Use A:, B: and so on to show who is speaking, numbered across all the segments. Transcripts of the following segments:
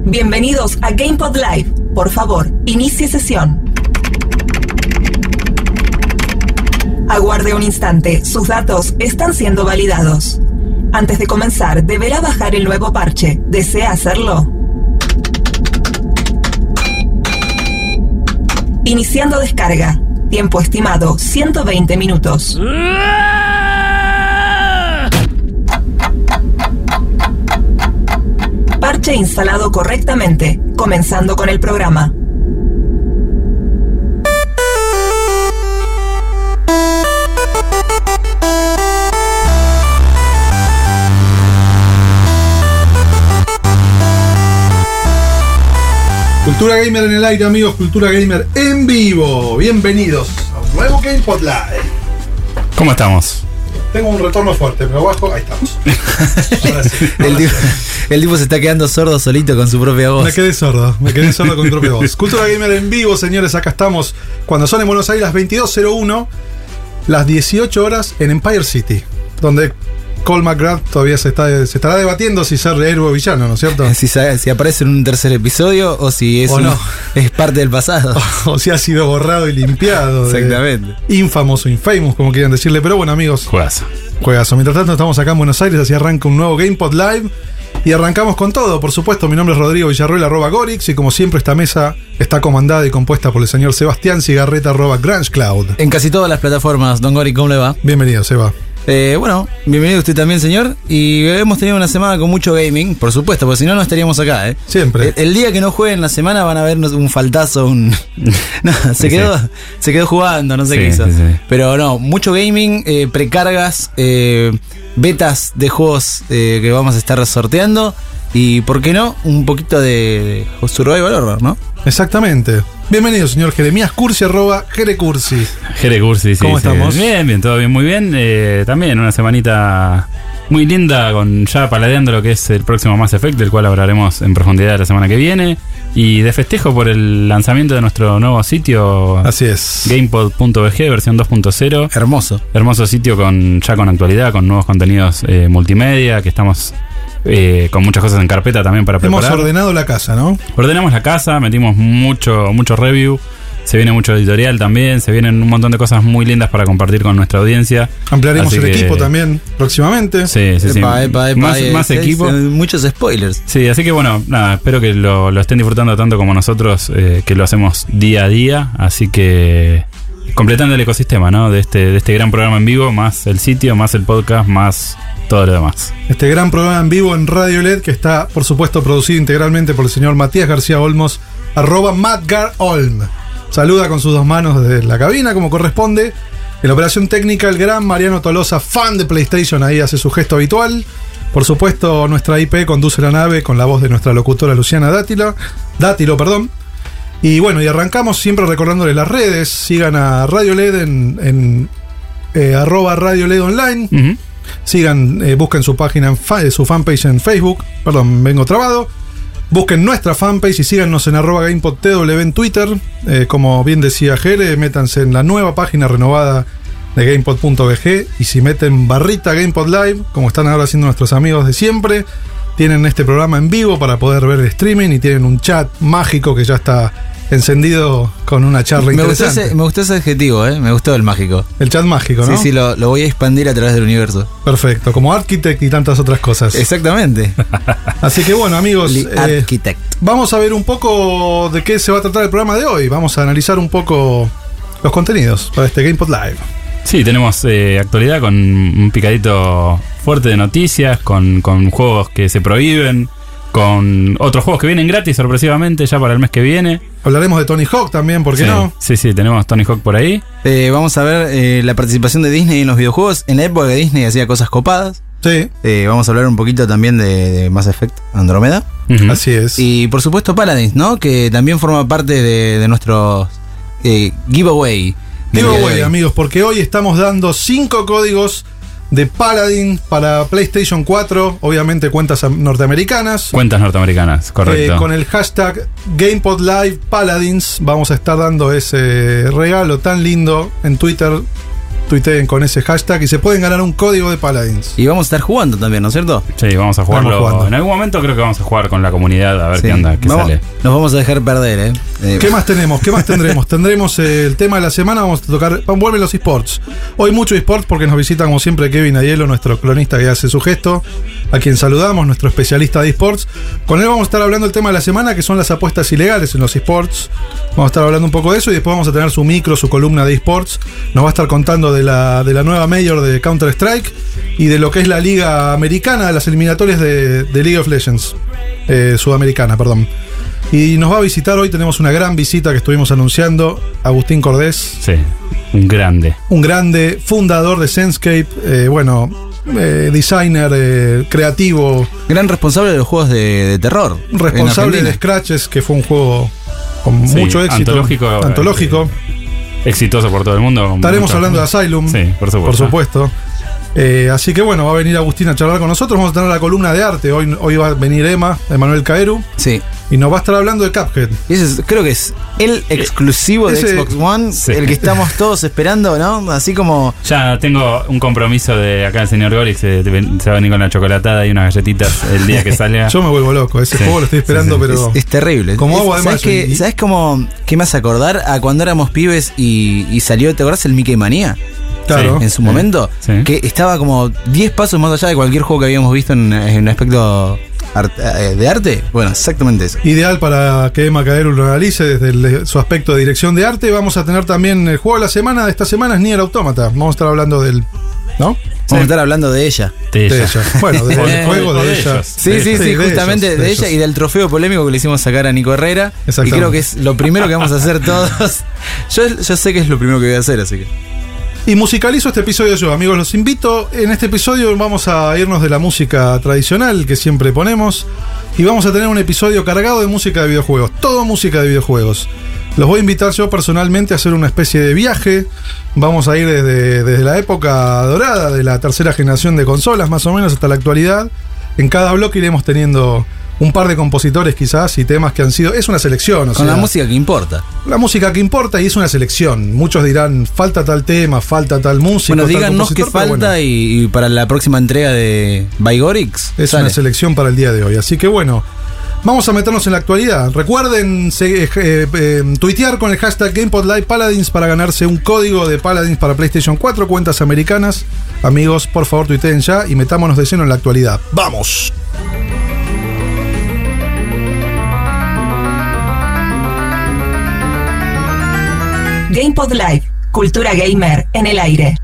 A: Bienvenidos a GamePod Live. Por favor, inicie sesión. Aguarde un instante, sus datos están siendo validados. Antes de comenzar, deberá bajar el nuevo parche. ¿Desea hacerlo? Iniciando descarga. Tiempo estimado, 120 minutos. Parche instalado correctamente. Comenzando con el programa.
B: Cultura Gamer en el aire, amigos, Cultura Gamer en vivo. Bienvenidos a un nuevo GamePod Live.
C: ¿Cómo estamos?
B: Tengo un retorno fuerte, pero bajo, ahí estamos. Ahora sí,
D: el tipo se está quedando sordo solito con su propia voz.
B: Me quedé sordo con mi propia voz. Cultura Gamer en vivo, señores, acá estamos. Cuando son en Buenos Aires las 22:01, las 18 horas en Empire City, donde Cole McGrath todavía se estará debatiendo si ser héroe o villano, ¿no es cierto?
D: Si aparece en un tercer episodio o si es,
B: no.
D: Es parte del pasado.
B: O si ha sido borrado y limpiado.
D: Exactamente.
B: Infamous o Infamous, como quieran decirle. Pero bueno, amigos. Juegazo. Mientras tanto, estamos acá en Buenos Aires, así arranca un nuevo GamePod Live. Y arrancamos con todo, por supuesto. Mi nombre es Rodrigo Villarroel, @Gorix. Y como siempre, esta mesa está comandada y compuesta por el señor Sebastián Cigarreta, @GrangeCloud.
D: En casi todas las plataformas. Don Gorix, ¿cómo le va?
B: Bienvenido, Seba.
D: Bueno, bienvenido usted también, señor. Y hemos tenido una semana con mucho gaming, por supuesto, porque si no, no estaríamos acá, ¿eh?
B: Siempre.
D: El día que no jueguen la semana van a ver un faltazo, no, se quedó jugando, no sé qué hizo. Sí. Pero no, mucho gaming, precargas, betas de juegos que vamos a estar sorteando. Y, ¿por qué no? Un poquito de Survival Horror, ¿no?
B: Exactamente. Bienvenido, señor Jeremías Cursi, @Jerecursi.
C: Jerecursi, sí.
B: ¿Cómo estamos?
C: Bien, todo bien, muy bien. También una semanita muy linda, con ya paladeando lo que es el próximo Mass Effect, del cual hablaremos en profundidad la semana que viene. Y de festejo por el lanzamiento de nuestro nuevo sitio.
B: Así es.
C: GamePod.bg, versión 2.0. Hermoso sitio con actualidad, con nuevos contenidos multimedia, que estamos con muchas cosas en carpeta también para preparar.
B: Hemos ordenado la casa, ¿no?
C: Ordenamos la casa, metimos mucho review. Se viene mucho editorial también. Se vienen un montón de cosas muy lindas para compartir con nuestra audiencia.
B: Ampliaremos el equipo también próximamente.
C: Sí. Más equipo.
D: Muchos spoilers.
C: Sí, así que bueno, nada, espero que lo estén disfrutando tanto como nosotros, que lo hacemos día a día. Así que completando el ecosistema, ¿no? De este gran programa en vivo, más el sitio, más el podcast, más todo lo demás.
B: Este gran programa en vivo en Radio LED, que está, por supuesto, producido integralmente por el señor Matías García Olmos, @MatgarOlm. Saluda con sus dos manos desde la cabina, como corresponde. En la operación técnica, el gran Mariano Tolosa, fan de PlayStation, ahí hace su gesto habitual. Por supuesto, nuestra IP conduce la nave con la voz de nuestra locutora Luciana Dátilo. Y bueno, y arrancamos siempre recordándole las redes. Sigan a Radio LED en @Radio LED Online. Uh-huh. Sigan, busquen su página, su fanpage en Facebook. Perdón, vengo trabado. Busquen nuestra fanpage y síganos en @GamePodTW en Twitter. Como bien decía Jere, métanse en la nueva página renovada de GamePod.bg. Y si meten barrita GamePod Live, como están ahora haciendo nuestros amigos de siempre, tienen este programa en vivo para poder ver el streaming y tienen un chat mágico que ya está encendido con una charla interesante.
D: Me gustó ese adjetivo, me gustó el mágico.
B: El chat mágico, ¿no?
D: Sí, lo voy a expandir a través del universo.
B: Perfecto, como Architect y tantas otras cosas.
D: Exactamente.
B: Así que bueno, amigos,
D: Architect.
B: Vamos a ver un poco de qué se va a tratar el programa de hoy. Vamos a analizar un poco los contenidos para este GamePod Live.
C: Sí, tenemos actualidad con un picadito fuerte de noticias, con juegos que se prohíben, con otros juegos que vienen gratis sorpresivamente ya para el mes que viene.
B: Hablaremos de Tony Hawk también, ¿por qué no?
C: Sí, tenemos Tony Hawk por ahí.
D: Vamos a ver la participación de Disney en los videojuegos. En la época que Disney hacía cosas copadas.
B: Sí.
D: Vamos a hablar un poquito también de Mass Effect Andromeda.
B: Uh-huh. Así es.
D: Y por supuesto Paladins, ¿no? Que también forma parte de nuestro giveaway.
B: Giveaway, amigos, porque hoy estamos dando 5 códigos de Paladin para PlayStation 4, obviamente cuentas norteamericanas.
C: Cuentas norteamericanas, correcto.
B: Con el hashtag GamePod Live Paladins vamos a estar dando ese regalo tan lindo en Twitter. tuiteen con ese hashtag y se pueden ganar un código de Paladins.
D: Y vamos a estar jugando también, ¿no es cierto?
C: Sí, vamos a jugarlo. En algún momento creo que vamos a jugar con la comunidad a ver qué onda, qué sale.
D: Nos vamos a dejar perder,
B: ¿Qué más tenemos? ¿Qué más tendremos? Tendremos el tema de la semana, vamos a tocar, vuelven los esports. Hoy mucho esports porque nos visita como siempre Kevin Aiello, nuestro cronista que hace su gesto, a quien saludamos, nuestro especialista de esports. Con él vamos a estar hablando del tema de la semana, que son las apuestas ilegales en los esports. Vamos a estar hablando un poco de eso y después vamos a tener su columna de esports. Nos va a estar contando de la nueva Major de Counter-Strike y de lo que es la liga americana, las eliminatorias de League of Legends, sudamericana, perdón. Y nos va a visitar hoy, tenemos una gran visita que estuvimos anunciando, Agustín Cordés.
C: Sí, un grande.
B: Un grande, fundador de Senscape, designer, creativo.
D: Gran responsable de los juegos de terror.
B: Responsable de Scratches, que fue un juego con mucho éxito. Antológico.
C: Exitoso por todo el mundo.
B: Estaremos hablando de Asylum.
C: Sí, por supuesto.
B: Así que bueno, va a venir Agustín a charlar con nosotros. Vamos a tener la columna de arte. Hoy va a venir Emanuel Caeru.
D: Sí.
B: Y nos va a estar hablando de Cuphead.
D: Y ese creo que es el exclusivo de Xbox One, sí. El que estamos todos esperando, ¿no? Así como...
C: Ya tengo un compromiso de acá el señor Gorix, se va a venir con la chocolatada y unas galletitas el día que salga.
B: Yo me vuelvo loco, ese juego lo estoy esperando, pero...
D: Es terrible.
B: Como agua de
D: mayo. ¿Sabes cómo? ¿Qué me hace acordar? A cuando éramos pibes y salió, ¿te acordás el Mickey Manía?
B: Claro.
D: En su momento, que estaba como 10 pasos más allá de cualquier juego que habíamos visto en un aspecto de arte. Bueno, exactamente eso.
B: Ideal para que Emma Caeru lo realice desde su aspecto de dirección de arte. Vamos a tener también el juego de la semana. De esta semana es Nier Automata. Vamos a estar hablando del... ¿no?
D: Vamos a estar hablando de ella.
B: De ella. Bueno, del juego de ella.
D: Sí, justamente de ella y del trofeo polémico que le hicimos sacar a Nico Herrera. Y creo que es lo primero que vamos a hacer todos. Yo sé que es lo primero que voy a hacer, así que...
B: Y musicalizo este episodio yo, amigos, los invito. En este episodio vamos a irnos de la música tradicional que siempre ponemos y vamos a tener un episodio cargado de música de videojuegos, todo música de videojuegos. Los voy a invitar yo personalmente a hacer una especie de viaje. Vamos a ir desde la época dorada de la tercera generación de consolas, más o menos, hasta la actualidad. En cada bloque iremos teniendo un par de compositores quizás y temas que han sido... Es una selección,
D: Con la música que importa.
B: La música que importa y es una selección. Muchos dirán, falta tal tema, falta tal música.
D: Bueno, díganos qué falta y para la próxima entrega de Bygorix.
B: Es una selección para el día de hoy. Así que bueno, vamos a meternos en la actualidad. Recuerden tuitear con el hashtag GamePodLivePaladins para ganarse un código de Paladins para PlayStation 4, cuentas americanas. Amigos, por favor, tuiteen ya y metámonos de lleno en la actualidad. ¡Vamos!
A: GamePod Live, cultura gamer en el aire.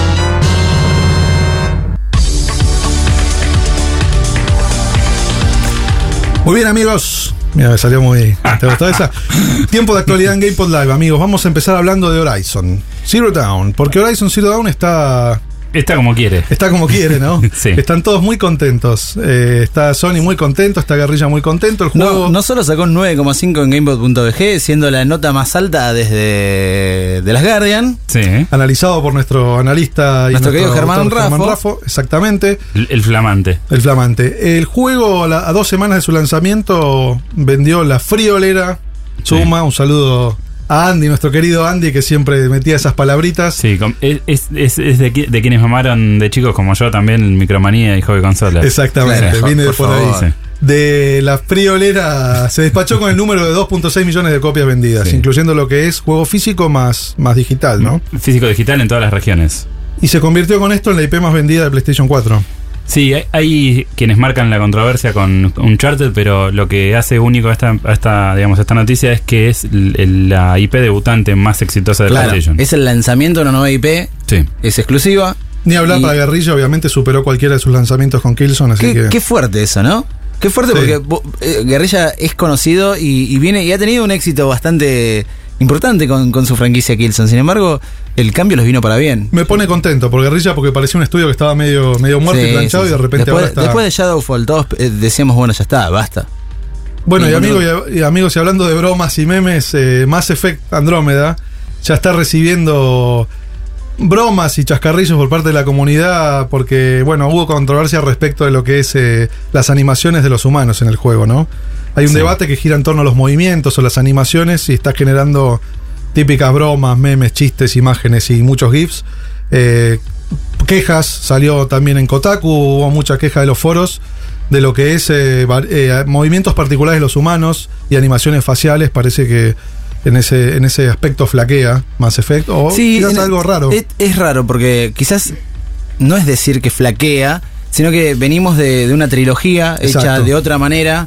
B: Muy bien, amigos. Mira, me salió muy... ¿Te gustó esa? Tiempo de actualidad en GamePod Live, amigos. Vamos a empezar hablando de Horizon Zero Dawn, porque Horizon Zero Dawn está
C: como quiere.
B: Está como quiere, ¿no?
C: Sí.
B: Están todos muy contentos. Está Sony muy contento, está Guerrilla muy contento. El juego...
D: No solo sacó un 9,5 en GamePod.bg, siendo la nota más alta desde The Last Guardian.
B: Sí. Analizado por nuestro analista
D: nuestro querido Germán
B: Raffo. Exactamente.
C: El flamante.
B: El flamante. El juego, a 2 semanas de su lanzamiento, vendió la friolera suma. Sí. Un saludo a Andy, nuestro querido Andy, que siempre metía esas palabritas.
C: Sí, es de quienes mamaron de chicos como yo también, Micromanía y Hobby Consolas.
B: Exactamente,
C: claro,
B: viene de por ahí. Sí. De la friolera se despachó con el número de 2.6 millones de copias vendidas, sí, incluyendo lo que es juego físico más digital, ¿no?
C: Físico-digital en todas las regiones.
B: Y se convirtió con esto en la IP más vendida de PlayStation 4.
C: Sí, hay quienes marcan la controversia con Uncharted, pero lo que hace único esta noticia es que es la IP debutante más exitosa de PlayStation.
D: Es el lanzamiento de una nueva IP,
C: sí,
D: es exclusiva.
B: Ni hablar para Guerrilla, obviamente superó cualquiera de sus lanzamientos con Killzone, así que...
D: Qué fuerte eso, ¿no? Qué fuerte, sí, porque Guerrilla es conocido y viene y ha tenido un éxito bastante importante con su franquicia Killzone. Sin embargo, el cambio los vino para bien.
B: Me pone contento por Guerrilla porque parecía un estudio que estaba medio muerto, sí, y planchado, sí, sí. Y de repente ahora está...
D: Después de Shadowfall todos decíamos, bueno, ya está, basta.
B: Bueno, y amigos, y hablando de bromas y memes, Mass Effect Andrómeda ya está recibiendo bromas y chascarrillos por parte de la comunidad porque, bueno, hubo controversia respecto de lo que es las animaciones de los humanos en el juego, ¿no? Hay un debate que gira en torno a los movimientos o las animaciones y está generando típicas bromas, memes, chistes, imágenes y muchos GIFs. quejas, salió también en Kotaku, hubo mucha queja de los foros de lo que es movimientos particulares de los humanos y animaciones faciales. Parece que en ese aspecto flaquea Mass Effect, o
D: sí,
B: quizás algo raro.
D: Es raro porque quizás no es decir que flaquea, sino que venimos de una trilogía hecha de otra manera,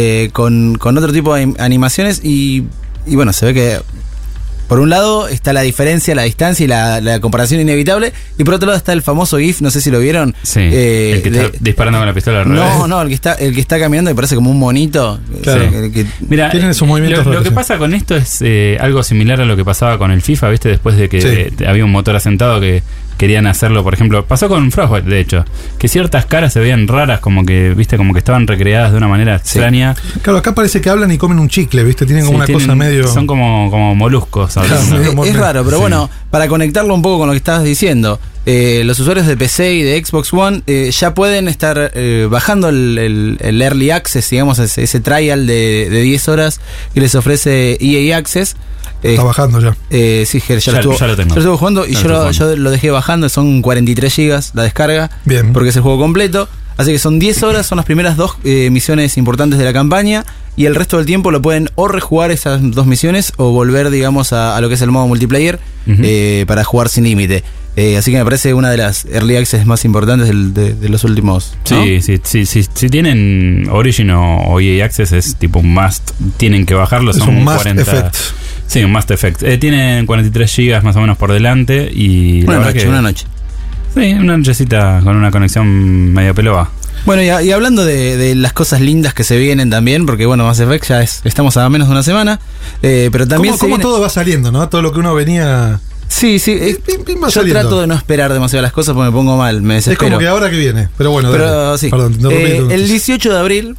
D: con otro tipo de animaciones y bueno, se ve que por un lado está la diferencia, la distancia y la comparación inevitable, y por otro lado está el famoso GIF, no sé si lo vieron.
C: Sí, el que está disparando con la pistola al revés.
D: No, el que está caminando y parece como un monito.
B: Claro.
C: Mira,
B: tienen esos movimientos
C: lo que pasa con esto es algo similar a lo que pasaba con el FIFA, ¿viste? Después de que había un motor asentado que querían hacerlo, por ejemplo, pasó con Frostbite, de hecho, que ciertas caras se veían raras, como que, viste, como que estaban recreadas de una manera extraña.
B: Claro, acá parece que hablan y comen un chicle, viste, tienen como una cosa medio...
C: Son como moluscos.
D: Claro, es raro, pero bueno, para conectarlo un poco con lo que estabas diciendo, los usuarios de PC y de Xbox One ya pueden estar bajando el Early Access, digamos, ese trial de 10 horas que les ofrece EA Access.
B: Está bajando ya.
D: Sí, ya lo tengo. Yo lo estuve jugando y yo lo dejé bajando. Son 43 GB la descarga.
B: Bien.
D: Porque es el juego completo. Así que son 10 horas, son las primeras 2 misiones importantes de la campaña. Y el resto del tiempo lo pueden o rejugar esas 2 misiones o volver, digamos, a lo que es el modo multiplayer para jugar sin límite. Así que me parece una de las early access más importantes de los últimos, ¿no?
C: Sí. Si tienen Origin o EA Access es tipo un must. Tienen que bajarlo, son
B: un
C: 40.
B: Effect.
C: Sí, un Must Effect. Tienen 43 GB más o menos por delante y
D: una noche.
C: Sí, una nochecita con una conexión medio peloa.
D: Bueno, y hablando de las cosas lindas que se vienen también, porque bueno, Mass Effect ya estamos a menos de una semana, pero también
B: ¿Cómo todo va saliendo, ¿no? Todo lo que uno venía...
D: Sí, yo trato de no esperar demasiado las cosas porque me pongo mal, me desespero.
B: Es como que ahora que viene, pero bueno.
D: Pero sí.
B: Perdón,
D: el 18 de abril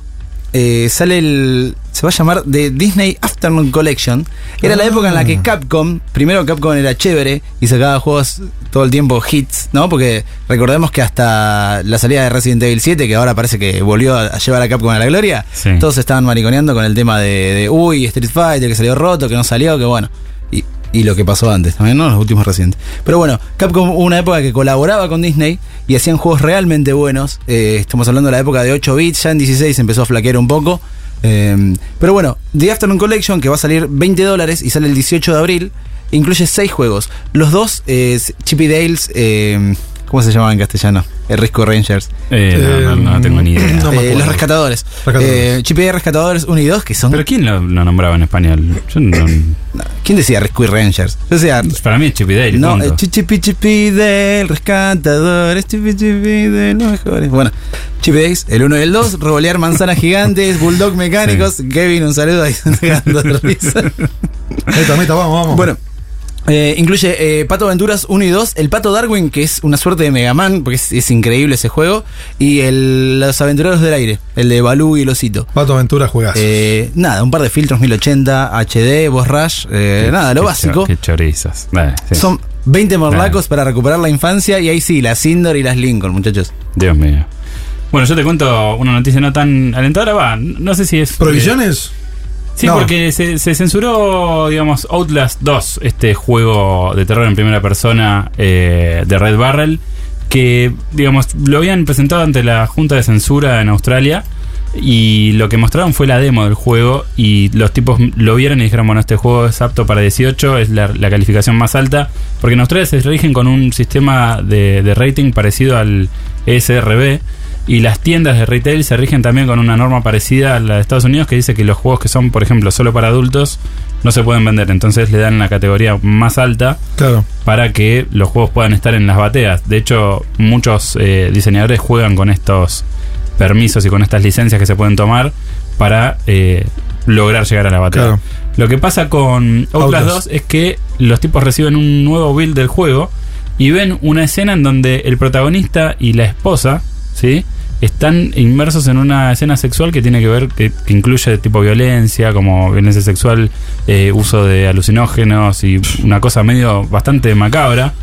D: sale se va a llamar The Disney Afternoon Collection. Era la época en la que Capcom era chévere y sacaba juegos todo el tiempo, hits, ¿no? Porque recordemos que hasta la salida de Resident Evil 7, que ahora parece que volvió a llevar a Capcom a la gloria, todos estaban mariconeando con el tema de Street Fighter, que salió roto, que no salió, que bueno. Y lo que pasó antes, también, ¿no? Los últimos recientes. Pero bueno, Capcom hubo una época que colaboraba con Disney y hacían juegos realmente buenos. Estamos hablando de la época de 8 bits, ya en 16 empezó a flaquear un poco. Pero bueno, The Afternoon Collection, que va a salir $20 y sale el 18 de abril, incluye 6 juegos. Los dos, Chip y Dale's, ¿cómo se llamaban en castellano? Rescue Rangers.
C: No tengo ni idea.
D: Los Rescatadores. Chip y Dale Rescatadores 1 y 2, que son...
C: ¿Pero quién lo nombraba en español? Yo no...
D: ¿Quién decía Rescue Rangers? Yo decía...
C: Para mí es Chip y Dale.
D: No, Chip y Dale Rescatadores, Chip y Dale, los mejores. Bueno, Chip y Dale, el 1 y el 2, revolear manzanas gigantes, bulldog mecánicos. Sí. Kevin, un saludo ahí.
B: Meta, vamos.
D: Bueno. Incluye Pato Aventuras 1 y 2, el Pato Darwin, que es una suerte de Mega Man, porque es increíble ese juego, y Los Aventureros del Aire, el de Balú y el Osito.
B: Pato Aventuras juegas.
D: Nada, un par de filtros 1080, HD, voz rush, nada, lo básico.
C: Qué chorizas. Sí.
D: Son 20 morlacos para recuperar la infancia, y ahí sí, las Sindor y las Lincoln, muchachos.
C: Dios mío. Bueno, yo te cuento una noticia no tan alentadora, no sé si es...
B: ¿Provisiones?
C: Sí, no. Porque se censuró, digamos, Outlast 2, este juego de terror en primera persona de Red Barrel, que, digamos, lo habían presentado ante la Junta de Censura en Australia, y lo que mostraron fue la demo del juego, y los tipos lo vieron y dijeron, bueno, este juego es apto para 18, es la calificación más alta, porque en Australia se rigen con un sistema de rating parecido al ESRB, y las tiendas de retail se rigen también con una norma parecida a la de Estados Unidos, que dice que los juegos que son, por ejemplo, solo para adultos no se pueden vender. Entonces le dan la categoría más alta, claro, para que los juegos puedan estar en las bateas. De hecho, muchos diseñadores juegan con estos permisos y con estas licencias que se pueden tomar para lograr llegar a la batea. Claro. Lo que pasa con Outlast 2 es que los tipos reciben un nuevo build del juego y ven una escena en donde el protagonista y la esposa, ¿sí?, están inmersos en una escena sexual que tiene que ver, que incluye tipo violencia, como violencia sexual, uso de alucinógenos y una cosa medio bastante macabra.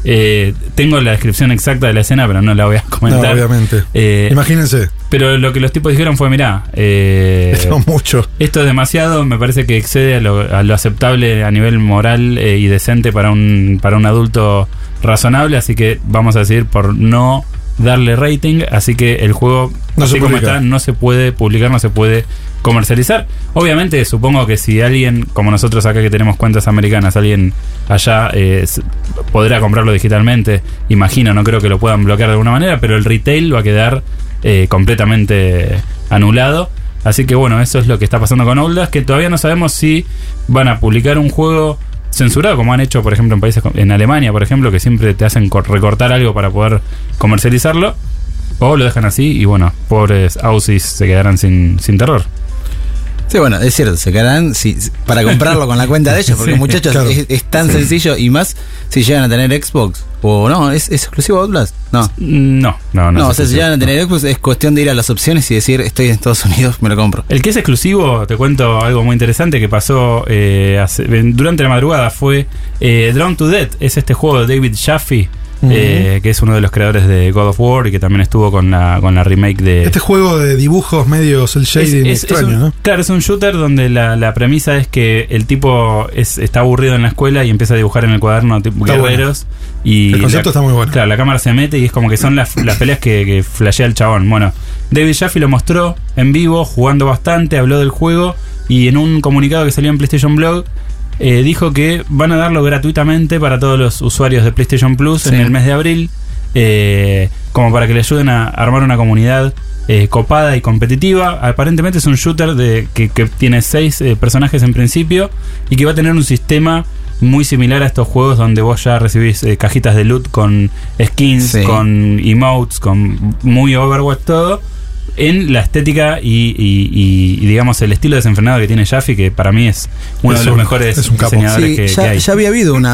C: Tengo la descripción exacta de la escena, pero no la voy a comentar.
B: No, obviamente. Imagínense.
C: Pero lo que los tipos dijeron fue, mirá,
B: esto es mucho.
C: Esto es demasiado, me parece que excede a lo aceptable a nivel moral y decente para un adulto razonable, así que vamos a decidir por no darle rating, así que el juego, así como está, no se puede publicar, no se puede comercializar. Obviamente, supongo que si alguien, como nosotros acá que tenemos cuentas americanas, alguien allá podrá comprarlo digitalmente, imagino, no creo que lo puedan bloquear de alguna manera, pero el retail va a quedar completamente anulado. Así que bueno, eso es lo que está pasando con Outlast, que todavía no sabemos si van a publicar un juego censurado, como han hecho, por ejemplo, en países, en Alemania, por ejemplo, que siempre te hacen recortar algo para poder comercializarlo, o lo dejan así y bueno, pobres Aussies se quedarán sin terror.
D: Sí, bueno, es cierto, se quedarán para comprarlo con la cuenta de ellos, porque sí, muchachos, claro, es tan sencillo, y más si llegan a tener Xbox, o no, ¿es exclusivo Outlast? No, o sea, si llegan a tener Xbox es cuestión de ir a las opciones y decir, estoy en Estados Unidos, me lo compro.
C: El que es exclusivo, te cuento algo muy interesante que pasó durante la madrugada, fue Drawn to Death, es este juego de David Jaffe, que es uno de los creadores de God of War y que también estuvo con la remake de...
B: Este juego de dibujos medio cel shading extraño, ¿no?
C: Claro, es un shooter donde la premisa es que el tipo está aburrido en la escuela y empieza a dibujar en el cuaderno tipo guerreros. Bueno. Y
B: el concepto está muy bueno.
C: Claro, la cámara se mete y es como que son las peleas que flashea el chabón. Bueno, David Jaffe lo mostró en vivo, jugando bastante, habló del juego y en un comunicado que salió en PlayStation Blog dijo que van a darlo gratuitamente para todos los usuarios de PlayStation Plus en el mes de abril, como para que le ayuden a armar una comunidad copada y competitiva. Aparentemente es un shooter que tiene 6 personajes en principio y que va a tener un sistema muy similar a estos juegos donde vos ya recibís cajitas de loot con skins, con emotes, con muy Overwatch todo, en la estética y digamos el estilo desenfrenado que tiene Jaffe, que para mí es uno de los mejores diseñadores que hay.
D: Ya había habido un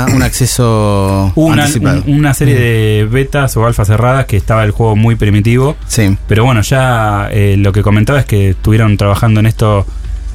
D: acceso anticipado.
C: Una serie de betas o alfas cerradas que estaba el juego muy primitivo.
D: Sí.
C: Pero bueno, ya lo que comentaba es que estuvieron trabajando en esto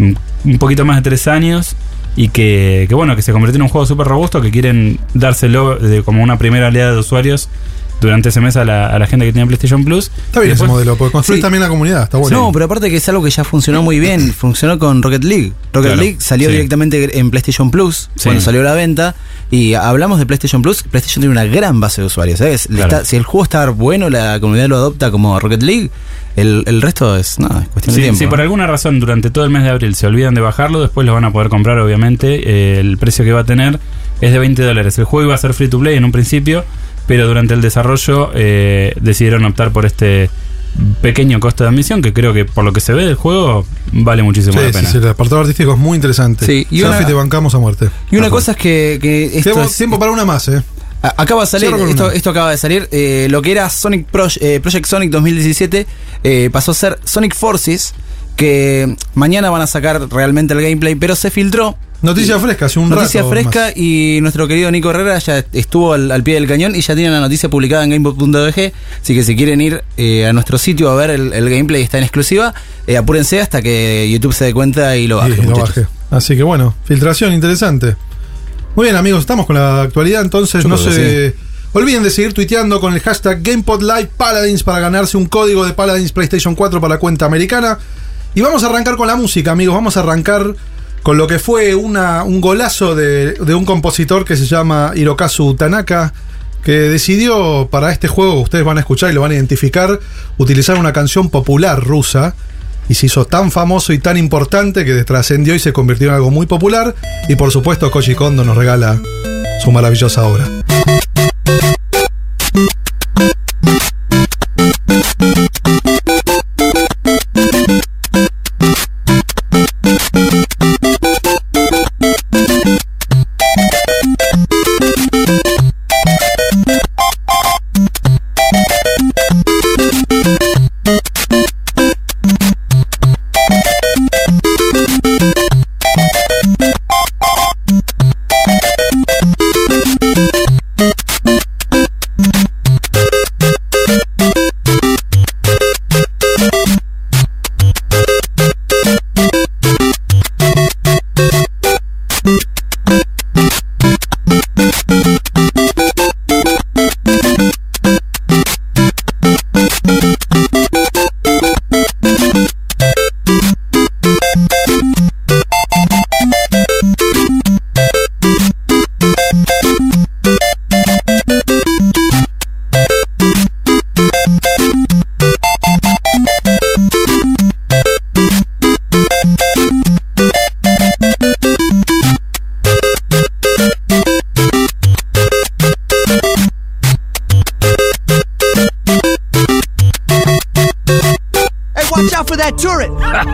C: un poquito más de 3 años y que bueno, que se convirtió en un juego súper robusto, que quieren dárselo como una primera oleada de usuarios durante ese mes a la gente que tiene PlayStation Plus.
B: Está bien ese modelo, porque construir también la comunidad, está bueno.
D: No, pero aparte que es algo que ya funcionó muy bien. Funcionó con Rocket League. League salió directamente en PlayStation Plus cuando salió a la venta. Y hablamos de PlayStation Plus. PlayStation tiene una gran base de usuarios, ¿sabes? Si el juego está bueno, la comunidad lo adopta como Rocket League. El resto es cuestión de tiempo.
C: Si por alguna razón durante todo el mes de abril se olvidan de bajarlo, después lo van a poder comprar, obviamente. El precio que va a tener es de $20. El juego iba a ser free to play en un principio, pero durante el desarrollo decidieron optar por este pequeño costo de admisión, que creo que por lo que se ve del juego vale muchísimo la pena.
B: Sí, el apartado artístico es muy interesante.
D: Sí, y
B: te bancamos a muerte.
D: Y una cosa es que
B: tiempo para una más,
D: Acaba de salir, esto acaba de salir. Lo que era Project Sonic 2017 pasó a ser Sonic Forces, que mañana van a sacar realmente el gameplay, pero se filtró.
B: Noticia fresca, hace un rato.
D: Noticia fresca, y nuestro querido Nico Herrera ya estuvo al pie del cañón y ya tiene la noticia publicada en gamepod.org. Así que si quieren ir a nuestro sitio a ver el gameplay, está en exclusiva, apúrense hasta que YouTube se dé cuenta y lo baje.
B: Así que bueno, filtración interesante. Muy bien, amigos, estamos con la actualidad, entonces olviden de seguir tuiteando con el hashtag GamePodLivePaladins para ganarse un código de Paladins PlayStation 4 para la cuenta americana. Y vamos a arrancar con la música, amigos. Vamos a arrancar con lo que fue un golazo de un compositor que se llama Hirokazu Tanaka, que decidió para este juego, ustedes van a escuchar y lo van a identificar, utilizar una canción popular rusa. Y se hizo tan famoso y tan importante que trascendió y se convirtió en algo muy popular. Y por supuesto Koji Kondo nos regala su maravillosa obra.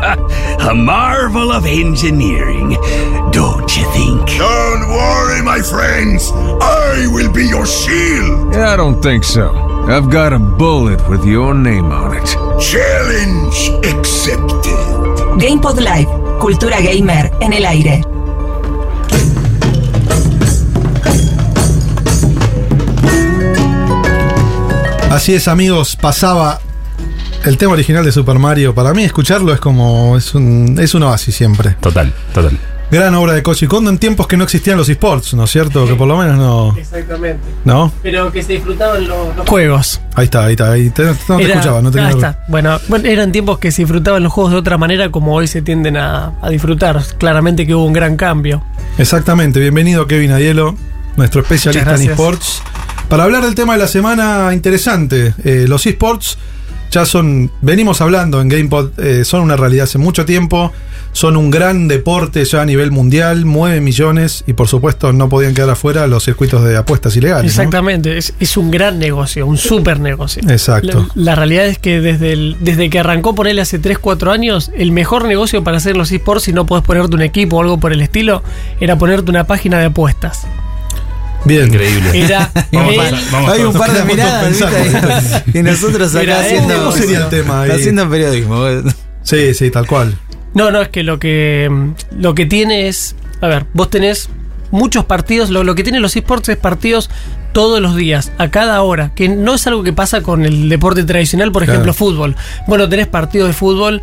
E: A marvel of engineering, don't you think?
F: Don't worry, my friends. I will be your shield.
G: I don't think so. I've got a bullet with your name on it.
F: Challenge accepted.
A: GamePod Live, cultura gamer en el aire.
B: Así es, amigos, pasaba el tema original de Super Mario. Para mí escucharlo es un oasis siempre.
C: Total.
B: Gran obra de Koji Kondo en tiempos que no existían los esports, ¿no es cierto? Que por lo menos no...
H: Exactamente.
B: ¿No?
H: Pero que se disfrutaban los juegos.
B: Ahí está. No te escuchaba, no tenía...
H: Ahí está. Bueno, eran tiempos que se disfrutaban los juegos de otra manera como hoy se tienden a disfrutar. Claramente que hubo un gran cambio.
B: Exactamente. Bienvenido Kevin Aiello, nuestro especialista en esports. Para hablar del tema de la semana interesante, los esports ya venimos hablando en GamePod, son una realidad hace mucho tiempo, son un gran deporte ya a nivel mundial, mueven millones y por supuesto no podían quedar afuera los circuitos de apuestas ilegales.
H: Exactamente, ¿no? Es un gran negocio, un super negocio.
B: Exacto.
H: La realidad es que desde que arrancó ponerle hace 3-4 años, el mejor negocio para hacer los esports, si no podés ponerte un equipo o algo por el estilo, era ponerte una página de apuestas.
B: Bien.
C: Increíble.
D: Vamos hay un par de miradas, ¿viste? Y nosotros acá
B: ¿Cómo sería el tema ahí?
D: Haciendo periodismo.
B: Sí, tal cual.
H: No, es que lo que tiene es... A ver, vos tenés muchos partidos. Lo que tienen los esports es partidos todos los días, a cada hora. Que no es algo que pasa con el deporte tradicional, por ejemplo, fútbol. Bueno, tenés partidos de fútbol...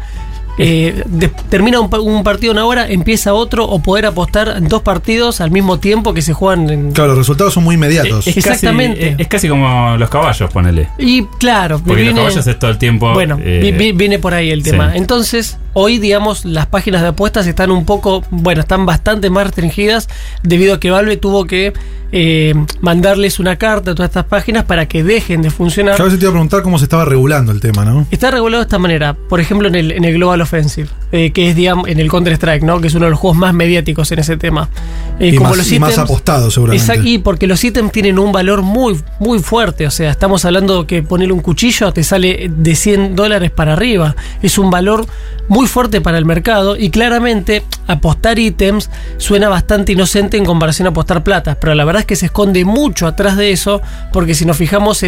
H: termina un partido una hora, empieza otro, o poder apostar en 2 partidos al mismo tiempo que se juegan.
B: Claro, los resultados son muy inmediatos.
H: Exactamente.
C: Es casi como los caballos, ponele.
H: Y claro,
C: porque los caballos es todo el tiempo.
H: Bueno, viene por ahí el tema. Entonces, hoy, digamos, las páginas de apuestas están están bastante más restringidas debido a que Valve tuvo que mandarles una carta a todas estas páginas para que dejen de funcionar.
B: A veces te iba a preguntar cómo se estaba regulando el tema, ¿no?
H: Está regulado de esta manera. Por ejemplo, en el Global Offensive, que es, digamos, en el Counter-Strike, ¿no? Que es uno de los juegos más mediáticos en ese tema.
B: Y más apostado, seguramente.
H: Y porque los ítems tienen un valor muy, muy fuerte. O sea, estamos hablando que ponerle un cuchillo te sale de $100 para arriba. Es un valor muy fuerte para el mercado. Y claramente, apostar ítems suena bastante inocente en comparación a apostar plata. Pero la verdad es que se esconde mucho atrás de eso. Porque si nos fijamos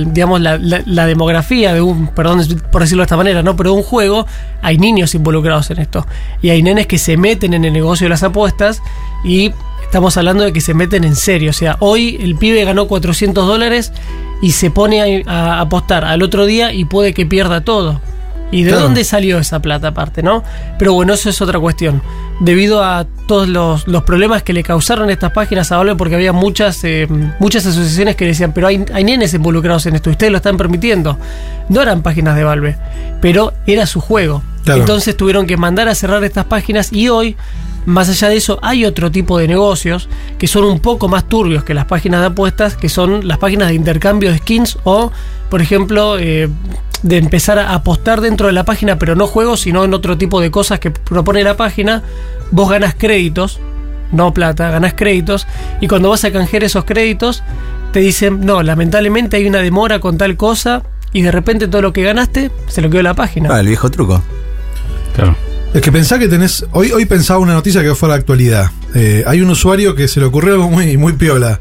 H: la demografía de perdón por decirlo de esta manera, ¿no? Pero de un juego, hay niños involucrados en esto. Y hay nenes que se meten en el negocio de las apuestas. Y estamos hablando de que se meten en serio. O sea, hoy el pibe ganó $400 y se pone a apostar al otro día y puede que pierda todo. ¿Y de dónde salió esa plata aparte, no? Pero bueno, eso es otra cuestión. Debido a todos los problemas que le causaron estas páginas a Valve, porque había muchas asociaciones que decían, pero hay nenes involucrados en esto, ustedes lo están permitiendo. No eran páginas de Valve, pero era su juego. Claro. Entonces tuvieron que mandar a cerrar estas páginas y hoy, más allá de eso, hay otro tipo de negocios que son un poco más turbios que las páginas de apuestas, que son las páginas de intercambio de skins o, por ejemplo, de empezar a apostar dentro de la página, pero no juegos, sino en otro tipo de cosas que propone la página. Vos ganás créditos, no plata, ganás créditos, y cuando vas a canjear esos créditos, te dicen, no, lamentablemente hay una demora con tal cosa, y de repente todo lo que ganaste se lo quedó la página.
D: El viejo truco.
C: Claro.
B: Es que pensá que tenés... Hoy pensaba una noticia que fue la actualidad. Hay un usuario que se le ocurrió algo muy, muy piola.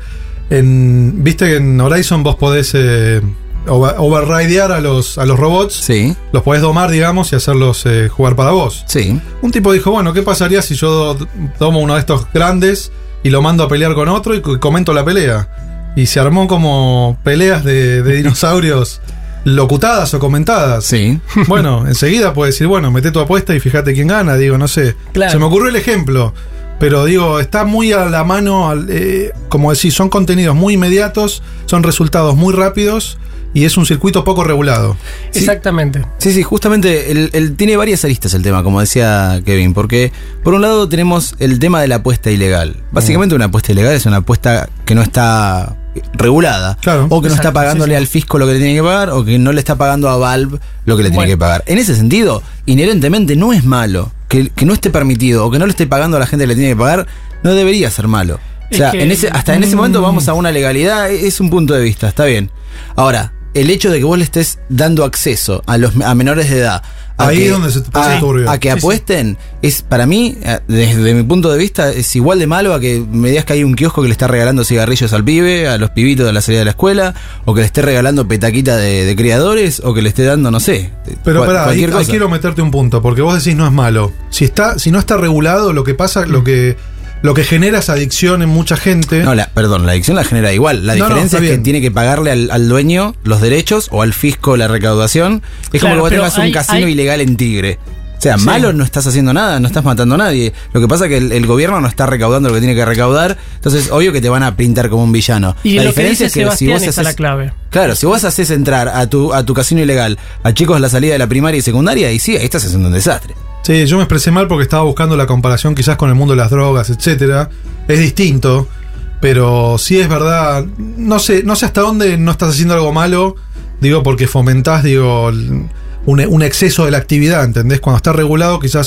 B: Viste que en Horizon vos podés overridear a los robots.
D: Sí.
B: Los podés domar, digamos, y hacerlos jugar para vos.
D: Sí.
B: Un tipo dijo, bueno, ¿qué pasaría si yo tomo uno de estos grandes y lo mando a pelear con otro y comento la pelea? Y se armó como peleas de dinosaurios locutadas o comentadas.
D: Sí.
B: Bueno, enseguida puedes decir, bueno, mete tu apuesta y fíjate quién gana. Digo, no sé.
H: Claro.
B: Se me ocurrió el ejemplo. Pero digo, está muy a la mano, como decís, son contenidos muy inmediatos, son resultados muy rápidos y es un circuito poco regulado.
H: Sí. Exactamente.
D: Sí, justamente tiene varias aristas el tema, como decía Kevin, porque por un lado tenemos el tema de la apuesta ilegal. Básicamente una apuesta ilegal es una apuesta que no está regulada,
B: claro,
D: o que no está pagándole al fisco lo que le tiene que pagar, o que no le está pagando a Valve lo que le tiene que pagar. En ese sentido, inherentemente no es malo que no esté permitido o que no le esté pagando a la gente que le tiene que pagar, no debería ser malo. O sea, en ese momento vamos a una legalidad, es un punto de vista, está bien. Ahora, el hecho de que vos le estés dando acceso a menores de edad.
B: Ahí es donde se te pasa turbio.
D: A que apuesten, es para mí, desde mi punto de vista, es igual de malo a que me digas que hay un kiosco que le está regalando cigarrillos al pibe, a los pibitos de la salida de la escuela, o que le esté regalando petaquita de criadores, o que le esté dando, no sé.
B: Pero pará, ahí quiero meterte un punto, porque vos decís no es malo. Si no está regulado, lo que pasa, lo que genera es adicción en mucha gente.
D: No, la adicción la genera igual. La diferencia es que tiene que pagarle al dueño los derechos o al fisco la recaudación. Es como que vos tengas un casino ilegal en Tigre. O sea, malo no estás haciendo nada, no estás matando a nadie. Lo que pasa es que el gobierno no está recaudando lo que tiene que recaudar. Entonces, obvio que te van a pintar como un villano.
H: Y
D: la
H: lo
D: diferencia
H: que dice
D: es que si vos
H: haces la clave.
D: Claro, si vos haces entrar a tu casino ilegal a chicos a la salida de la primaria y secundaria, y sí, ahí estás haciendo un desastre.
B: Sí, yo me expresé mal porque estaba buscando la comparación quizás con el mundo de las drogas, etcétera. Es distinto, pero sí es verdad. No sé hasta dónde no estás haciendo algo malo, digo, porque fomentás, digo, un exceso de la actividad, ¿entendés? Cuando está regulado quizás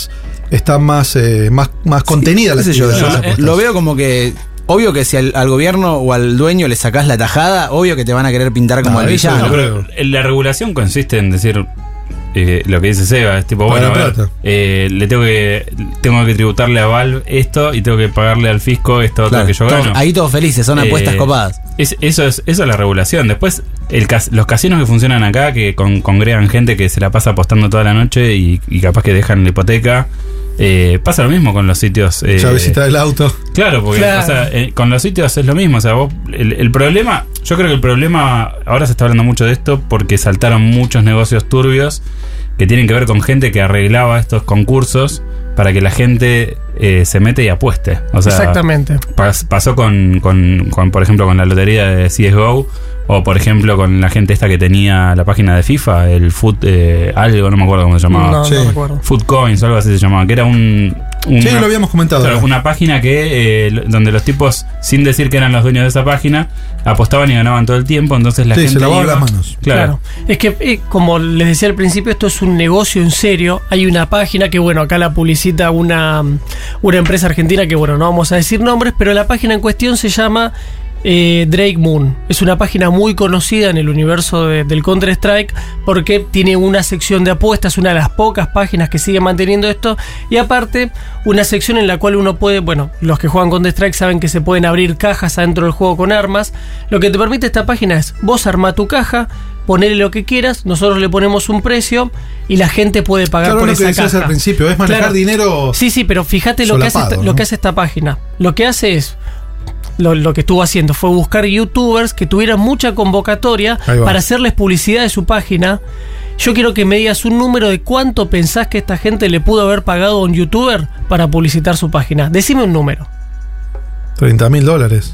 B: está más contenida la actividad.
D: Lo veo como que obvio que si al gobierno o al dueño le sacás la tajada, obvio que te van a querer pintar como el villano.
C: Pero la regulación consiste en decir lo que dice Seba, es tipo, bueno, le tengo que tributarle a Valve esto y tengo que pagarle al fisco esto otro que yo gano.
D: Ahí todos felices, son apuestas copadas.
C: Eso es la regulación. Después, los casinos que funcionan acá, que congregan gente que se la pasa apostando toda la noche y capaz que dejan la hipoteca. Pasa lo mismo con los sitios.
B: Llavecita del auto.
C: Claro, porque o sea, con los sitios es lo mismo. O sea, el problema, yo creo que el problema, ahora se está hablando mucho de esto porque saltaron muchos negocios turbios que tienen que ver con gente que arreglaba estos concursos para que la gente se mete y apueste. O sea,
H: exactamente.
C: Pasó con, por ejemplo, con la lotería de CSGO. O por ejemplo con la gente esta que tenía la página de FIFA, el Foot algo, no me acuerdo cómo se llamaba.
H: No recuerdo.
C: Foot Coins o algo así se llamaba, que era sí,
B: lo habíamos comentado.
C: Claro, una página donde los tipos, sin decir que eran los dueños de esa página, apostaban y ganaban todo el tiempo, entonces la gente
B: se lavaban las manos.
H: Claro. Es que, como les decía al principio, esto es un negocio en serio. Hay una página que, bueno, acá la publicita una empresa argentina que, bueno, no vamos a decir nombres, pero la página en cuestión se llama Drake Moon. Es una página muy conocida en el universo del Counter-Strike porque tiene una sección de apuestas, una de las pocas páginas que sigue manteniendo esto, y aparte una sección en la cual uno puede, bueno, los que juegan Counter-Strike saben que se pueden abrir cajas adentro del juego con armas. Lo que te permite esta página es, vos armá tu caja, ponele lo que quieras, nosotros le ponemos un precio y la gente puede pagar por esa caja.
B: Al principio, es manejar dinero.
H: Sí, pero fíjate lo que hace esta página. Lo que hace es, lo que estuvo haciendo fue buscar youtubers que tuvieran mucha convocatoria para hacerles publicidad de su página. Yo quiero que me digas un número de cuánto pensás que esta gente le pudo haber pagado a un youtuber para publicitar su página. Decime un número.
B: $30.000.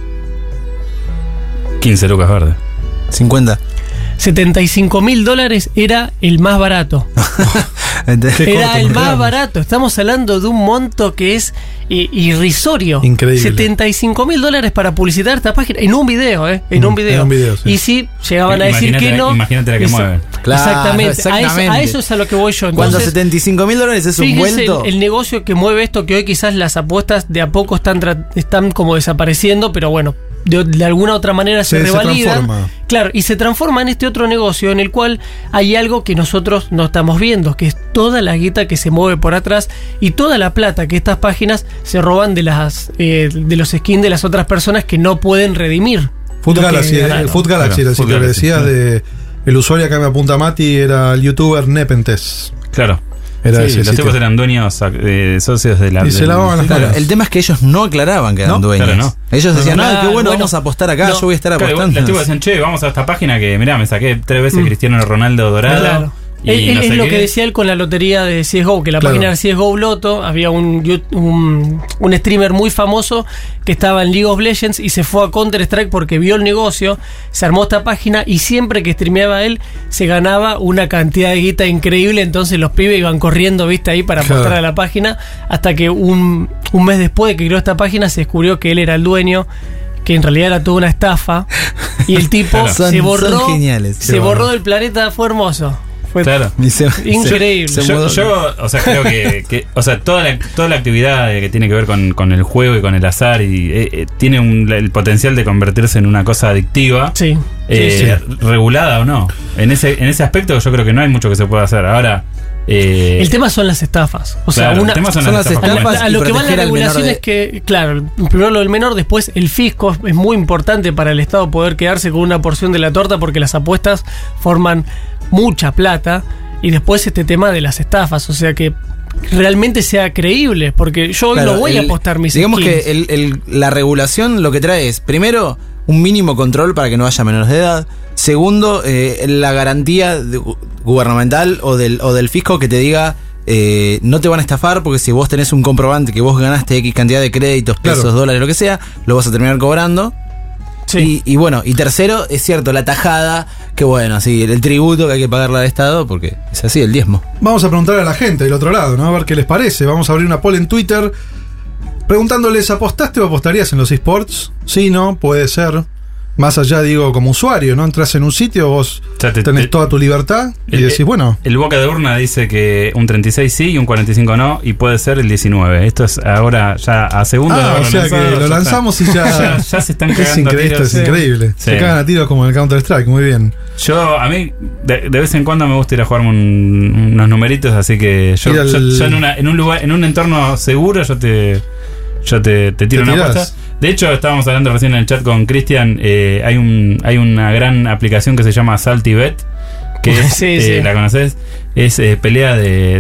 C: 15 lucas verde.
D: 50.
H: $75.000 era el más barato. Era el más barato. Estamos hablando de un monto que es irrisorio.
B: Increíble.
H: $75.000 para publicitar esta página en un video, En un video.
B: Sí.
H: Y si llegaban a decir que no.
C: Imagínate la que mueven.
D: Claro,
H: exactamente. A eso es a lo que voy yo. Entonces,
D: cuando $75.000 es un vuelto.
H: El negocio que mueve esto, que hoy quizás las apuestas de a poco están como desapareciendo, pero bueno, de alguna otra manera se revalidan. Claro, y se transforma en este otro negocio en el cual hay algo que nosotros no estamos viendo, que es toda la guita que se mueve por atrás y toda la plata que estas páginas se roban de los skins de las otras personas que no pueden redimir.
B: Foot Galaxy, lo que decías de el usuario acá me apunta Mati, era el youtuber Nepenthes.
C: Claro. Los tipos eran dueños, socios de la.
B: Y se lavaban las manos.
D: El tema es que ellos no aclaraban que eran dueños. Claro, no. Ellos decían, qué bueno, vamos a apostar acá, yo voy a estar apostando.
C: Los tipos decían, che, vamos a esta página que, mirá, me saqué 3 veces Cristiano Ronaldo dorado.
H: Claro. Es lo que decía él con la lotería de CSGO, que la página de CSGO Loto, había un streamer muy famoso que estaba en League of Legends y se fue a Counter-Strike porque vio el negocio, se armó esta página y siempre que streameaba él se ganaba una cantidad de guita increíble, entonces los pibes iban corriendo, viste, ahí para apostar a la página, hasta que un mes después de que creó esta página se descubrió que él era el dueño, que en realidad era toda una estafa, y el tipo se borró del planeta, fue hermoso. Fue increíble.
C: Yo, o sea, creo que o sea, toda la actividad que tiene que ver con el juego y con el azar y tiene el potencial de convertirse en una cosa adictiva.
H: Sí.
C: Regulada o no. En ese aspecto yo creo que no hay mucho que se pueda hacer. Ahora,
H: el tema son las estafas. O sea,
C: el tema son las estafas.
H: A lo que van las regulaciones que, claro, primero lo del menor, después el fisco. Es muy importante para el Estado poder quedarse con una porción de la torta porque las apuestas forman mucha plata. Y después este tema de las estafas. O sea, que realmente sea creíble. Porque yo hoy no voy a apostar mis
D: digamos
H: skins.
D: Que la regulación lo que trae es, primero, un mínimo control para que no haya menores de edad. Segundo, la garantía gubernamental o del fisco que te diga no te van a estafar porque si vos tenés un comprobante que vos ganaste X cantidad de créditos, pesos, dólares, lo que sea, lo vas a terminar cobrando. Sí. Y bueno, y tercero, es cierto, la tajada, que bueno, sí, el tributo que hay que pagarle al Estado, porque es así, el diezmo.
B: Vamos a preguntar a la gente del otro lado, ¿no? A ver qué les parece. Vamos a abrir una poll en Twitter preguntándoles, ¿apostaste o apostarías en los esports? Sí, no, puede ser. Más allá, digo, como usuario, ¿no? Entras en un sitio, vos tenés toda tu libertad y decís, bueno.
C: El boca de urna dice que un 36 sí y un 45 no, y puede ser el 19. Esto es ahora ya a segundos.
B: O sea que lo lanzamos y ya
C: se están cagando.
B: Es increíble. Sí. Se cagan a tiros como en el Counter-Strike, muy bien.
C: A mí, de vez en cuando me gusta ir a jugarme unos numeritos, así que yo en un entorno seguro yo te tiro una apuesta. De hecho, estábamos hablando recién en el chat con Cristian. Hay una gran aplicación que se llama Salty Bet, que es, ¿la conoces? Es pelea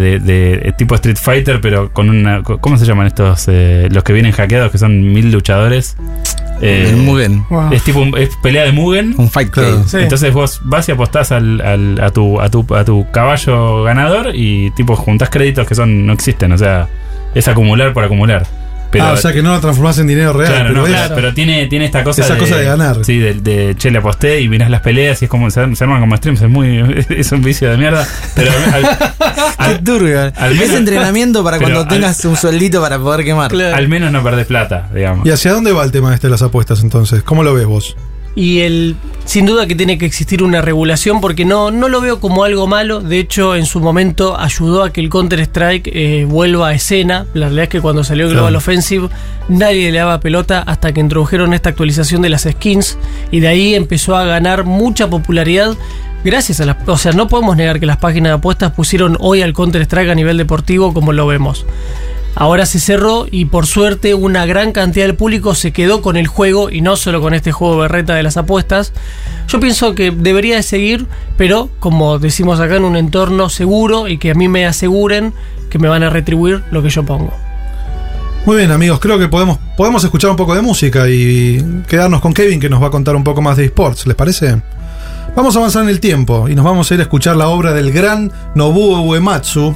C: de tipo Street Fighter, pero con una... ¿Cómo se llaman estos? Los que vienen hackeados, que son 1000 luchadores.
D: El Mugen.
C: Wow. Es pelea de Mugen.
D: Un fight club.
C: Sí. Entonces vos vas y apostás a tu caballo ganador y tipo juntás créditos que no existen. O sea, es acumular por acumular.
B: Pero, o sea que no lo transformás en dinero real.
C: Claro, pero tiene esta cosa
B: de ganar.
C: Sí, de che, le aposté y mirás las peleas y es como se arman como streams. Es un vicio de mierda. Pero
D: qué turbio. Es entrenamiento para cuando tengas un sueldito para poder quemar.
C: Claro. Al menos no perdés plata, digamos.
B: ¿Y hacia dónde va el tema de las apuestas entonces? ¿Cómo lo ves vos?
H: Y sin duda que tiene que existir una regulación porque no lo veo como algo malo. De hecho, en su momento ayudó a que el Counter-Strike vuelva a escena. La realidad es que cuando salió Global Offensive nadie le daba pelota hasta que introdujeron esta actualización de las skins y de ahí empezó a ganar mucha popularidad. Gracias a o sea, no podemos negar que las páginas de apuestas pusieron hoy al Counter-Strike a nivel deportivo como lo vemos. Ahora se cerró y por suerte una gran cantidad del público se quedó con el juego y no solo con este juego berreta de las apuestas. Yo pienso que debería de seguir, pero como decimos acá, en un entorno seguro y que a mí me aseguren que me van a retribuir lo que yo pongo.
B: Muy bien, amigos, creo que podemos escuchar un poco de música y quedarnos con Kevin, que nos va a contar un poco más de esports, ¿les parece? Vamos a avanzar en el tiempo y nos vamos a ir a escuchar la obra del gran Nobuo Uematsu.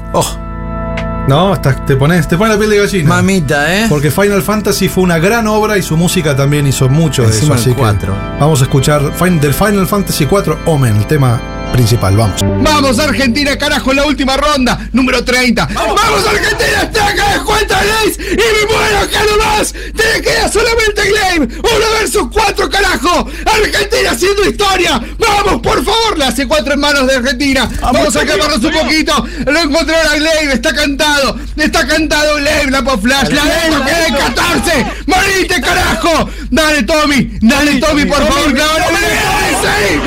B: No, te pone la piel de gallina.
D: Mamita,
B: Porque Final Fantasy fue una gran obra y su música también hizo mucho de eso. Así que vamos a escuchar del Final Fantasy 4 Omen, el tema principal.
F: Vamos Argentina, carajo, en la última ronda, número 30. Vamos Argentina, está acá de cuenta Lace y me muero acá nomás. Te queda solamente Glaive, 1 versus 4, carajo. Argentina haciendo historia. Vamos, por favor, le hace 4 en manos de Argentina. Vamos a quemarnos un poquito. Lo encontraron a Glaive, está cantado Glaive, la pop flash, la dejo que de 14. Morite, carajo. Dale Tommy, por favor, que ahora sí.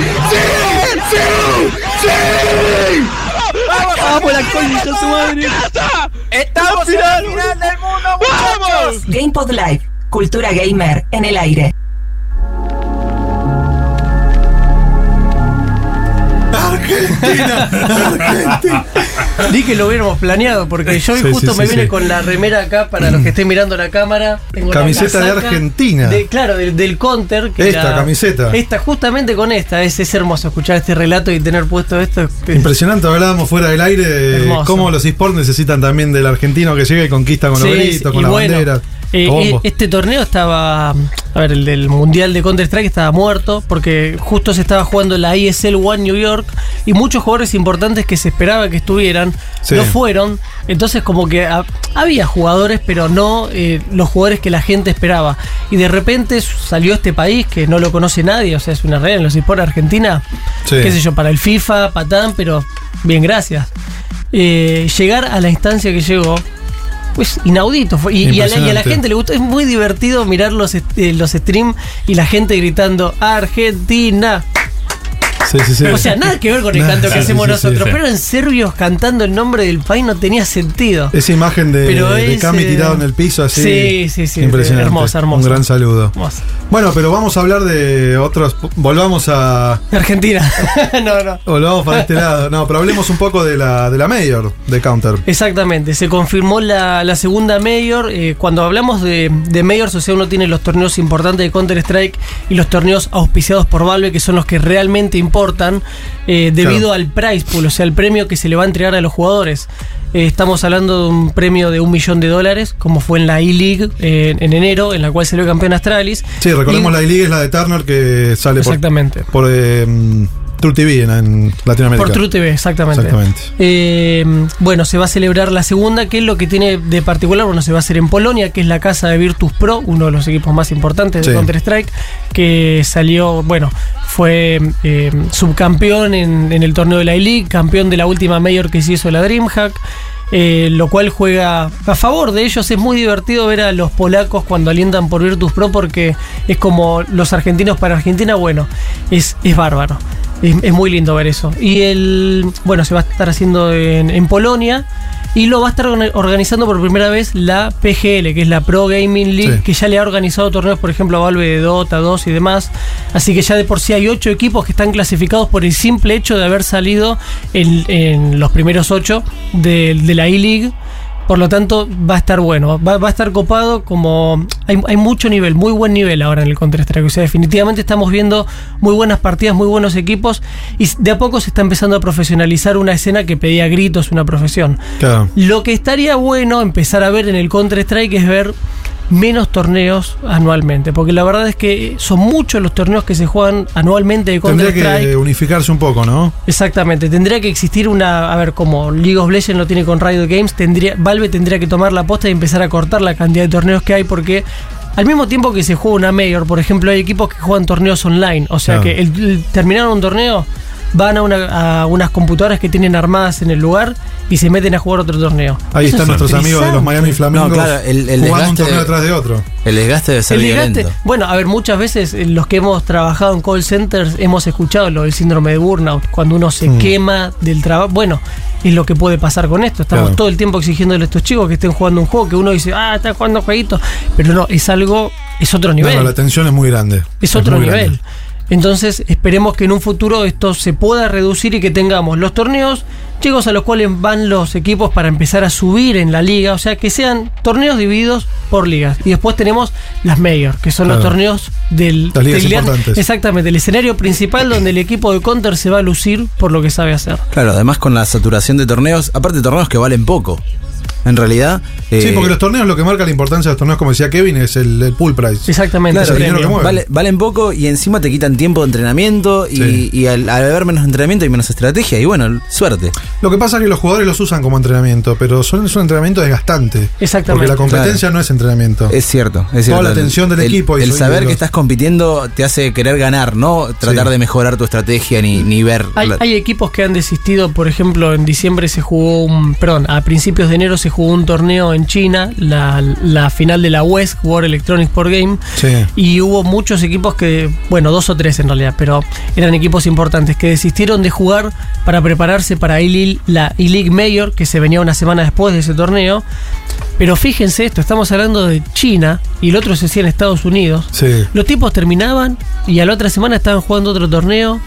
F: ¡Sí!
H: ¡Vamos, la concha su madre!
I: ¡Estamos en la final del mundo, muchachos!
A: GamePod Live, cultura gamer en el aire.
B: Argentina.
H: Di que lo hubiéramos planeado, porque yo justo me vine con la remera acá para los que estén mirando la cámara. Tengo
B: camiseta de Argentina.
H: Del Counter.
B: Camiseta.
H: Justamente con esta. Es hermoso escuchar este relato y tener puesto esto.
B: Impresionante, hablábamos fuera del aire de cómo los esports necesitan también del argentino que llega y conquista con los gritos, con la bandera.
H: Este torneo estaba, a ver, el del Mundial de Counter-Strike estaba muerto porque justo se estaba jugando la ESL One New York y muchos jugadores importantes que se esperaba que estuvieran no fueron. Entonces como que había jugadores, pero no los jugadores que la gente esperaba. Y de repente salió este país que no lo conoce nadie, o sea, es una realidad en los eSports Argentina, qué sé yo, para el FIFA, patán, pero bien, gracias. Llegar a la instancia que llegó, pues inaudito. Y a la gente le gustó. Es muy divertido mirar los streams y la gente gritando Argentina.
B: Sí.
H: O sea, nada que ver con el canto que hacemos nosotros, pero en serbios cantando el nombre del país no tenía sentido.
B: Esa imagen de Cami tirado en el piso así.
H: Sí.
B: Impresionante.
H: Hermosa.
B: Un gran saludo.
H: Hermosa.
B: Bueno, pero vamos a hablar de otros. Volvamos a
H: Argentina. No.
B: Volvamos para este lado. No, pero hablemos un poco de la Major de Counter.
H: Exactamente. Se confirmó la segunda Major. Cuando hablamos de Majors, o sea, uno tiene los torneos importantes de Counter-Strike y los torneos auspiciados por Valve, que son los que realmente importan debido al prize pool, o sea, el premio que se le va a entregar a los jugadores. Estamos hablando de un premio de $1 millón, como fue en la E-League en enero, en la cual salió campeón Astralis. Sí,
B: recordemos la E-League es la de Turner que sale por True TV en Latinoamérica.
H: Por True TV, exactamente. Bueno, se va a celebrar la segunda, que es lo que tiene de particular. Bueno, se va a hacer en Polonia, que es la casa de Virtus Pro, uno de los equipos más importantes de Counter-Strike, que salió, bueno, fue subcampeón en el torneo de la E-League, campeón de la última Major que se hizo la DreamHack. Lo cual juega a favor de ellos. Es muy divertido ver a los polacos cuando alientan por Virtus Pro, porque es como los argentinos para Argentina. Bueno, es bárbaro. Es muy lindo ver eso. Y se va a estar haciendo en Polonia. Y lo va a estar organizando por primera vez la PGL, que es la Pro Gaming League, que ya le ha organizado torneos, por ejemplo, a Valve de Dota 2 y demás. Así que ya de por sí hay 8 equipos que están clasificados por el simple hecho de haber salido en los primeros 8 de la E-League. Por lo tanto, va a estar bueno, va a estar copado. Como hay mucho nivel, muy buen nivel ahora en el Counter-Strike. O sea, definitivamente estamos viendo muy buenas partidas, muy buenos equipos, y de a poco se está empezando a profesionalizar una escena que pedía a gritos una profesión. Claro. Lo que estaría bueno empezar a ver en el Counter-Strike es ver menos torneos anualmente, porque la verdad es que son muchos los torneos que se juegan anualmente de Counter-Strike.
B: Tendría que unificarse un poco, ¿no?
H: Exactamente, tendría que existir a ver, como League of Legends lo tiene con Riot Games, Valve tendría que tomar la posta y empezar a cortar la cantidad de torneos que hay, porque al mismo tiempo que se juega una Major, por ejemplo, hay equipos que juegan torneos online, o sea que terminaron un torneo, van a unas computadoras que tienen armadas en el lugar y se meten a jugar otro torneo.
B: Ahí están nuestros amigos de los Miami Flamingos, jugando un torneo atrás de otro.
D: El desgaste debe ser violento.
H: Bueno, a ver, muchas veces los que hemos trabajado en call centers hemos escuchado lo del síndrome de burnout, cuando uno se quema del trabajo. Bueno, es lo que puede pasar con esto. Estamos todo el tiempo exigiéndole a estos chicos que estén jugando un juego que uno dice, está jugando jueguitos, pero no, es otro nivel.
B: La tensión es muy grande.
H: Es otro nivel. Grande. Entonces esperemos que en un futuro esto se pueda reducir y que tengamos los torneos chicos a los cuales van los equipos para empezar a subir en la liga, o sea que sean torneos divididos por ligas. Y después tenemos las Major, que son los torneos
B: las ligas importantes.
H: Exactamente, el escenario principal donde el equipo de Counter se va a lucir por lo que sabe hacer.
D: Claro, además con la saturación de torneos, aparte de torneos que valen poco. En realidad.
B: Sí, porque los torneos, lo que marca la importancia de los torneos, como decía Kevin, es el pool price.
H: Exactamente.
D: Claro, el dinero que mueve. Valen poco y encima te quitan tiempo de entrenamiento. Y al haber menos entrenamiento hay menos estrategia. Y bueno, suerte.
B: Lo que pasa es que los jugadores los usan como entrenamiento, pero es un entrenamiento desgastante.
H: Exactamente.
B: Porque la competencia no es entrenamiento.
D: Es cierto.
B: Toda la atención del equipo.
D: El saber que estás compitiendo te hace querer ganar, no tratar de mejorar tu estrategia ni ver.
H: Hay equipos que han desistido. Por ejemplo, en diciembre se jugó a principios de enero se jugó un torneo en China, la final de la West World Electronic Sport Game, y hubo muchos equipos que, bueno, 2 o 3 en realidad, pero eran equipos importantes que desistieron de jugar para prepararse para la E-League Major, que se venía una semana después de ese torneo. Pero fíjense esto, estamos hablando de China y el otro se hacía en Estados Unidos. Los tipos terminaban y a la otra semana estaban jugando otro torneo.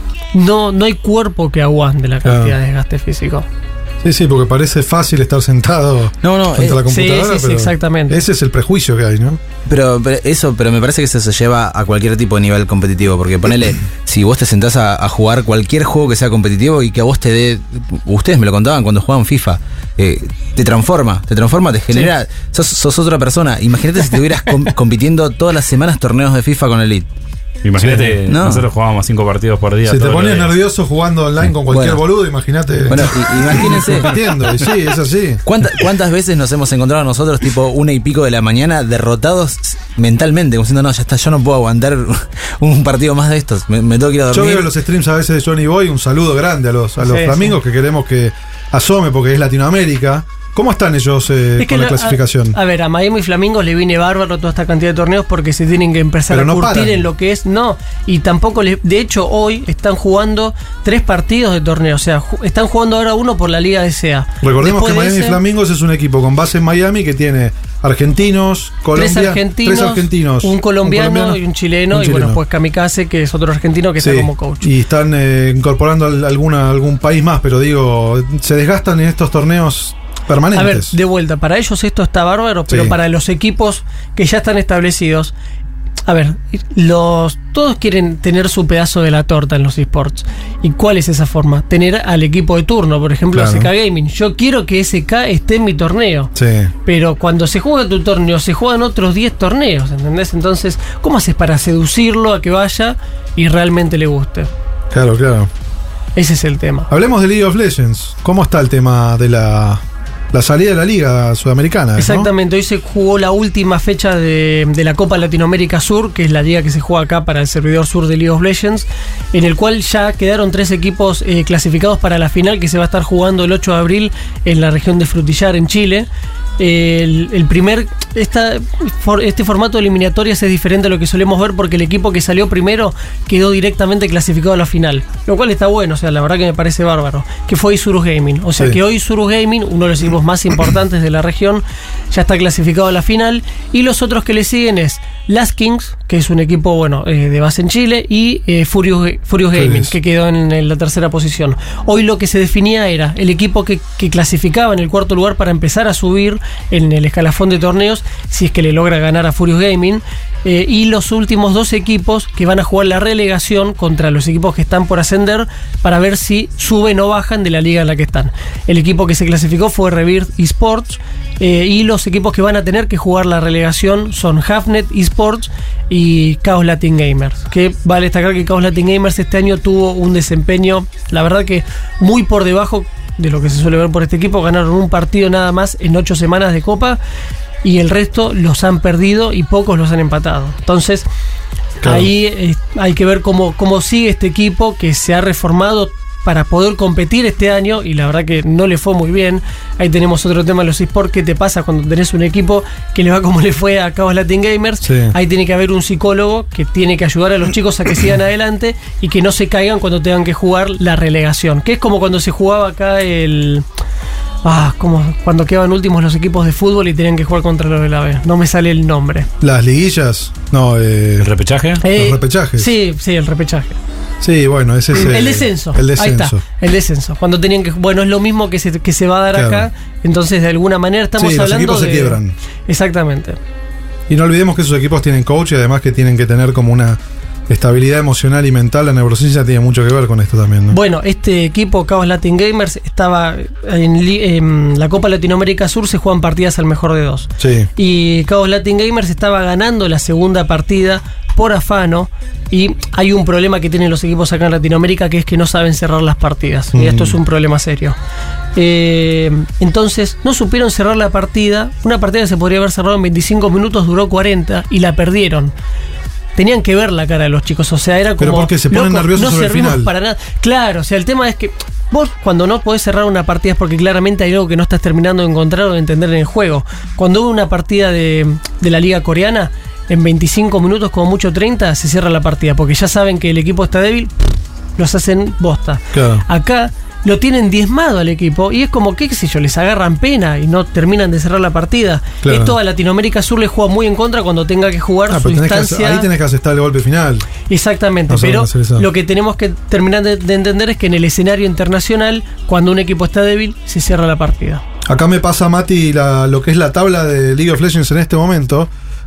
H: No hay cuerpo que aguante la cantidad de desgaste físico.
B: Sí, porque parece fácil estar sentado frente a la computadora.
H: Sí, exactamente.
B: Ese es el prejuicio que hay, ¿no?
D: Pero me parece que eso se lleva a cualquier tipo de nivel competitivo. Porque ponele, si vos te sentás a jugar cualquier juego que sea competitivo y que a vos te dé. Ustedes me lo contaban cuando jugaban FIFA. te transforma, te genera. Sos otra persona. Imagínate si estuvieras compitiendo todas las semanas torneos de FIFA con Elite.
C: Imagínate, nosotros jugábamos 5 partidos por día.
B: Si te ponías nervioso jugando online con cualquier boludo, imagínate.
D: Bueno, imagínense.
B: Entiendo, y sí, es así.
D: ¿Cuántas veces nos hemos encontrado nosotros, tipo 1:00 de la mañana, derrotados mentalmente? Como diciendo, no, ya está, yo no puedo aguantar un partido más de estos. Me tengo que ir a dormir.
B: Yo veo los streams a veces de Johnny Boy. Un saludo grande a los flamingos que queremos que asome porque es Latinoamérica. ¿Cómo están ellos con la clasificación?
H: A ver, a Miami Flamingos le viene bárbaro toda esta cantidad de torneos porque se tienen que empezar a curtir en lo que es. No, y tampoco de hecho, hoy están jugando 3 partidos de torneo. O sea, están jugando ahora uno por la Liga DCA.
B: Recordemos que Miami Flamingos es un equipo con base en Miami que tiene argentinos, Colombia, 3 argentinos,
H: un colombiano y un chileno. Y bueno, pues Kamikaze, que es otro argentino que está como coach.
B: Y están incorporando algún país más, pero digo, se desgastan en estos torneos permanentes.
H: A ver, de vuelta, para ellos esto está bárbaro, pero para los equipos que ya están establecidos, a ver, todos quieren tener su pedazo de la torta en los esports. ¿Y cuál es esa forma? Tener al equipo de turno, por ejemplo, SK Gaming. Yo quiero que SK esté en mi torneo. Sí. Pero cuando se juega tu torneo, se juegan otros 10 torneos, ¿entendés? Entonces, ¿cómo haces para seducirlo a que vaya y realmente le guste?
B: Claro.
H: Ese es el tema.
B: Hablemos de League of Legends. ¿Cómo está el tema de la salida de la Liga Sudamericana?
H: Exactamente, hoy se jugó la última fecha de la Copa Latinoamérica Sur, que es la liga que se juega acá para el servidor sur de League of Legends, en el cual ya quedaron 3 equipos clasificados para la final que se va a estar jugando el 8 de abril en la región de Frutillar, en Chile. Este formato de eliminatorias es diferente a lo que solemos ver porque el equipo que salió primero quedó directamente clasificado a la final, lo cual está bueno, o sea, la verdad que me parece bárbaro, que fue Isurus Gaming, o sea que hoy Isurus Gaming, uno de los equipos más importantes de la región, ya está clasificado a la final, y los otros que le siguen es Last Kings, que es un equipo de base en Chile, y Furious Gaming, que quedó en la tercera posición. Hoy lo que se definía era el equipo que clasificaba en el 4º lugar para empezar a subir en el escalafón de torneos, si es que le logra ganar a Furious Gaming, y los últimos 2 equipos que van a jugar la relegación contra los equipos que están por ascender para ver si suben o bajan de la liga en la que están. El equipo que se clasificó fue Rebirth Esports, y los equipos que van a tener que jugar la relegación son Hafnet Esports y Chaos Latin Gamers, que vale destacar que Chaos Latin Gamers este año tuvo un desempeño, la verdad que muy por debajo de lo que se suele ver por este equipo. Ganaron un partido nada más en 8 semanas de Copa y el resto los han perdido y pocos los han empatado. Entonces ahí hay que ver cómo sigue este equipo que se ha reformado para poder competir este año, y la verdad que no le fue muy bien. Ahí tenemos otro tema en los eSports. ¿Qué te pasa cuando tenés un equipo que le va como le fue a Chaos Latin Gamers? Ahí tiene que haber un psicólogo que tiene que ayudar a los chicos a que sigan adelante y que no se caigan cuando tengan que jugar la relegación, que es como cuando se jugaba acá como cuando quedaban últimos los equipos de fútbol y tenían que jugar contra los de la B. No me sale el nombre.
B: ¿Las liguillas? No,
C: ¿el repechaje?
B: Los repechajes.
H: Sí, el repechaje.
B: Sí, bueno, ese es
H: el descenso. Ahí está, el descenso. Cuando tenían que... Bueno, es lo mismo que se va a dar acá. Entonces, de alguna manera estamos hablando de...
B: los equipos se quiebran.
H: Exactamente.
B: Y no olvidemos que esos equipos tienen coach y además que tienen que tener como una estabilidad emocional y mental. La neurociencia tiene mucho que ver con esto también, ¿no?
H: Bueno, este equipo, Chaos Latin Gamers, estaba en la Copa Latinoamérica Sur, se juegan partidas al mejor de 2.
B: Sí.
H: Y Chaos Latin Gamers estaba ganando la segunda partida por afano, y hay un problema que tienen los equipos acá en Latinoamérica, que es que no saben cerrar las partidas, y esto es un problema serio. Entonces no supieron cerrar la partida. Una partida que se podría haber cerrado en 25 minutos duró 40 y la perdieron. Tenían que ver la cara de los chicos, o sea, era como...
B: Pero porque se ponen nerviosos
H: no
B: sobre el final.
H: Para nada. Claro, o sea, el tema es que vos cuando no podés cerrar una partida es porque claramente hay algo que no estás terminando de encontrar o de entender en el juego. Cuando hubo una partida de la liga coreana, en 25 minutos, como mucho 30, se cierra la partida, porque ya saben que el equipo está débil, los hacen bosta.
B: Claro.
H: Acá lo tienen diezmado al equipo y es como que, qué sé yo, les agarran pena y no terminan de cerrar la partida.
B: Claro.
H: Esto a Latinoamérica Sur le juega muy en contra cuando tenga que jugar su instancia.
B: Ahí tenés que aceptar el golpe final.
H: Exactamente, pero lo que tenemos que terminar de entender es que en el escenario internacional, cuando un equipo está débil, se cierra la partida.
B: Acá me pasa, Mati, lo que es la tabla de League of Legends en este momento.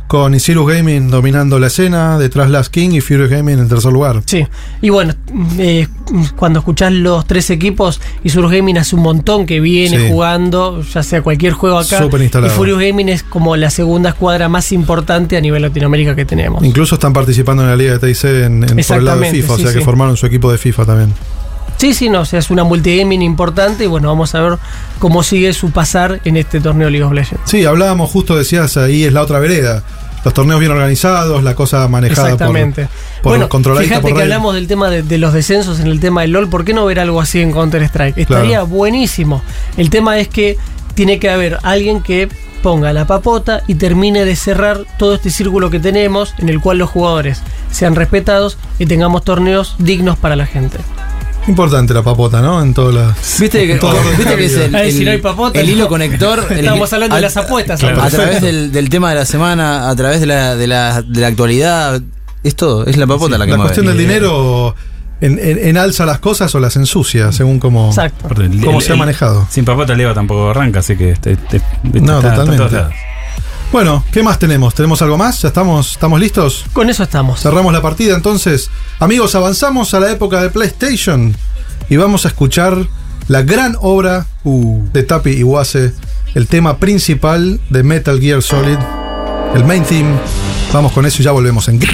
B: con Isilus Gaming dominando la escena, detrás Last King y Furious Gaming en tercer lugar.
H: Sí, y bueno, cuando escuchás los 3 equipos, Isilus Gaming hace un montón que viene jugando, ya sea cualquier juego acá, y Furious Gaming es como la segunda escuadra más importante a nivel Latinoamérica que tenemos.
B: Incluso están participando en la Liga de TIC por el lado de FIFA, o sea que formaron su equipo de FIFA también.
H: Sí, no, o sea, es una multigaming importante y bueno, vamos a ver cómo sigue su pasar en este torneo League of Legends.
B: Sí, hablábamos justo, decías, ahí es la otra vereda. Los torneos bien organizados, la cosa manejada por controladita.
H: Fíjate que hablamos del tema de los descensos en el tema del LoL. ¿Por qué no ver algo así en Counter-Strike? Estaría buenísimo. El tema es que tiene que haber alguien que ponga la papota y termine de cerrar todo este círculo que tenemos, en el cual los jugadores sean respetados y tengamos torneos dignos para la gente.
B: Importante la papota, ¿no? En todas las.
D: ¿Viste que es
H: si no hay papota,
D: el hilo conector?
H: Estamos hablando de las apuestas.
D: A través del tema de la semana, a través de la actualidad, es todo, es la papota la que
B: la
D: mueve.
B: cuestión del dinero enalza las cosas o las ensucia, según cómo se ha manejado.
C: Sin papota el Leo tampoco arranca, así que
B: no, totalmente. Bueno, ¿qué más tenemos? ¿Tenemos algo más? ¿Ya estamos listos?
H: Con eso estamos.
B: Cerramos la partida entonces. Amigos, avanzamos a la época de PlayStation y vamos a escuchar la gran obra de Tapi Iwase, el tema principal de Metal Gear Solid, el main theme. Vamos con eso y ya volvemos en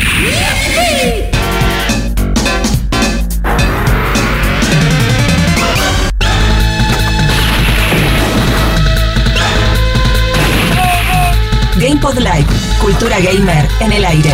A: GamePod Live, cultura gamer en el aire.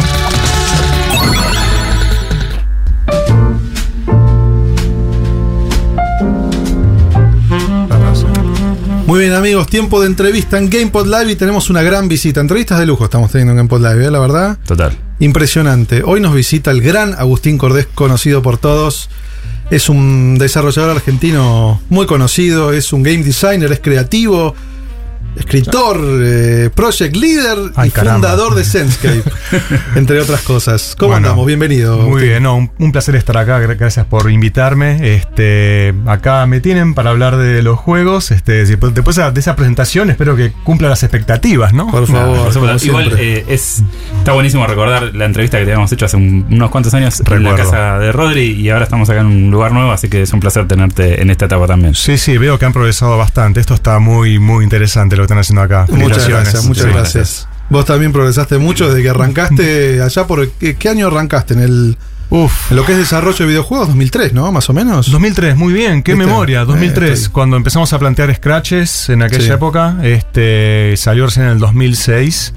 B: Muy bien, amigos, tiempo de entrevista en GamePod Live y tenemos una gran visita. Entrevistas de lujo estamos teniendo en GamePod Live, la verdad.
C: Total.
B: Impresionante. Hoy nos visita el gran Agustín Cordés, conocido por todos. Es un desarrollador argentino muy conocido, es un game designer, es creativo, escritor, project leader y fundador de Senscape, entre otras cosas. ¿Cómo andamos? Bienvenido.
J: Muy bien, un placer estar acá, gracias por invitarme. Acá me tienen para hablar de los juegos. Después de esa presentación espero que cumpla las expectativas, ¿no?
B: Por favor.
C: Igual está buenísimo recordar la entrevista que te habíamos hecho hace unos cuantos años en la casa de Rodri y ahora estamos acá en un lugar nuevo, así que es un placer tenerte en esta etapa también.
J: Sí, veo que han progresado bastante. Esto está muy, muy interesante lo que están haciendo acá.
B: Muchas gracias. Vos también progresaste mucho desde que arrancaste allá por... ¿Qué año arrancaste en lo que es desarrollo de videojuegos? 2003, ¿no? Más o menos.
J: 2003, muy bien, qué memoria. 2003, cuando empezamos a plantear Scratches en aquella época, salió recién en el 2006.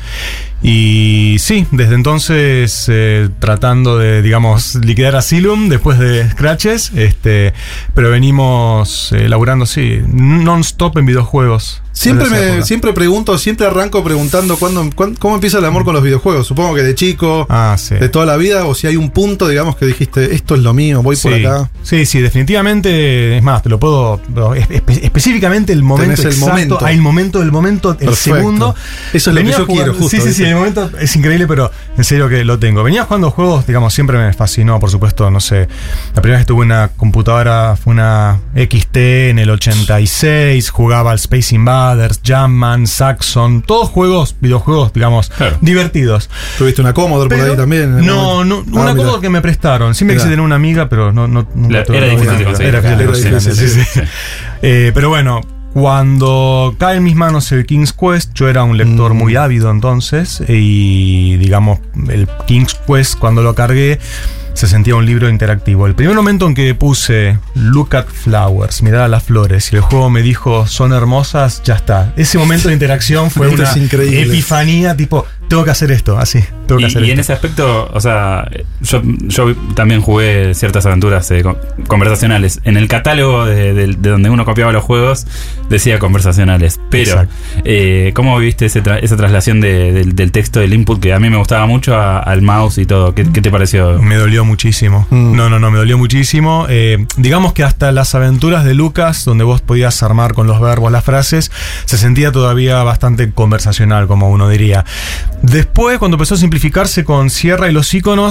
J: Y sí, desde entonces tratando de, digamos, liquidar Asylum después de Scratches, pero venimos laburando, non-stop en videojuegos.
B: Siempre pregunto, siempre arranco preguntando cómo empieza el amor con los videojuegos. Supongo que de chico, de toda la vida, o si hay un punto, digamos, que dijiste, esto es lo mío, voy por acá.
J: Sí, definitivamente. Es más, te lo puedo... específicamente el momento exacto. El momento, el segundo.
B: Eso es lo que yo quiero, justo.
J: Sí, el momento es increíble, pero en serio que lo tengo. Venía jugando juegos, digamos, siempre me fascinó, por supuesto, no sé. La primera vez que tuve una computadora fue una XT en el 86, jugaba al Space Invaders, Jumpman, Saxon, todos videojuegos, digamos, divertidos.
B: ¿Tuviste una Commodore por ahí también?
J: No, una Commodore que me prestaron. Siempre quise tener una amiga, pero no
C: era difícil de conseguir.
J: Era difícil. Pero bueno, cuando cae en mis manos el King's Quest, yo era un lector muy ávido entonces, y digamos, el King's Quest cuando lo cargué se sentía un libro interactivo. El primer momento en que puse Look at Flowers, mirar a las flores, y el juego me dijo son hermosas, ya está. Ese momento de interacción fue una epifanía, tipo, tengo que hacer esto, así.
C: Y en ese aspecto, o sea, yo también jugué ciertas aventuras conversacionales. En el catálogo de donde uno copiaba los juegos decía conversacionales. Pero, ¿cómo viviste esa traslación del texto, del input, que a mí me gustaba mucho, al mouse y todo? ¿Qué te pareció?
J: Me dolió muchísimo. No, me dolió muchísimo. Digamos que hasta las aventuras de Lucas, donde vos podías armar con los verbos las frases, se sentía todavía bastante conversacional, como uno diría. Después, cuando empezó a simplificarse con Sierra y los iconos,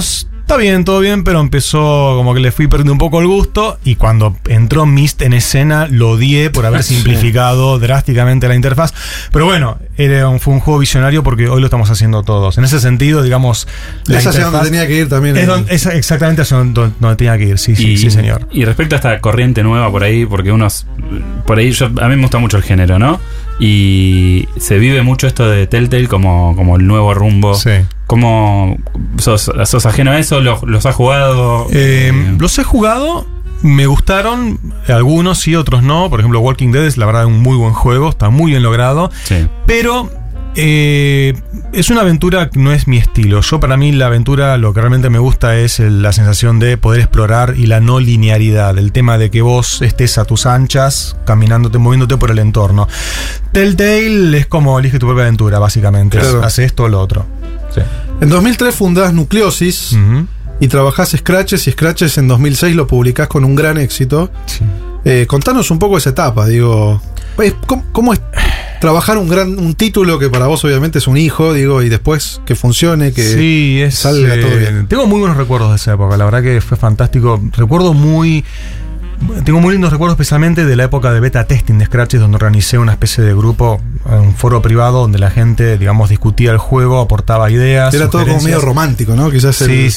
J: Está bien, todo bien, pero empezó como que le fui perdiendo un poco el gusto y cuando entró Myst en escena lo odié por haber simplificado drásticamente la interfaz. Pero bueno, fue un juego visionario porque hoy lo estamos haciendo todos. En ese sentido, digamos...
B: Es hacia donde tenía que ir también.
J: Es exactamente hacia donde tenía que ir, sí, señor.
C: Y respecto a esta corriente nueva por ahí, porque por ahí a mí me gusta mucho el género, ¿no? Y se vive mucho esto de Telltale como el nuevo rumbo.
J: Sí.
C: ¿Cómo sos ajeno a eso? ¿Los has jugado?
J: Los he jugado, me gustaron, algunos sí, otros no. Por ejemplo, Walking Dead es la verdad un muy buen juego, está muy bien logrado.
C: Sí.
J: Pero es una aventura que no es mi estilo. Para mí la aventura, lo que realmente me gusta es la sensación de poder explorar y la no linearidad. El tema de que vos estés a tus anchas, moviéndote por el entorno. Telltale es como elige tu propia aventura, básicamente.
B: Claro.
J: Hace esto o lo otro. Sí.
B: En 2003 fundás Nucleosis y trabajás Scratches, y Scratches en 2006 lo publicás con un gran éxito.
J: Sí.
B: Contanos un poco esa etapa, digo. ¿Cómo es trabajar un título que para vos obviamente es un hijo, digo, y después que funcione, que salga todo bien?
J: Tengo muy buenos recuerdos de esa época, la verdad que fue fantástico. Tengo muy lindos recuerdos, especialmente de la época de beta testing de Scratches, donde organicé una especie de grupo, un foro privado donde la gente, digamos, discutía el juego, aportaba ideas.
B: Era todo como medio romántico, ¿no? Quizás
J: sí.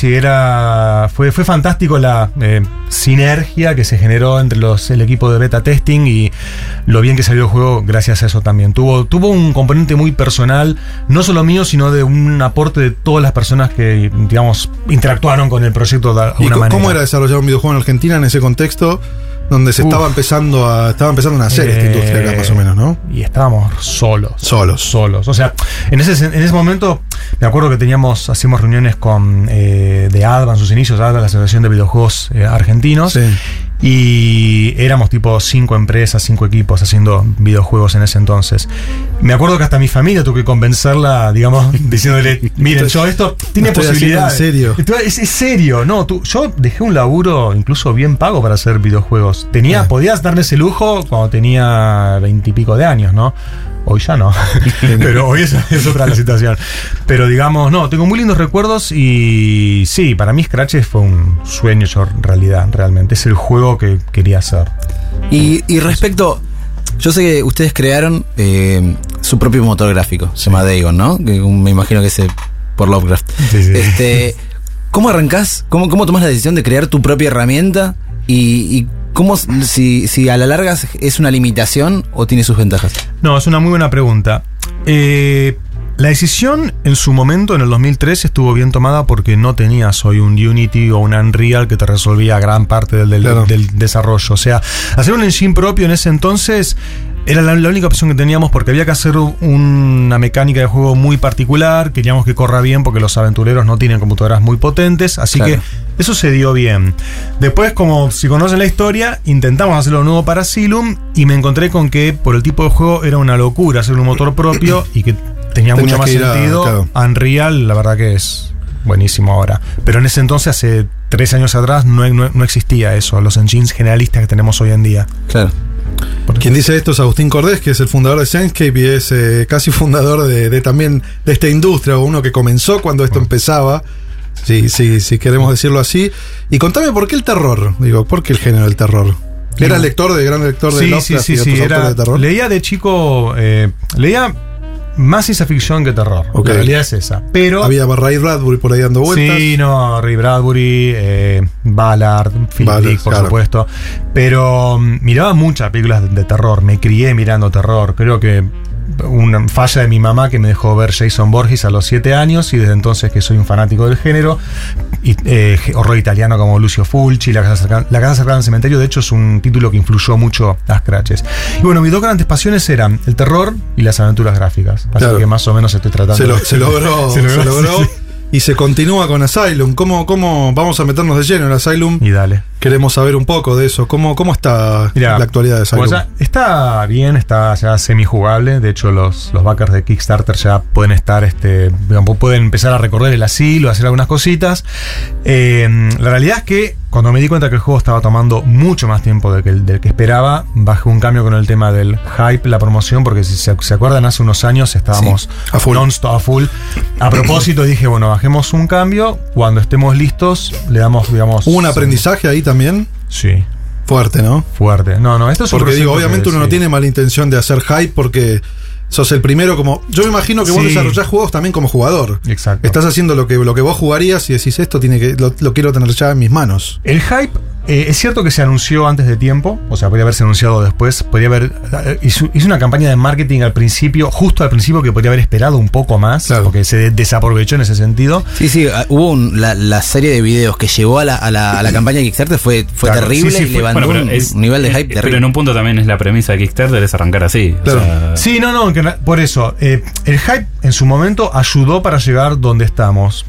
J: Fue fantástico la sinergia que se generó entre el equipo de beta testing y lo bien que salió el juego gracias a eso también. Tuvo un componente muy personal, no solo mío, sino de un aporte de todas las personas que, digamos, interactuaron con el proyecto de alguna manera.
B: ¿Cómo era desarrollar un videojuego en Argentina en ese contexto donde se estaba empezando a nacer esta industria acá, más o menos, ¿no?
J: Y estábamos solos. O sea, en ese momento me acuerdo que hacíamos reuniones con de ADVA en sus inicios, ADVA, la Asociación de Videojuegos Argentinos.
B: Sí.
J: Y éramos tipo 5 empresas, 5 equipos haciendo videojuegos en ese entonces. Me acuerdo que hasta mi familia tuve que convencerla, digamos, diciéndole, miren, esto tiene posibilidades.
B: ¿En serio?
J: Es serio, no, yo dejé un laburo incluso bien pago para hacer videojuegos. Podías darme ese lujo cuando tenía 20 y pico de años, ¿no? Hoy ya no, pero hoy es otra la situación. Pero digamos, no, tengo muy lindos recuerdos y sí, para mí Scratches fue un sueño hecho realidad, realmente. Es el juego que quería hacer.
D: Y respecto, yo sé que ustedes crearon su propio motor gráfico, se llama Dagon, ¿no? Que me imagino que es por Lovecraft.
J: Sí.
D: ¿Cómo arrancás? ¿Cómo tomás la decisión de crear tu propia herramienta? Y ¿cómo, si a la larga es una limitación o tiene sus ventajas?
J: No, es una muy buena pregunta. La decisión en su momento, en el 2003, estuvo bien tomada porque no tenías hoy un Unity o un Unreal que te resolvía gran parte del desarrollo. O sea, hacer un engine propio en ese entonces era la única opción que teníamos porque había que hacer una mecánica de juego muy particular. Queríamos que corra bien porque los aventureros no tienen computadoras muy potentes. Así que eso se dio bien. Después, como si conocen la historia, intentamos hacerlo nuevo para Asylum y me encontré con que por el tipo de juego era una locura hacer un motor propio y que tenía mucho más sentido. Unreal, la verdad que es buenísimo ahora. Pero en ese entonces, hace 3 años atrás, no existía eso, los engines generalistas que tenemos hoy en día.
D: Claro.
B: Quien dice esto es Agustín Cordés, que es el fundador de Senscape y es casi fundador también de esta industria, o uno que comenzó cuando esto empezaba. Sí, queremos decirlo así. Y contame por qué el terror, ¿por qué el género del terror? ¿Era gran lector de Lovecraft y otros autores de terror?
J: Leía de chico, leía más ciencia ficción que terror. La realidad es esa. Pero
B: había Ray Bradbury por ahí dando vueltas.
J: Sí, Ray Bradbury, Ballard, Philip Dick, por supuesto. Pero miraba muchas películas de terror. Me crié mirando terror. Creo que una falla de mi mamá que me dejó ver Jason Voorhees a los 7 años y desde entonces que soy un fanático del género. Y horror italiano como Lucio Fulci, La casa cercana al cementerio, de hecho es un título que influyó mucho a Scratches. Y bueno, mis 2 grandes pasiones eran el terror y las aventuras gráficas. Así que más o menos estoy tratando
B: se logró. Sí. Y se continúa con Asylum. ¿Cómo vamos a meternos de lleno en Asylum?
J: Y dale.
B: Queremos saber un poco de eso. ¿Cómo está la actualidad de Asylum?
J: Está bien, está ya semi-jugable. De hecho, los backers de Kickstarter ya pueden estar, pueden empezar a recorrer el asilo, hacer algunas cositas. La realidad es que cuando me di cuenta que el juego estaba tomando mucho más tiempo del que esperaba, bajé un cambio con el tema del hype, la promoción, porque si se acuerdan, hace unos años estábamos
B: a full.
J: non-stop, a full. A propósito, dije, bueno, bajemos un cambio, cuando estemos listos, le damos, digamos...
B: ¿Hubo un aprendizaje ahí también?
J: Sí.
B: Fuerte, ¿no?
J: Fuerte. No, esto es un
B: porque digo, obviamente uno no
J: sí.
B: tiene mala intención de hacer hype porque sos el primero como... Yo me imagino que vos desarrollás juegos también como jugador.
J: Exacto.
B: Estás haciendo lo que vos jugarías y decís esto lo quiero tener ya en mis manos.
J: El hype, es cierto que se anunció antes de tiempo, o sea, podría haberse anunciado después, podría haber... Hizo una campaña de marketing al principio, justo al principio, que podría haber esperado un poco más, claro, porque se desaprovechó en ese sentido.
D: Sí, hubo la serie de videos que llevó a la campaña de Kickstarter fue claro, terrible y levantó un nivel de hype terrible.
C: Pero en un punto también es la premisa de Kickstarter, es arrancar así.
B: Claro.
C: O sea,
J: sí, por eso, el hype en su momento ayudó para llegar donde estamos.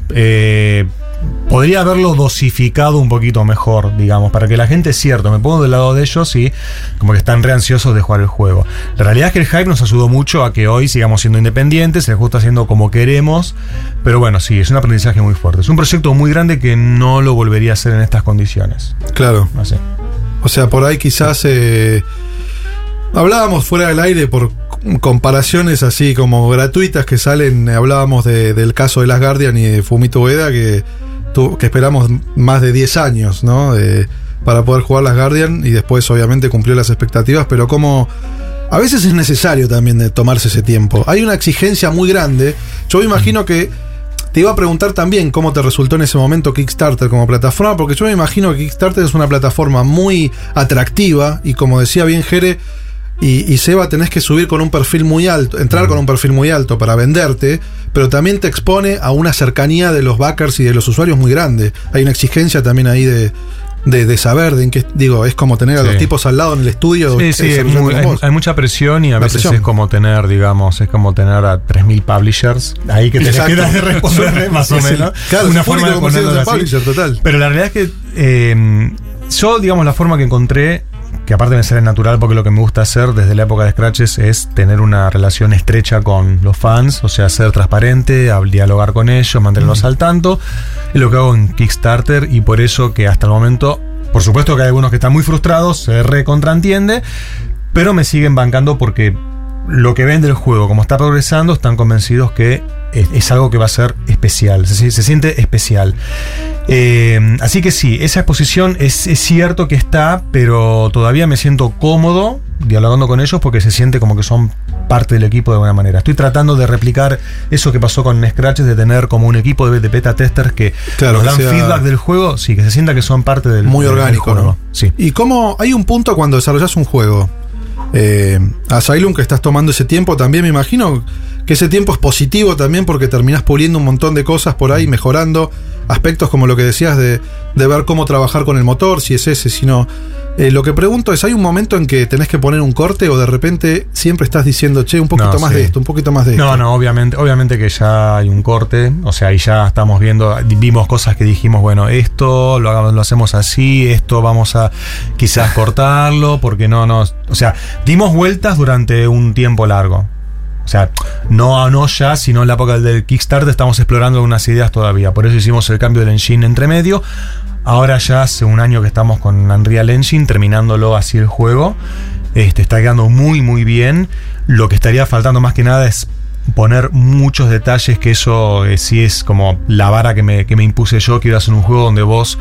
J: Podría haberlo dosificado un poquito mejor, digamos, para que la gente, es cierto, me pongo del lado de ellos y como que están re ansiosos de jugar el juego. La realidad es que el hype nos ayudó mucho a que hoy sigamos siendo independientes, el juego está haciendo como queremos, pero bueno, sí, es un aprendizaje muy fuerte. Es un proyecto muy grande que no lo volvería a hacer en estas condiciones.
B: Claro.
J: Así.
B: O sea, por ahí quizás hablábamos fuera del aire por comparaciones así como gratuitas que salen, hablábamos del caso de Last Guardian y de Fumito Ueda que esperamos más de 10 años, ¿no? Para poder jugar Last Guardian y después obviamente cumplió las expectativas, pero como a veces es necesario también de tomarse ese tiempo. Hay una exigencia muy grande. Yo me imagino que te iba a preguntar también cómo te resultó en ese momento Kickstarter como plataforma, porque yo me imagino que Kickstarter es una plataforma muy atractiva y como decía bien Jere y Seba, tenés que subir con un perfil muy alto, entrar con un perfil muy alto para venderte, pero también te expone a una cercanía de los backers y de los usuarios muy grande. Hay una exigencia también ahí de saber de en qué, digo, es como tener a los tipos al lado en el estudio.
J: Sí, hay mucha presión y a veces es como tener, digamos, a 3.000 publishers ahí que te quedas de responderle más o menos.
B: Claro,
J: una forma de ponerlo así.
B: Publisher, total.
J: Pero la realidad es que yo, digamos, la forma que encontré, que aparte de ser natural, porque lo que me gusta hacer desde la época de Scratches es tener una relación estrecha con los fans, o sea, ser transparente, dialogar con ellos, mantenerlos al tanto. Es lo que hago en Kickstarter y por eso que hasta el momento, por supuesto que hay algunos que están muy frustrados, se recontraentiende, pero me siguen bancando porque lo que ven del juego, como está progresando, están convencidos que es algo que va a ser especial, se siente especial. Así que sí, esa exposición es cierto que está, pero todavía me siento cómodo dialogando con ellos porque se siente como que son parte del equipo de alguna manera. Estoy tratando de replicar eso que pasó con Scratches, de tener como un equipo de beta testers que nos dan feedback del juego, sí, que se sienta que son parte del
B: muy orgánico,
J: del juego,
B: ¿no?
J: Sí.
B: Y cómo hay un punto cuando desarrollas un juego, Asylum, que estás tomando ese tiempo también, me imagino que ese tiempo es positivo también porque terminás puliendo un montón de cosas por ahí, mejorando aspectos como lo que decías de ver cómo trabajar con el motor, si es ese, si no. Lo que pregunto es, ¿hay un momento en que tenés que poner un corte o de repente siempre estás diciendo, che, un poquito más de esto, un poquito más de esto?
J: No, obviamente que ya hay un corte, o sea, y ya estamos vimos cosas que dijimos, bueno, esto lo hacemos así, esto vamos a quizás cortarlo, porque o sea, dimos vueltas durante un tiempo largo. O sea, no ya, sino en la época del Kickstarter estamos explorando algunas ideas todavía. Por eso hicimos el cambio del engine entre medio. Ahora ya hace un año que estamos con Unreal Engine, terminándolo así el juego. Está quedando muy, muy bien. Lo que estaría faltando más que nada es poner muchos detalles, que eso sí es como la vara que me impuse yo. Quiero hacer un juego donde vos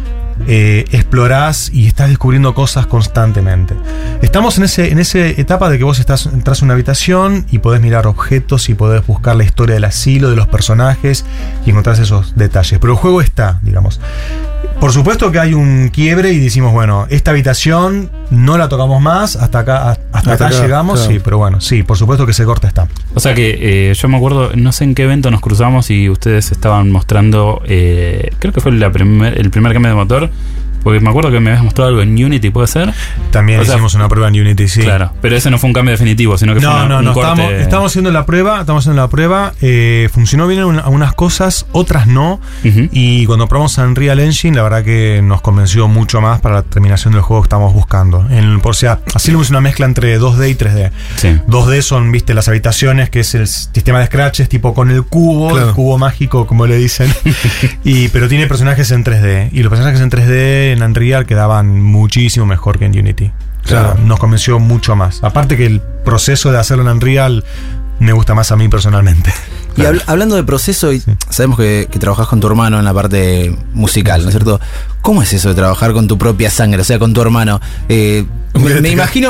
J: explorás y estás descubriendo cosas constantemente. Estamos en esa etapa de que vos entras a una habitación y podés mirar objetos y podés buscar la historia del asilo, de los personajes y encontrás esos detalles. Pero el juego está, digamos. Por supuesto que hay un quiebre y decimos, bueno, esta habitación no la tocamos más, hasta acá llegamos, claro. Sí, pero bueno, sí, por supuesto que ese corte está.
C: O sea que yo me acuerdo, no sé en qué evento nos cruzamos y ustedes estaban mostrando, creo que fue el primer cambio de motor, porque me acuerdo que me habías mostrado algo en Unity, ¿puede ser?
J: También hicimos una prueba en Unity, sí.
C: Claro, pero ese no fue un cambio definitivo, sino que fue un corte.
J: Estamos haciendo la prueba, funcionó bien algunas cosas, otras no, y cuando probamos Unreal Engine, la verdad que nos convenció mucho más para la terminación del juego que estamos buscando. Así lo es una mezcla entre 2D y 3D.
C: Sí.
J: 2D son, viste, las habitaciones, que es el sistema de Scratches, tipo con el cubo, claro. El cubo mágico, como le dicen, pero tiene personajes en 3D, y los personajes en 3D en Unreal quedaban muchísimo mejor que en Unity. Claro. O sea, nos convenció mucho más. Aparte que el proceso de hacerlo en Unreal me gusta más a mí personalmente.
D: Y hablando de proceso, sabemos que trabajás con tu hermano en la parte musical, ¿no es cierto? ¿Cómo es eso de trabajar con tu propia sangre, o sea, con tu hermano? Me imagino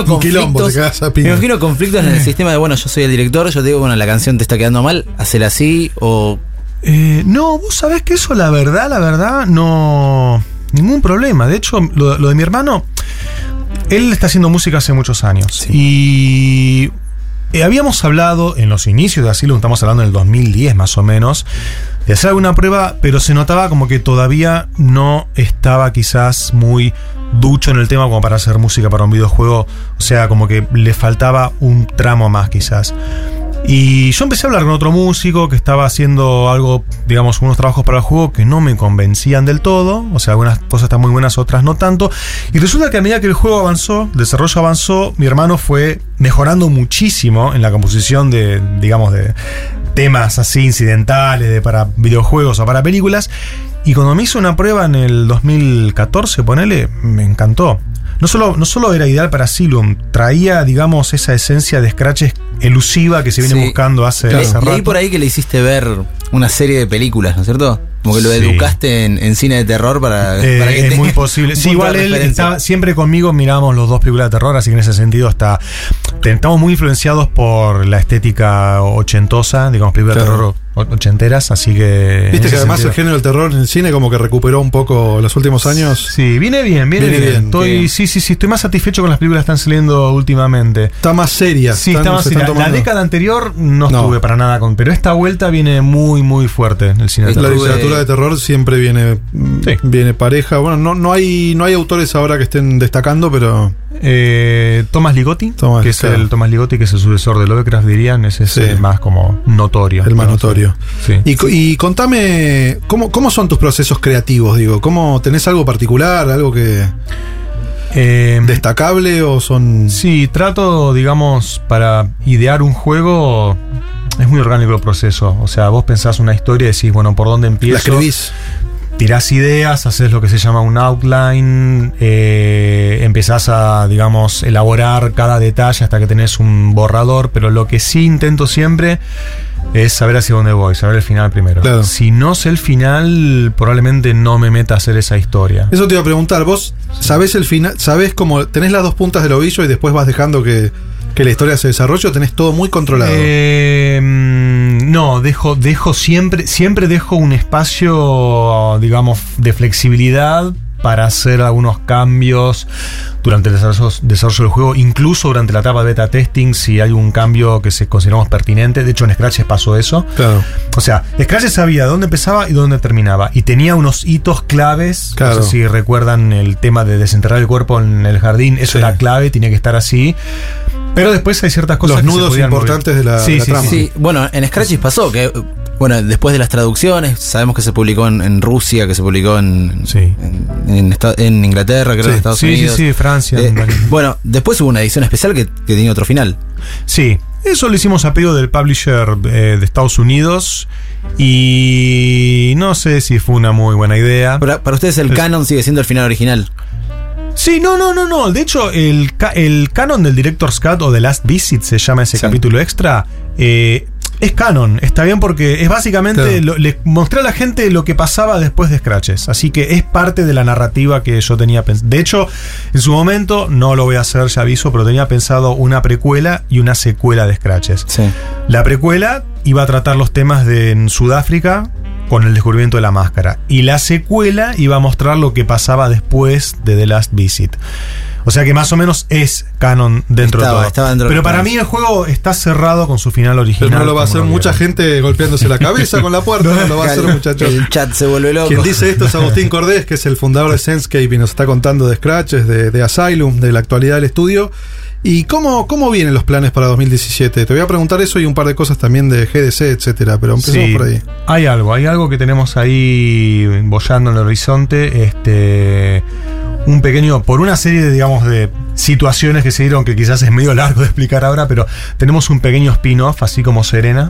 D: conflictos en el sistema de, bueno, yo soy el director, yo te digo, bueno, la canción te está quedando mal, hacela así, o...
J: No, vos sabés que eso, la verdad, no... Ningún problema. De hecho, lo de mi hermano, él está haciendo música hace muchos años. Sí. Y habíamos hablado en los inicios de Asylum, estamos hablando del 2010 más o menos, de hacer alguna prueba, pero se notaba como que todavía no estaba quizás muy ducho en el tema como para hacer música para un videojuego. O sea, como que le faltaba un tramo más quizás. Y yo empecé a hablar con otro músico que estaba haciendo algo, digamos, unos trabajos para el juego que no me convencían del todo. O sea, algunas cosas están muy buenas, otras no tanto. Y resulta que a medida que el juego avanzó, el desarrollo avanzó, mi hermano fue mejorando muchísimo en la composición de, digamos, de temas así incidentales para videojuegos o para películas. Y cuando me hizo una prueba en el 2014, ponele, me encantó. No solo era ideal para Asylum, traía, digamos, esa esencia de scratches elusiva que se viene buscando hace rato.
D: Leí por ahí que le hiciste ver una serie de películas, ¿no es cierto? Como que lo educaste en cine de terror para que
J: es muy posible. Sí, igual él estaba siempre conmigo, miramos los dos películas de terror, así que en ese sentido estamos muy influenciados por la estética ochentosa, digamos, películas de terror ochenteras, así que...
B: Viste que además el género del terror en el cine como que recuperó un poco los últimos años.
J: Sí, viene bien. Estoy más satisfecho con las películas que están saliendo últimamente.
B: Está más seria.
J: Sí, está más seria. La década anterior no estuve para nada con, pero esta vuelta viene muy, muy fuerte en el cine de terror. La
B: literatura de terror siempre viene pareja. Bueno, no hay autores ahora que estén destacando, pero...
J: Thomas Ligotti, que es el sucesor de Lovecraft, dirían, ese es el más como notorio.
B: El más notorio.
J: Sí.
B: Y contame, ¿cómo son tus procesos creativos? Digo, ¿cómo tenés algo particular, algo que destacable o son...?
J: Sí, trato, digamos, para idear un juego, es muy orgánico el proceso. O sea, vos pensás una historia y decís, bueno, ¿por dónde empiezo?
B: La escribís.
J: Tirás ideas, haces lo que se llama un outline, empezás a, digamos, elaborar cada detalle hasta que tenés un borrador, pero lo que sí intento siempre es saber hacia dónde voy, saber el final primero. Claro. Si no sé el final, probablemente no me meta a hacer esa historia.
B: Eso te iba a preguntar, vos sabés el final, sabés cómo tenés las dos puntas del ovillo y después vas dejando que la historia se desarrolle, o tenés todo muy controlado.
J: No, dejo siempre dejo un espacio, digamos, de flexibilidad para hacer algunos cambios durante el desarrollo del juego, incluso durante la etapa de beta testing, si hay un cambio que consideramos pertinente. De hecho, en Scratches pasó eso. Claro. O sea, Scratches sabía dónde empezaba y dónde terminaba, y tenía unos hitos claves. Claro. No sé si recuerdan el tema de desenterrar el cuerpo en el jardín, eso era clave, tenía que estar así. Pero después hay ciertas cosas,
B: los nudos importantes de la trama.
D: Sí. Bueno, en Scratches pasó que, bueno, después de las traducciones, sabemos que se publicó en Rusia, que se publicó en Inglaterra, creo, en Estados Unidos.
J: Sí, Francia.
D: Bueno, después hubo una edición especial que tenía otro final.
J: Sí, eso lo hicimos a pedido del publisher de Estados Unidos, y no sé si fue una muy buena idea.
D: Para ustedes el canon sigue siendo el final original.
J: Sí, no. De hecho, el canon del Director's Cut o The Last Visit se llama ese capítulo extra. Es canon, está bien, porque es básicamente le mostré a la gente lo que pasaba después de Scratches. Así que es parte de la narrativa que yo tenía pensado. De hecho, en su momento, no lo voy a hacer, ya aviso, pero tenía pensado una precuela y una secuela de Scratches. Sí. La precuela iba a tratar los temas en Sudáfrica con el descubrimiento de la máscara, y la secuela iba a mostrar lo que pasaba después de The Last Visit. O sea que más o menos es canon dentro de todo. Pero para mí el juego está cerrado con su final original.
B: Pero no lo va a hacer mucha gente golpeándose la cabeza con la puerta. No lo va a hacer, muchachos.
D: El chat se vuelve loco.
B: Quien dice esto es Agustín Cordés, que es el fundador de Senscape, y nos está contando de Scratches, de Asylum, de la actualidad del estudio. ¿Y cómo vienen los planes para 2017? Te voy a preguntar eso y un par de cosas también de GDC, etcétera, pero empecemos por ahí.
J: Hay algo que tenemos ahí bollando en el horizonte, un pequeño, por una serie de, digamos, de situaciones que se dieron, que quizás es medio largo de explicar ahora, pero tenemos un pequeño spin-off, así como Serena,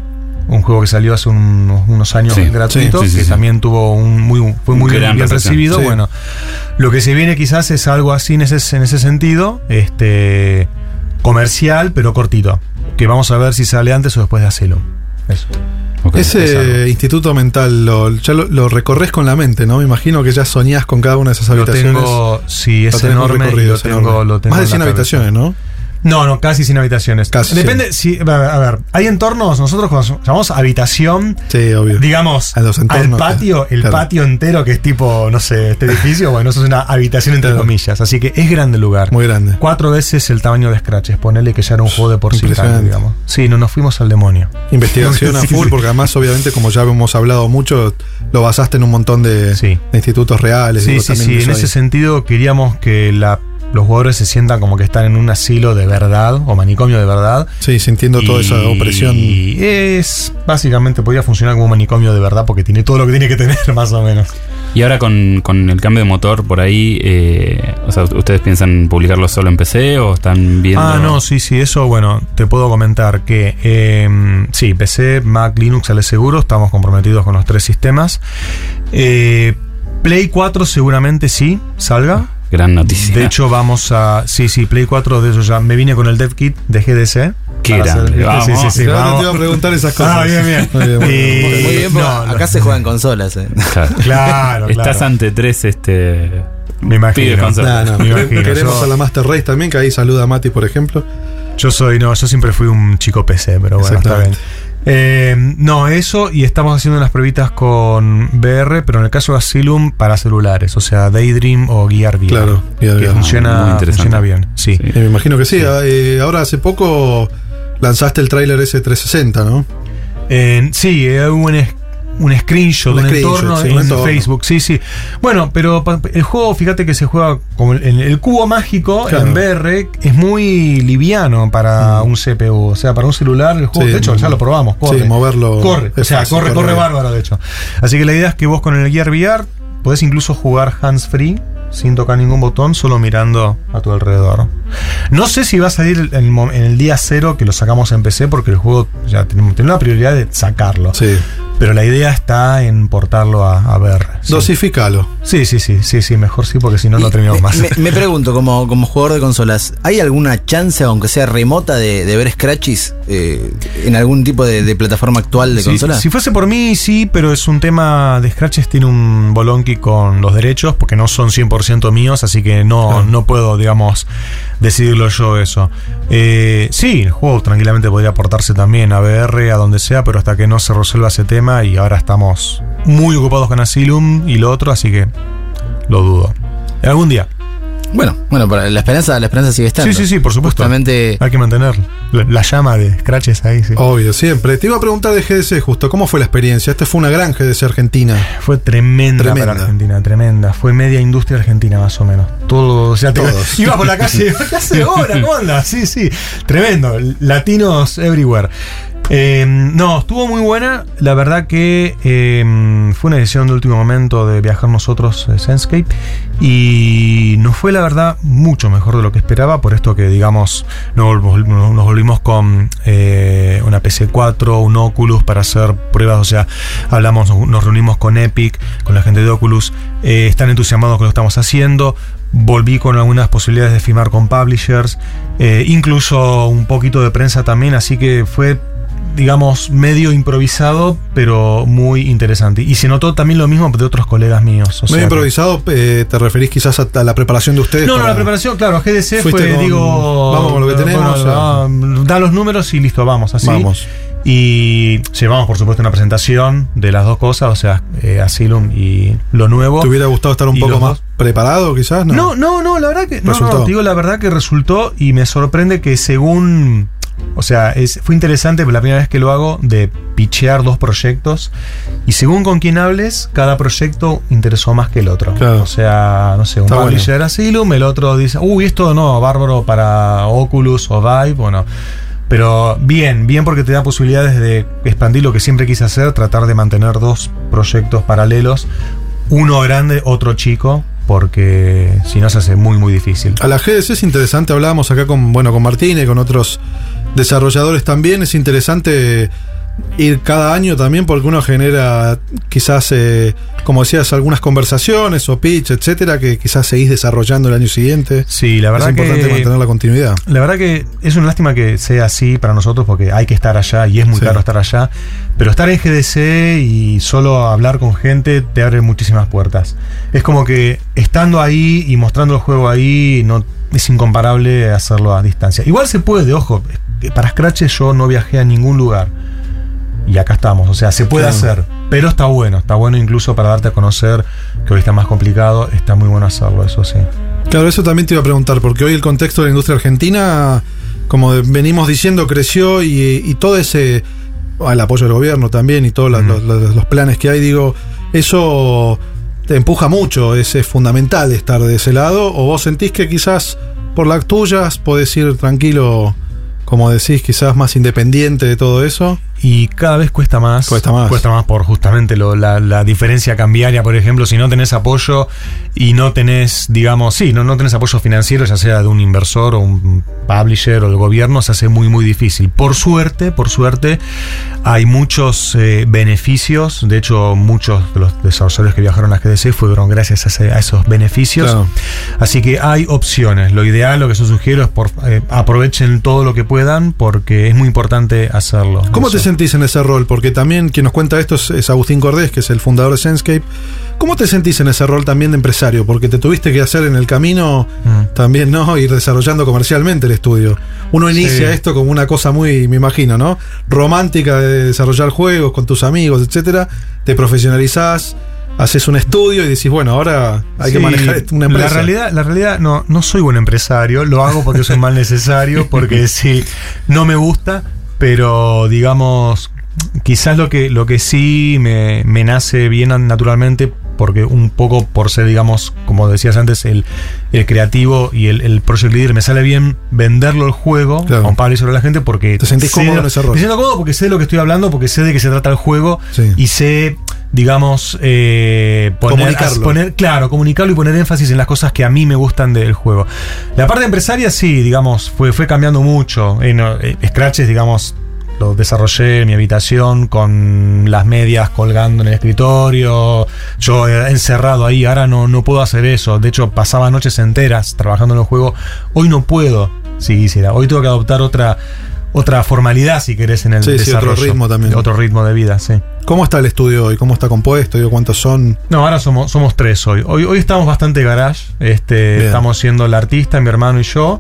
J: un juego que salió hace unos años gratuito, que también tuvo fue muy bien recibido. Sí. Bueno, lo que se viene quizás es algo así en ese sentido, comercial, pero cortito. Que vamos a ver si sale antes o después de Asylum. Eso.
B: Okay. Ese instituto mental ya lo recorres con la mente, ¿no? Me imagino que ya soñás con cada una de esas habitaciones.
J: Es enorme. Lo tengo
B: más de 100 habitaciones, ¿no?
J: No, casi 100 habitaciones. Depende, a ver, hay entornos, nosotros cuando llamamos habitación,
B: obvio.
J: Digamos, al patio, patio entero que es tipo, no sé, este edificio, bueno, eso es una habitación entre comillas, así que es grande el lugar.
B: Muy grande.
J: 4 veces el tamaño de Scratches, ponele que ya era un juego de por sí grande, digamos. Sí, nos fuimos al demonio.
B: Investigación a full, porque además, obviamente, como ya hemos hablado mucho, lo basaste en un montón de institutos reales.
J: Sí, en ese sentido queríamos que los jugadores se sientan como que están en un asilo de verdad o manicomio de verdad.
B: Sí, sintiendo toda esa opresión.
J: Y básicamente podría funcionar como un manicomio de verdad porque tiene todo lo que tiene que tener, más o menos.
C: Y ahora con el cambio de motor por ahí, o sea, ¿ustedes piensan publicarlo solo en PC o están viendo?
J: No, sí, eso, bueno, te puedo comentar que sí, PC, Mac, Linux, sale seguro, estamos comprometidos con los 3 sistemas. Play 4 seguramente sí salga.
C: Gran noticia.
J: De hecho, vamos a... Sí, Play 4, de eso ya me vine con el dev kit de GDC.
C: Qué grande.
B: Vamos. Sí, vamos. Te iba a preguntar esas cosas.
J: Bien.
D: Muy bien, acá se juegan consolas.
J: Claro.
C: Estás ante 3
J: me imagino.
B: Queremos a la Master Race también, que ahí saluda a Mati, por ejemplo.
J: Yo siempre fui un chico PC, pero bueno, está bien. Eso, y estamos haciendo unas pruebitas con VR, pero en el caso de Asylum para celulares, o sea, Daydream o Gear VR.
B: Claro,
J: que funciona bien. Sí.
B: Me imagino que sí. Ahora hace poco lanzaste el tráiler S360, ¿no?
J: Sí, hubo un screenshot de un entorno en Facebook. Sí. Bueno, pero el juego, fíjate que se juega como el cubo mágico en VR, es muy liviano para un CPU. O sea, para un celular, el juego, de hecho, ya lo probamos. Corre.
B: Sí, moverlo.
J: Corre. O sea, corre bárbaro, de hecho. Así que la idea es que vos con el Gear VR podés incluso jugar hands-free, sin tocar ningún botón, solo mirando a tu alrededor. No sé si va a salir en el día 0 que lo sacamos en PC, porque el juego ya tiene la prioridad de sacarlo.
B: Sí.
J: Pero la idea está en portarlo a VR.
B: Sí. Dosifícalo.
J: Sí, mejor sí, porque si no terminamos más.
D: Me pregunto, como jugador de consolas, ¿hay alguna chance, aunque sea remota, de ver Scratches en algún tipo de plataforma actual de consola?
J: Si fuese por mí, sí, pero es un tema de Scratches, tiene un bolonqui con los derechos, porque no son 100% míos, así que no puedo, digamos, decidirlo yo eso. Sí, el juego tranquilamente podría portarse también a VR, a donde sea, pero hasta que no se resuelva ese tema, y ahora estamos muy ocupados con Asylum y lo otro, así que lo dudo. Algún día.
D: Bueno, pero la esperanza sigue estando.
J: Sí, por supuesto.
D: Justamente
J: hay que mantener la llama de Scratches ahí, sí.
B: Obvio, siempre. Te iba a preguntar de GDC justo, ¿cómo fue la experiencia? Fue una gran GDC Argentina.
J: Fue tremenda para Argentina, tremenda. Fue media industria argentina, más o menos. Todo, o sea, iba por la calle, ¿qué hace ahora? ¿Cómo anda? Sí. Tremendo. Latinos everywhere. Estuvo muy buena. La verdad que fue una decisión de último momento de viajar nosotros, Senscape, y nos fue, la verdad, mucho mejor de lo que esperaba. Por esto que, digamos, nos volvimos con una PC4, un Oculus para hacer pruebas. O sea, nos reunimos con Epic, con la gente de Oculus. Están entusiasmados con lo que estamos haciendo. Volví con algunas posibilidades de firmar con publishers, incluso un poquito de prensa también, así que fue, digamos, medio improvisado, pero muy interesante. Y se notó también lo mismo de otros colegas míos.
B: Medio improvisado, ¿te referís quizás a la preparación de ustedes?
J: No, la preparación, claro, GDC fue,
B: vamos con lo que tenemos.
J: Da los números y listo, vamos, así.
B: Vamos.
J: Y llevamos, por supuesto, una presentación de las dos cosas, o sea, Asylum y lo nuevo.
B: ¿Te hubiera gustado estar un poco más preparado, quizás?
J: No, la verdad que no, te digo la verdad que resultó, y me sorprende que según... O sea, fue interesante, la primera vez que lo hago, de pitchear 2 proyectos, y según con quién hables, cada proyecto interesó más que el otro.
B: Claro.
J: O sea, no sé, un publisher era Asylum, el otro dice, esto no, bárbaro para Oculus o Vive, bueno. Pero bien, porque te da posibilidades de expandir lo que siempre quise hacer, tratar de mantener 2 proyectos paralelos, uno grande, otro chico, porque si no se hace muy, muy difícil.
B: A la GDC es interesante, hablábamos acá con Martín y con otros desarrolladores también, es interesante ir cada año también, porque uno genera quizás, como decías, algunas conversaciones o pitch, etcétera, que quizás seguís desarrollando el año siguiente.
J: Sí, la verdad
B: es importante mantener la continuidad.
J: La verdad que es una lástima que sea así para nosotros, porque hay que estar allá y es muy caro estar allá, pero estar en GDC y solo hablar con gente te abre muchísimas puertas. Es como que estando ahí y mostrando el juego ahí, no es incomparable hacerlo a distancia. Igual se puede, ojo, para Scratches yo no viajé a ningún lugar. Y acá estamos, o sea, se puede hacer, pero está bueno incluso para darte a conocer, que hoy está más complicado, está muy bueno hacerlo, eso sí.
B: Claro, eso también te iba a preguntar, porque hoy el contexto de la industria argentina, como venimos diciendo, creció y todo ese, el apoyo del gobierno también y todos los planes que hay, digo, eso te empuja mucho, es fundamental estar de ese lado, o vos sentís que quizás por las tuyas podés ir tranquilo, como decís, quizás más independiente de todo eso.
J: Y cada vez cuesta más. Cuesta más por justamente la diferencia cambiaria, por ejemplo. Si no tenés apoyo y no tenés, digamos, no tenés apoyo financiero, ya sea de un inversor o un publisher o el gobierno, se hace muy, muy difícil. Por suerte, hay muchos beneficios. De hecho, muchos de los desarrolladores que viajaron a GDC fueron gracias a esos beneficios. Claro. Así que hay opciones. Lo ideal, lo que yo sugiero es aprovechen todo lo que puedan, porque es muy importante hacerlo.
B: ¿Cómo te sentís en ese rol? Porque también quien nos cuenta esto es Agustín Cordés, que es el fundador de Senscape. ¿Cómo te sentís en ese rol también de empresario? Porque te tuviste que hacer en el camino también, ¿no? Ir desarrollando comercialmente el estudio. Uno inicia esto como una cosa muy, me imagino, ¿no? Romántica de desarrollar juegos con tus amigos, etcétera. Te profesionalizás, haces un estudio y decís, bueno, ahora hay que manejar una empresa.
J: La realidad no soy buen empresario, lo hago porque soy mal necesario, porque sí, no me gusta. Pero digamos, quizás lo que sí me nace bien naturalmente, porque un poco por ser, digamos, como decías antes, el creativo y el project leader, me sale bien venderlo el juego a un publisher a la gente, porque
B: te sentís cómodo en ese rol.
J: Me siento cómodo porque sé de lo que estoy hablando, porque sé de qué se trata el juego y sé, digamos, comunicarlo y poner énfasis en las cosas que a mí me gustan del juego. La parte empresaria sí, digamos, fue cambiando mucho. Scratches, digamos, lo desarrollé en mi habitación con las medias colgando en el escritorio, yo encerrado ahí. Ahora no puedo hacer eso. De hecho, pasaba noches enteras trabajando en el juego. Hoy no puedo, si quisiera. Hoy tengo que adoptar otra formalidad, si querés, en el desarrollo.
B: Otro ritmo también.
J: Otro ritmo de vida, sí.
B: ¿Cómo está el estudio hoy? ¿Cómo está compuesto? ¿Cuántos son?
J: No, ahora somos 3 hoy. Hoy estamos bastante garage. Estamos siendo el artista, mi hermano y yo.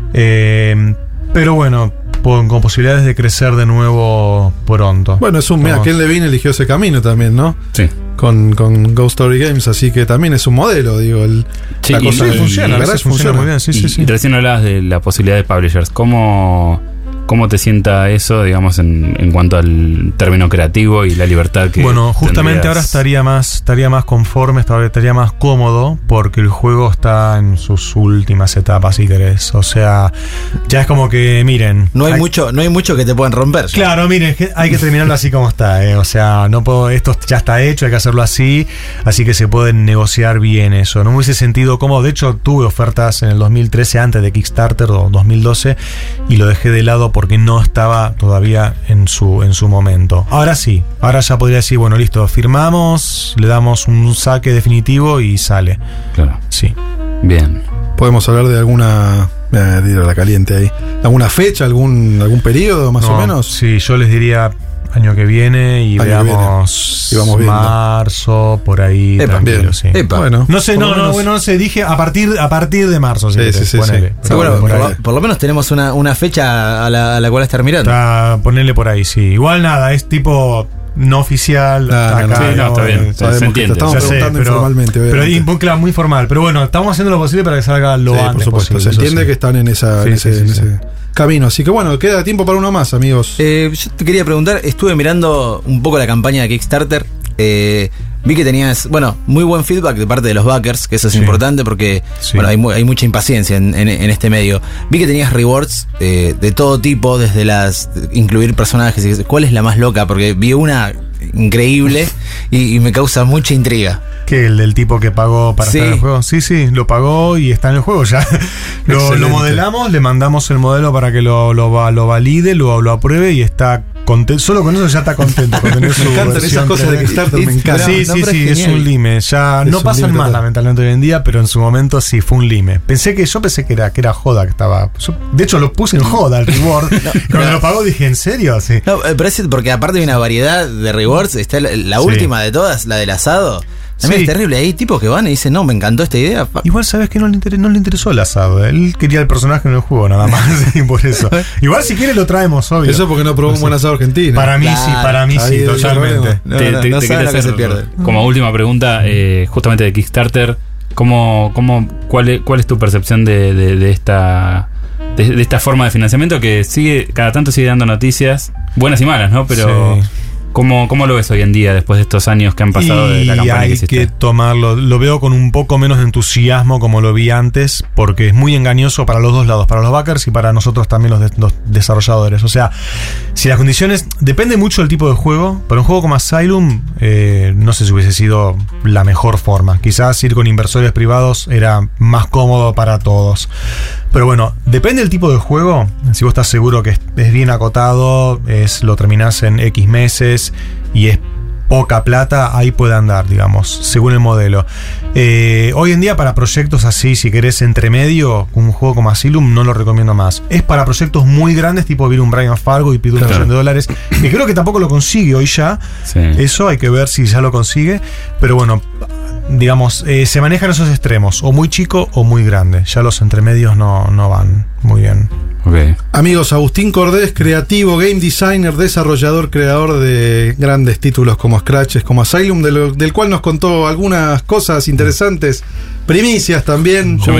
J: Pero bueno, con posibilidades de crecer de nuevo pronto.
B: Bueno, mira, Ken Levine eligió ese camino también, ¿no?
C: Sí.
B: Con Ghost Story Games, así que también es un modelo, digo.
J: La cosa funciona muy bien, sí.
C: Y recién hablabas de la posibilidad de publishers. ¿Cómo te sienta eso, digamos, en cuanto al término creativo y la libertad que
J: Bueno, justamente
C: tendrías?
J: Ahora estaría más conforme, estaría más cómodo, porque el juego está en sus últimas etapas, si querés. O sea, ya es como que, miren,
D: no hay mucho que te puedan romper.
J: Claro, miren, hay que terminarlo así como está, O sea, no puedo, esto ya está hecho, hay que hacerlo así que se pueden negociar bien eso. No me hubiese sentido cómodo. De hecho, tuve ofertas en el 2013 antes de Kickstarter, o 2012, y lo dejé de lado porque no estaba todavía en su momento. Ahora sí, ahora ya podría decir, bueno, listo, firmamos, le damos un saque definitivo y sale.
C: Claro.
J: Sí.
C: Bien.
B: ¿Podemos hablar de alguna, la caliente ahí, alguna fecha, algún periodo más o menos?
J: Sí, yo les diría año que viene y veamos marzo, por ahí. Tranquilo, sí.
B: Bueno,
J: no sé, dije a partir de marzo.
B: Sí.
D: Por lo menos tenemos una fecha a la cual estar mirando.
J: Ponerle por ahí, sí. Igual nada, es tipo no oficial.
C: Está bien.
B: Sabemos que te estamos preguntando informalmente.
J: Pero claro, muy formal. Pero bueno, estamos haciendo lo posible para que salga lo antes posible.
B: Se entiende que están en ese camino. Así que bueno, queda tiempo para uno más, amigos.
D: Yo te quería preguntar, estuve mirando un poco la campaña de Kickstarter. Vi que tenías, muy buen feedback de parte de los backers, que eso es importante porque hay mucha impaciencia en este medio. Vi que tenías rewards de todo tipo, desde incluir personajes. ¿Cuál es la más loca? Porque vi una increíble y me causa mucha intriga.
J: ¿Qué? ¿El del tipo que pagó para estar en el juego? Sí, lo pagó y está en el juego ya. Lo modelamos, le mandamos el modelo para que lo valide, lo apruebe y está solo con eso ya está contento. Con tener
B: Me encantan esas cosas de Kickstarter, me encantan.
J: Sí, es un lime. Ya no pasan más, lamentablemente, hoy en día, pero en su momento sí fue un lime. Yo pensé que era joda que estaba. De hecho, lo puse en joda el reward. Cuando lo pagó dije, ¿en serio? Sí.
D: No, pero es porque aparte hay una variedad de rewards. Está la última de todas, la del asado. También es terrible. Hay tipos que van y dicen, no, me encantó esta idea.
J: Igual sabes que no le interesó el asado. Él quería el personaje en el juego, nada más. Y por eso. Igual si quiere lo traemos, obvio.
B: Eso porque no probó un buen asado argentino.
J: Para mí sí, totalmente.
C: No sabe lo que se pierde. Como última pregunta, justamente de Kickstarter, ¿cuál es tu percepción de esta forma de financiamiento que cada tanto sigue dando noticias, buenas y malas, ¿no? Pero ¿cómo lo ves hoy en día después de estos años que han pasado de la campaña que hiciste?
J: Hay que tomarlo, lo veo con un poco menos de entusiasmo como lo vi antes, porque es muy engañoso para los dos lados, para los backers y para nosotros también los desarrolladores. O sea, si las condiciones, depende mucho del tipo de juego. Para un juego como Asylum, no sé si hubiese sido la mejor forma. Quizás ir con inversores privados era más cómodo para todos. Pero bueno, depende del tipo de juego. Si vos estás seguro que es bien acotado, lo terminás en X meses y es poca plata, ahí puede andar, digamos, según el modelo. Hoy en día para proyectos así, si querés entre medio, un juego como Asylum no lo recomiendo más. Es para proyectos muy grandes, tipo Vir un Brian Fargo y pide $1 millón, que creo que tampoco lo consigue hoy ya. Sí. Eso hay que ver si ya lo consigue. Pero bueno, digamos, se manejan esos extremos, o muy chico o muy grande. Ya los entremedios no van muy bien.
B: Okay. Amigos, Agustín Cordés, creativo, game designer, desarrollador, creador de grandes títulos como Scratches, como Asylum, del cual nos contó algunas cosas interesantes, primicias también.
C: Yo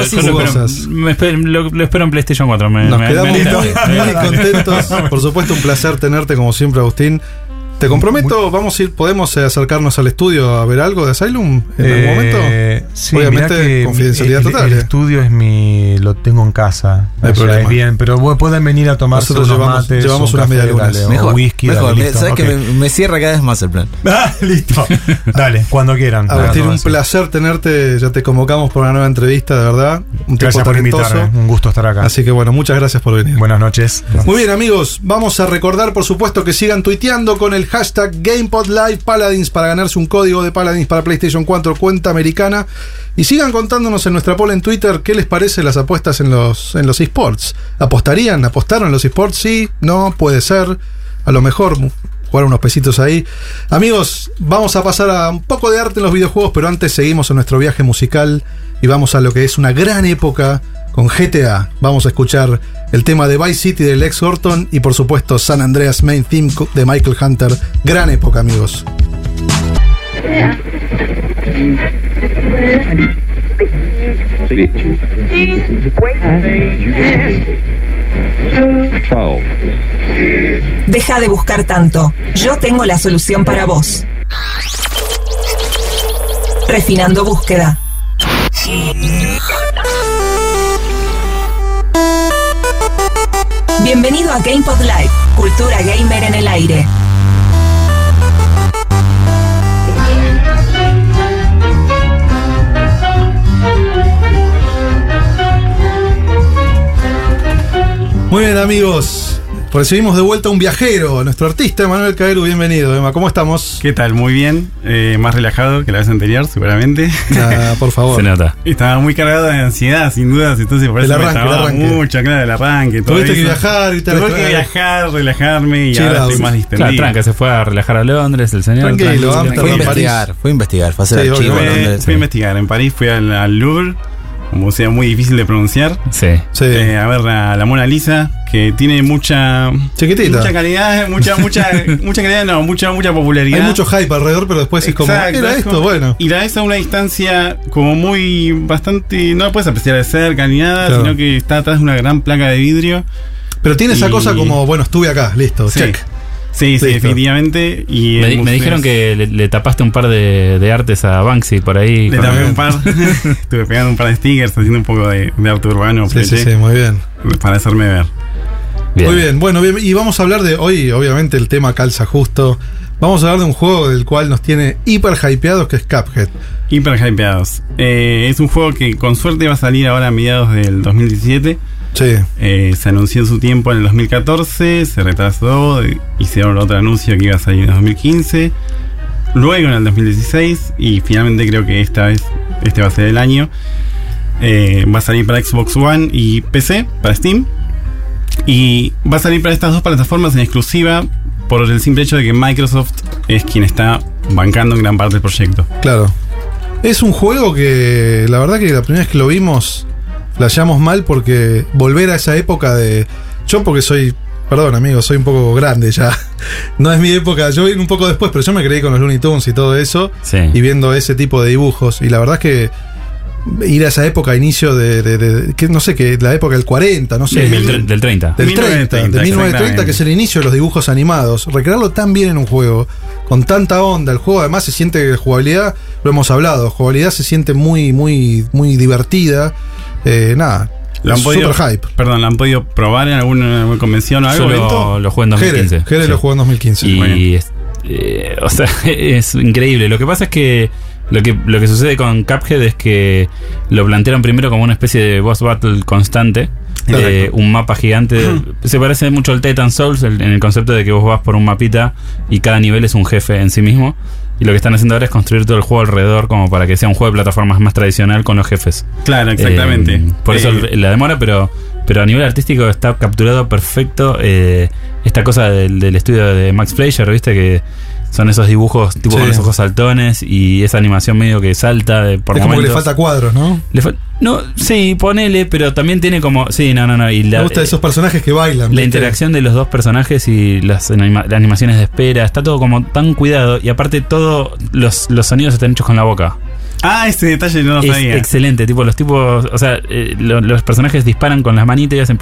C: me lo espero en PlayStation 4.
B: Nos quedamos muy contentos. Por supuesto, un placer tenerte como siempre, Agustín. Te comprometo, podemos acercarnos al estudio a ver algo de Asylum en algún momento.
J: Sí,
B: obviamente confidencialidad total.
J: El estudio lo tengo en casa.
B: No hay problema.
J: Es bien, pero pueden venir a tomarse unos mates.
B: Llevamos unas medialunas.
J: Mejor, whisky.
D: Mejor, sabes que me cierra cada vez más el plan.
J: Listo. Dale, cuando quieran.
B: Agustín, un placer tenerte. Ya te convocamos por una nueva entrevista, de verdad.
J: Gracias por invitarme. Un gusto estar acá.
B: Así que bueno, muchas gracias por venir.
J: Buenas noches.
B: Muy bien, amigos. Vamos a recordar, por supuesto, que sigan tuiteando con el hashtag GamePodLive Paladins para ganarse un código de Paladins para PlayStation 4 cuenta americana, y sigan contándonos en nuestra poll en Twitter qué les parece las apuestas en los eSports. ¿Apostaron en los eSports? Sí, no, puede ser, a lo mejor jugar unos pesitos ahí. Amigos, vamos a pasar a un poco de arte en los videojuegos, pero antes seguimos en nuestro viaje musical y vamos a lo que es una gran época con GTA. Vamos a escuchar el tema de Vice City de Lex Horton y por supuesto San Andreas Main Theme de Michael Hunter. Gran época, amigos.
A: Deja de buscar tanto. Yo tengo la solución para vos. Refinando búsqueda. Bienvenido a GamePod Live, cultura gamer en el aire.
B: Muy bien, amigos. Recibimos de vuelta a un viajero, nuestro artista Emanuel Caeru. Bienvenido, Emma. ¿Cómo estamos?
K: ¿Qué tal? Muy bien. Más relajado que la vez anterior, seguramente.
B: Por favor.
C: Se nota.
K: Estaba muy cargado de ansiedad, sin dudas. Entonces, por eso estaba mucho, claro, el arranque.
B: Tuviste que viajar y tal.
K: Tuve que viajar, relajarme y ahora estoy más distendido.
C: Claro, tranca, se fue a relajar a Londres, el señor.
B: Tranquilo,
D: fue a investigar, fue a hacer archivo a Londres.
K: Fui a investigar. En París fui al Louvre, un museo muy difícil de pronunciar.
C: Sí.
K: A ver a la Mona Lisa, que tiene mucha calidad, mucha calidad, no, mucha popularidad.
B: Hay mucho hype alrededor, pero después es como, era esto, bueno.
K: Y la ves a una distancia como bastante, no la puedes apreciar de cerca ni nada, sino que está atrás de una gran placa de vidrio.
B: Pero tiene esa cosa como, bueno, estuve acá, listo, check.
K: Sí, definitivamente. Y
C: me dijeron que le tapaste un par de artes a Banksy por ahí.
K: Le tapé un par. Estuve pegando un par de stickers, haciendo un poco de arte urbano.
B: Sí, muy bien.
K: Para hacerme ver.
B: Muy bien, bueno, y vamos a hablar de hoy, obviamente el tema calza justo. Vamos a hablar de un juego del cual nos tiene hiper hypeados, que es Cuphead.
K: Hiper hypeados. Es un juego que con suerte va a salir ahora a mediados del 2017.
B: Sí.
K: Se anunció en su tiempo en el 2014, se retrasó, hicieron otro anuncio que iba a salir en el 2015, luego en el 2016 y finalmente creo que esta vez este va a ser el año. Va a salir para Xbox One y PC, para Steam, y va a salir para estas dos plataformas en exclusiva por el simple hecho de que Microsoft es quien está bancando en gran parte del proyecto.
B: Claro. Es un juego que la verdad que la primera vez que lo vimos flasheamos mal, porque volver a esa época de... Yo porque soy... Perdón, amigo, soy un poco grande ya. No es mi época, yo vine un poco después, pero yo me creí con los Looney Tunes y todo eso.
C: Sí.
B: Y viendo ese tipo de dibujos. Y la verdad es que ir a esa época, inicio que no sé, que la época del 40, no sé.
C: Del 30.
B: Del 30, de 1930, que es el inicio de los dibujos animados. Recrearlo tan bien en un juego, con tanta onda. El juego además se siente, jugabilidad, lo hemos hablado, jugabilidad se siente muy, muy, muy divertida. Nada.
K: Super hype. Perdón, ¿la han podido probar en alguna convención o algo?
C: Yo lo jugué en 2015.
B: Jere lo jugó en 2015.
C: Y
B: bueno.
C: O sea, es increíble. Lo que pasa es que lo que sucede con Cuphead es que lo plantearon primero como una especie de boss battle constante. Un mapa gigante. Se parece mucho al Titan Souls en el concepto de que vos vas por un mapita y cada nivel es un jefe en sí mismo. Y lo que están haciendo ahora es construir todo el juego alrededor como para que sea un juego de plataformas más tradicional con los jefes.
K: Claro, exactamente.
C: Por eso la demora, pero a nivel artístico está capturado perfecto. Esta cosa del estudio de Max Fleischer, ¿viste? Que son esos dibujos tipo con los ojos saltones y esa animación medio que salta por momentos.
B: Es como que le falta cuadros, ¿no?
C: No, sí, ponele, pero también tiene como... Sí, no. Y
B: me gusta esos personajes que bailan.
C: La interacción de los dos personajes y las animaciones de espera, está todo como tan cuidado. Y aparte todos los sonidos están hechos con la boca.
K: Ah, ese detalle no lo sabía.
C: Excelente, tipo los tipos... O sea, los personajes disparan con las manitas y hacen...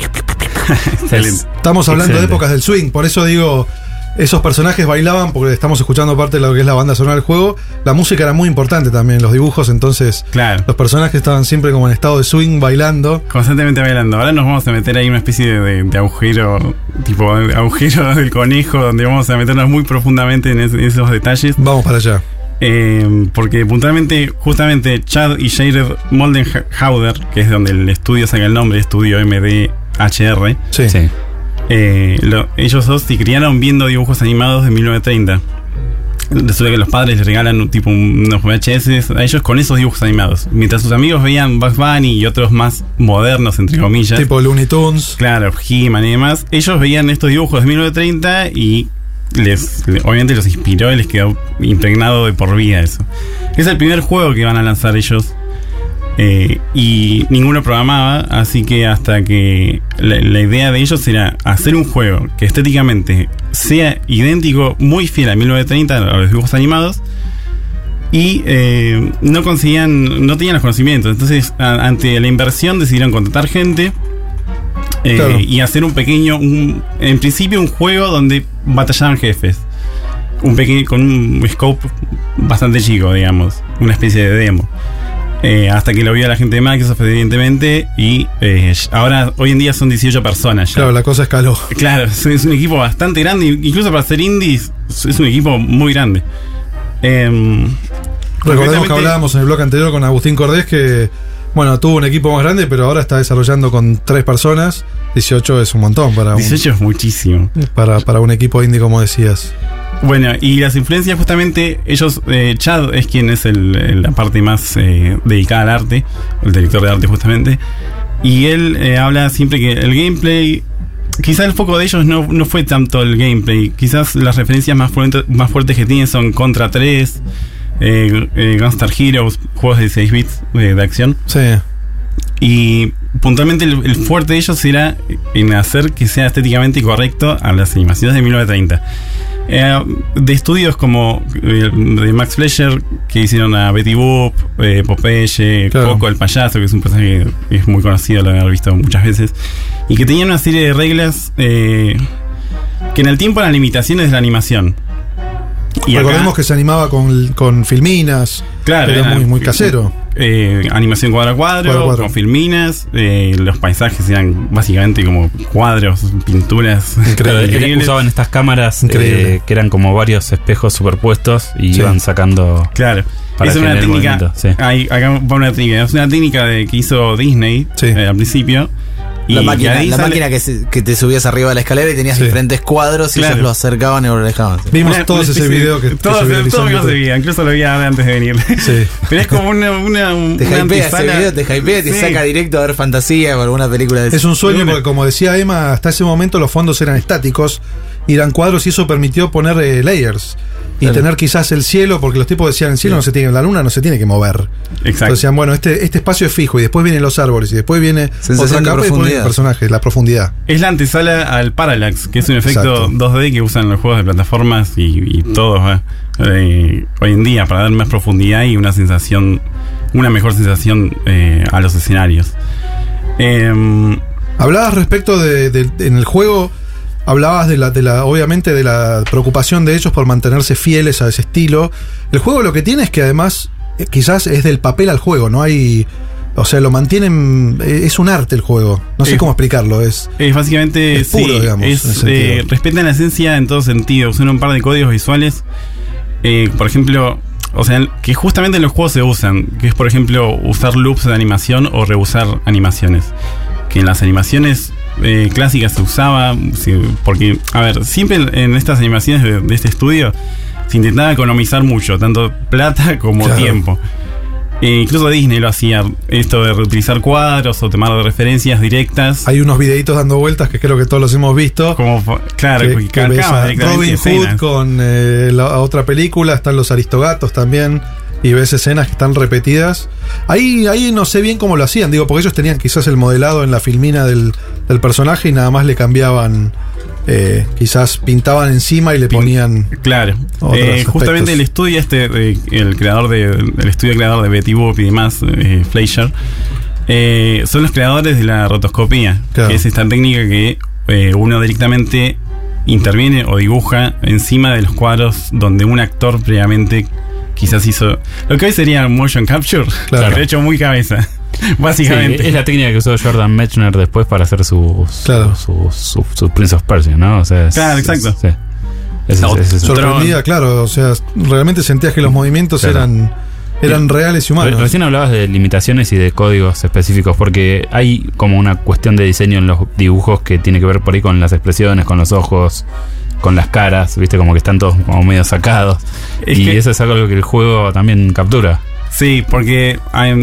B: Estamos hablando de épocas del swing, por eso digo... Esos personajes bailaban, porque estamos escuchando parte de lo que es la banda sonora del juego. La música era muy importante también, los dibujos, entonces
K: claro.
B: Los personajes estaban siempre como en estado de swing, bailando.
K: Constantemente bailando. Ahora nos vamos a meter ahí una especie de agujero, tipo agujero del conejo, donde vamos a meternos muy profundamente en esos detalles.
B: Vamos para allá.
K: Porque puntualmente, justamente Chad y Jared Moldenhauer, que es donde el estudio saca el nombre, Estudio MDHR.
B: Sí.
K: Ellos dos se criaron viendo dibujos animados de 1930. Resulta que los padres les regalan tipo unos VHS a ellos con esos dibujos animados, mientras sus amigos veían Bugs Bunny y otros más modernos, entre comillas,
B: tipo Looney Tunes,
K: claro, He-Man y demás. Ellos veían estos dibujos de 1930 y obviamente los inspiró y les quedó impregnado de por vida eso. Es el primer juego que van a lanzar ellos. Y ninguno programaba, así que hasta que la idea de ellos era hacer un juego que estéticamente sea idéntico, muy fiel a 1930, a los dibujos animados, y no tenían los conocimientos. Entonces, ante la inversión, decidieron contratar gente claro. Y hacer en principio un juego donde batallaban jefes. Con un scope bastante chico, digamos, una especie de demo. Hasta que lo vio la gente de Microsoft, evidentemente, y hoy en día son 18 personas ya.
B: Claro, la cosa escaló.
K: Claro, es un equipo bastante grande, incluso para ser indies, es un equipo muy grande.
B: Recordemos que hablábamos en el blog anterior con Agustín Cordés que, bueno, tuvo un equipo más grande, pero ahora está desarrollando con 3 personas. 18 es un montón para
K: 18 es muchísimo.
B: Para un equipo indie, como decías.
K: Bueno, y las influencias justamente, ellos, Chad es quien es la parte más dedicada al arte, el director de arte justamente, y él habla siempre que el gameplay, quizás el foco de ellos no fue tanto el gameplay, quizás las referencias más fuertes que tienen son Contra 3, Gunstar Heroes, juegos de 16 bits de acción.
B: Sí.
K: Y puntualmente el fuerte de ellos era en hacer que sea estéticamente correcto a las animaciones de 1930. De estudios como de Max Fleischer, que hicieron a Betty Boop, Popeye, claro. Coco el payaso, que es un personaje que es muy conocido, lo he visto muchas veces, y que tenían una serie de reglas que en el tiempo eran limitaciones de la animación.
B: Y recordemos que se animaba con filminas.
K: Claro,
B: era muy casero.
K: Animación cuadro a cuadro, con filminas. Los paisajes eran básicamente como cuadros, pinturas.
C: Increíble. Usaban estas cámaras que eran como varios espejos superpuestos y iban sacando.
K: Claro, es una técnica. Sí. Acá va una técnica. Es una técnica que hizo Disney al principio.
D: La máquina que te subías arriba de la escalera y tenías diferentes cuadros y ellos lo acercaban y lo alejaban. ¿Sí?
B: Vimos todos ese video que
K: todos no se veía, incluso lo vi antes de venir. Sí. Pero es como una
D: te hypea ese video, te hypea, te saca directo a ver fantasía o alguna película de
B: Es un sueño porque, como decía Emma, hasta ese momento los fondos eran estáticos y eran cuadros, y eso permitió poner layers y tener quizás el cielo, porque los tipos decían el cielo no se tiene, la luna no se tiene que mover.
K: Exacto.
B: Entonces decían, bueno, este espacio es fijo y después vienen los árboles y después viene otra capa y después viene el personaje, la profundidad.
K: Es la antesala al Parallax, que es un efecto 2D que usan los juegos de plataformas y todos hoy en día para dar más profundidad y una mejor sensación a los escenarios.
B: Hablabas respecto en el juego. Hablabas obviamente de la preocupación de ellos por mantenerse fieles a ese estilo. El juego lo que tiene es que además quizás es del papel al juego, no hay, o sea, lo mantienen, es un arte el juego. No sé cómo explicarlo, es
K: básicamente
B: puro, digamos.
K: Respetan la esencia en todo sentido. Usan un par de códigos visuales, por ejemplo, o sea, que justamente en los juegos se usan, que es por ejemplo usar loops de animación o reusar animaciones. Que en las animaciones clásicas se usaba, porque, a ver, siempre en estas animaciones de este estudio se intentaba economizar mucho, tanto plata como tiempo. Incluso Disney lo hacía, esto de reutilizar cuadros o tomar referencias directas.
B: Hay unos videitos dando vueltas que creo que todos los hemos visto.
K: Como, claro, que
B: Robin Hood con la otra película, están los Aristogatos también. Y ves escenas que están repetidas. Ahí no sé bien cómo lo hacían, digo, porque ellos tenían quizás el modelado en la filmina del personaje y nada más le cambiaban, quizás pintaban encima y le ponían.
K: Claro. Justamente el estudio el estudio creador de Betty Boop y demás, Fleischer, son los creadores de la rotoscopía, que es esta técnica que uno directamente interviene o dibuja encima de los cuadros donde un actor previamente quizás hizo lo que hoy sería motion capture, de hecho muy cabeza, básicamente.
C: Sí, es la técnica que usó Jordan Mechner después para hacer su Prince of Persia, ¿no? O sea,
K: exacto.
B: Sorprendida, claro, o sea, realmente sentías que los movimientos eran reales y humanos.
C: Recién hablabas de limitaciones y de códigos específicos, porque hay como una cuestión de diseño en los dibujos que tiene que ver por ahí con las expresiones, con los ojos, con las caras, viste, como que están todos como medio sacados. Eso es algo que el juego también captura.
K: Sí, porque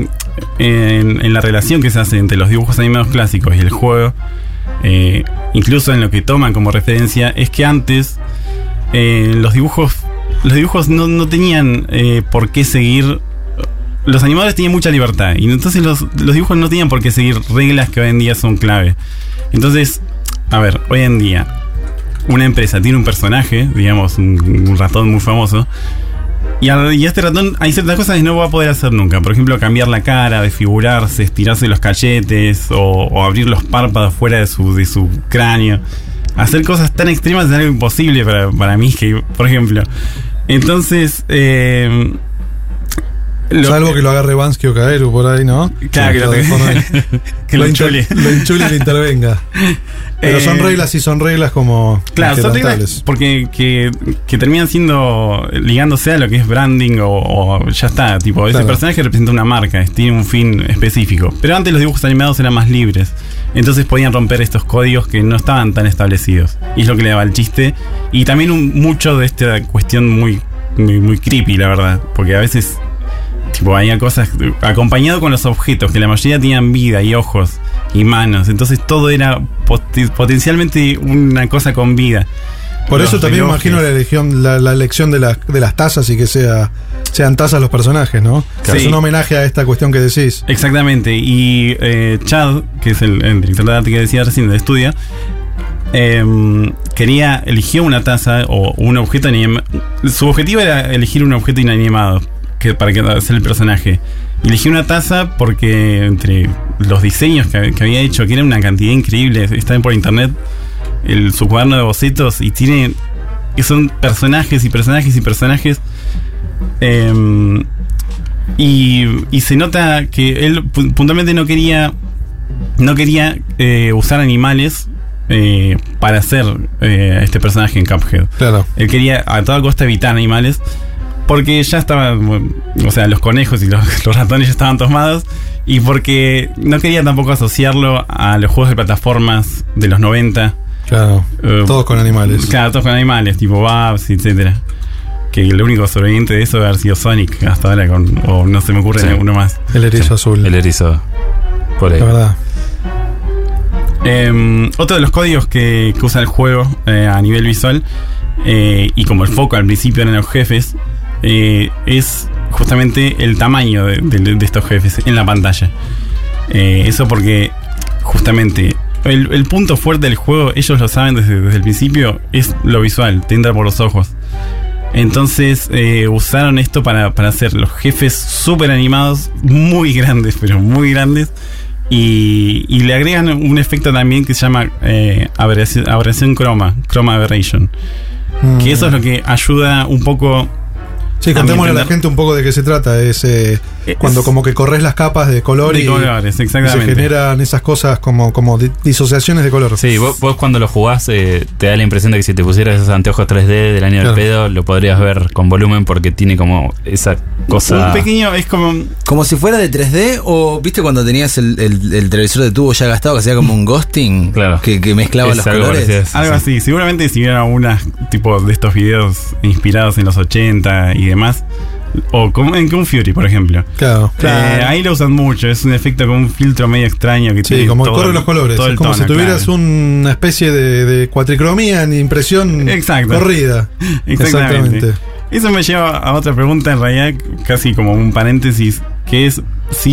K: en la relación que se hace entre los dibujos animados clásicos y el juego, incluso en lo que toman como referencia, es que antes los dibujos no tenían por qué seguir. Los animadores tenían mucha libertad y entonces los dibujos no tenían por qué seguir reglas que hoy en día son clave. Entonces, a ver, hoy en día una empresa tiene un personaje, digamos, un ratón muy famoso, y este ratón hay ciertas cosas que no va a poder hacer nunca. Por ejemplo, cambiar la cara, desfigurarse, estirarse los cachetes o abrir los párpados fuera de su cráneo. Hacer cosas tan extremas es algo imposible para mí, que, por ejemplo. Entonces,
B: salvo que lo agarre Bansky o Kaeru por ahí, ¿no?
K: Claro, que lo enchule.
B: Lo enchule y le intervenga. Pero son reglas como.
K: Claro, son reglas porque que terminan ligándose a lo que es branding o ya está. Tipo, ese personaje representa una marca, tiene un fin específico. Pero antes los dibujos animados eran más libres. Entonces podían romper estos códigos que no estaban tan establecidos. Y es lo que le daba el chiste. Y también mucho de esta cuestión muy, muy, muy creepy, la verdad. Porque a veces, tipo, había cosas acompañado con los objetos, que la mayoría tenían vida y ojos y manos. Entonces todo era potencialmente una cosa con vida.
B: Por eso también imagino la elección de las tazas y que sean tazas los personajes, ¿no? Claro. Es un homenaje a esta cuestión que decís.
K: Exactamente. Y Chad, que es el director de arte que decía recién de estudio, eligió una taza o un objeto animado. Su objetivo era elegir un objeto inanimado para hacer el personaje. Elegí una taza porque entre los diseños que había hecho, que era una cantidad increíble, están por internet, su cuaderno de bocetos, y son personajes y personajes y personajes, y se nota que él puntualmente no quería usar animales para hacer este personaje en Cuphead.
B: Claro.
K: Él quería a toda costa evitar animales porque ya estaban, o sea, los conejos y los ratones ya estaban tomados, Y porque no quería tampoco asociarlo a los juegos de plataformas de los 90.
B: Claro, todos con animales.
K: Claro, todos con animales, tipo Babs, etcétera. Que el único sobreviviente de eso debe haber sido Sonic hasta ahora, o no se me ocurre uno más.
B: El erizo azul.
C: El erizo. Por ahí.
B: La verdad.
K: Otro de los códigos que usa el juego a nivel visual, y como el foco al principio eran los jefes, es justamente el tamaño de estos jefes en la pantalla. Eso porque justamente el punto fuerte del juego, ellos lo saben desde el principio, es lo visual, te entra por los ojos. Entonces usaron esto para hacer los jefes súper animados, muy grandes, pero muy grandes. Y le agregan un efecto también que se llama aberración chroma aberration. Que eso es lo que ayuda un poco.
B: Sí, contémosle a la gente un poco de qué se trata. Es cuando como que corres las capas de color y
K: exactamente.
B: Se generan esas cosas como disociaciones de color.
C: Sí, vos cuando lo jugás te da la impresión de que si te pusieras esos anteojos 3D del año del pedo, lo podrías ver con volumen porque tiene como esa cosa.
K: Un pequeño, es como
D: si fuera de 3D, o viste cuando tenías el televisor de tubo ya gastado, que hacía como un ghosting,
C: claro,
D: que mezclaba los colores.
K: Algo así. Seguramente si hubiera unas tipo de estos videos inspirados en los 80 y demás, o como en Kung Fury, por ejemplo.
B: Claro.
K: Ahí lo usan mucho. Es un efecto con un filtro medio extraño que tiene.
B: Sí, como
K: todo,
B: corre los colores. Es como si tuvieras una especie de cuatricromía en impresión corrida.
K: Exactamente. Eso me lleva a otra pregunta, en realidad, casi como un paréntesis, que es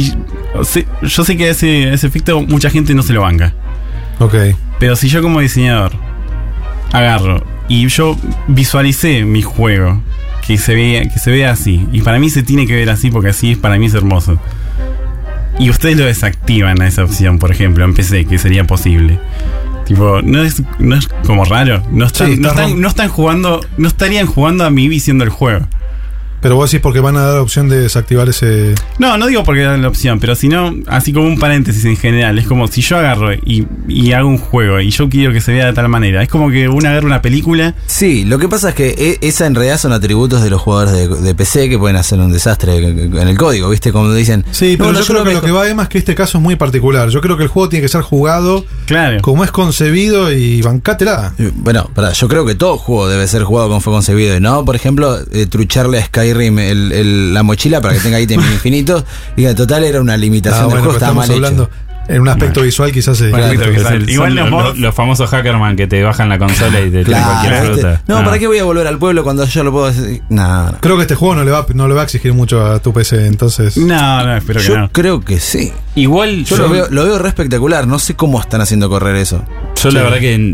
K: yo sé que ese efecto mucha gente no se lo banca.
B: Ok.
K: Pero si yo como diseñador agarro y yo visualicé mi juego que se vea así, y para mí se tiene que ver así porque así para mí es hermoso, y ustedes lo desactivan a esa opción, por ejemplo, en PC, que sería posible. Tipo, no es como raro. No están jugando, no estarían jugando a mi visión del juego.
B: Pero vos decís porque van a dar la opción de desactivar ese.
K: No digo porque dan la opción, pero si no, así como un paréntesis en general, es como si yo agarro y hago un juego y yo quiero que se vea de tal manera. Es como que uno agarra una película.
D: Sí, lo que pasa es que esa en realidad son atributos de los jugadores de PC que pueden hacer un desastre en el código, ¿viste? Como dicen.
B: Sí, pero yo creo que lo que va es que este caso es muy particular. Yo creo que el juego tiene que ser jugado como es concebido y bancátela.
D: Bueno, yo creo que todo juego debe ser jugado como fue concebido, ¿no? Por ejemplo, trucharle a Skyrim la mochila para que tenga ítems infinitos, y en total era una limitación del juego, estaba mal hecho.
B: En un aspecto visual quizás
C: igual los famosos hackerman que te bajan la consola y te traen cualquier fruta.
D: ¿Para qué voy a volver al pueblo cuando yo lo puedo hacer? No.
B: Creo que este juego no le va a exigir mucho a tu PC, entonces.
K: No, espero que no.
D: Yo creo que sí.
C: Igual
D: yo lo veo re espectacular. No sé cómo están haciendo correr eso.
C: Yo la verdad que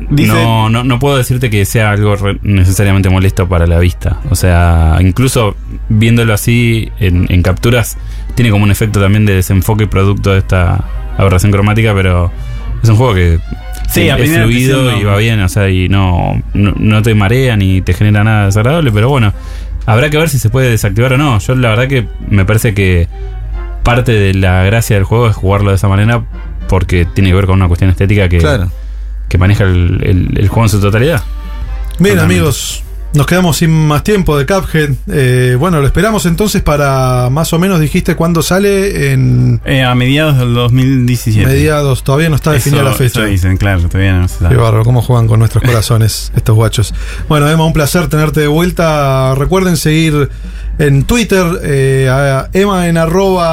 C: no puedo decirte que sea algo necesariamente molesto para la vista. O sea, incluso viéndolo así en capturas, tiene como un efecto también de desenfoque producto de esta aberración cromática, pero es un juego que es fluido y va bien, o sea, y no te marea ni te genera nada desagradable, pero bueno, habrá que ver si se puede desactivar o no. Yo la verdad que me parece que parte de la gracia del juego es jugarlo de esa manera, porque tiene que ver con una cuestión estética que maneja el juego en su totalidad.
B: Bien, amigos, nos quedamos sin más tiempo de Cuphead. Bueno, lo esperamos entonces para más o menos, dijiste cuándo sale
K: a mediados del 2017.
B: Mediados, todavía no está definida la fecha.
K: Eso dicen, claro, todavía no se sabe.
B: Qué bárbaro, cómo juegan con nuestros corazones estos guachos. Bueno, Emma, un placer tenerte de vuelta. Recuerden seguir en Twitter a Emma en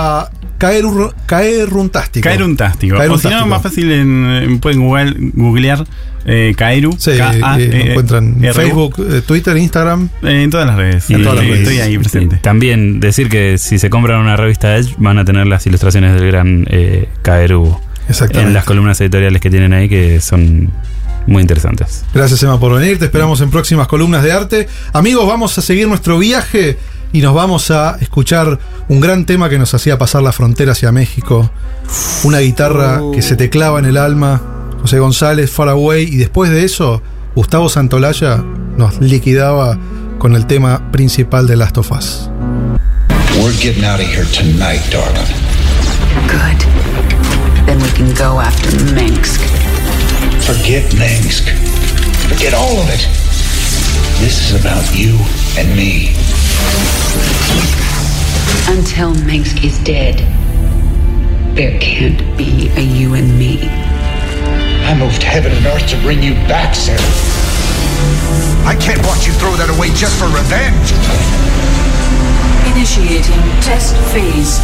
B: @Caeruntástico.
K: Caeruntástico. O si no, más fácil pueden googlear Caeru.
B: Sí, lo encuentran en Facebook, Twitter, Instagram.
K: En todas las redes. Estoy ahí presente.
C: También decir que si se compran una revista Edge van a tener las ilustraciones del gran Caeru en las columnas editoriales que tienen ahí, que son muy interesantes.
B: Gracias, Emma, por venir. Te esperamos en próximas columnas de arte. Amigos, vamos a seguir nuestro viaje y nos vamos a escuchar un gran tema que nos hacía pasar la frontera hacia México. Una guitarra que se te clava en el alma. José González, Far Away. Y después de eso, Gustavo Santolaya nos liquidaba con el tema principal de Last of Us.
L: We're getting out of here tonight, darling.
M: Good. Then we can go after Minsk.
L: Forget Minsk. Forget all of it. This is about you and me.
M: Until Minsk is dead. There can't be a you and me.
L: I moved heaven and earth to bring you back, Sarah. I can't watch you throw that away just for revenge.
M: Initiating test phase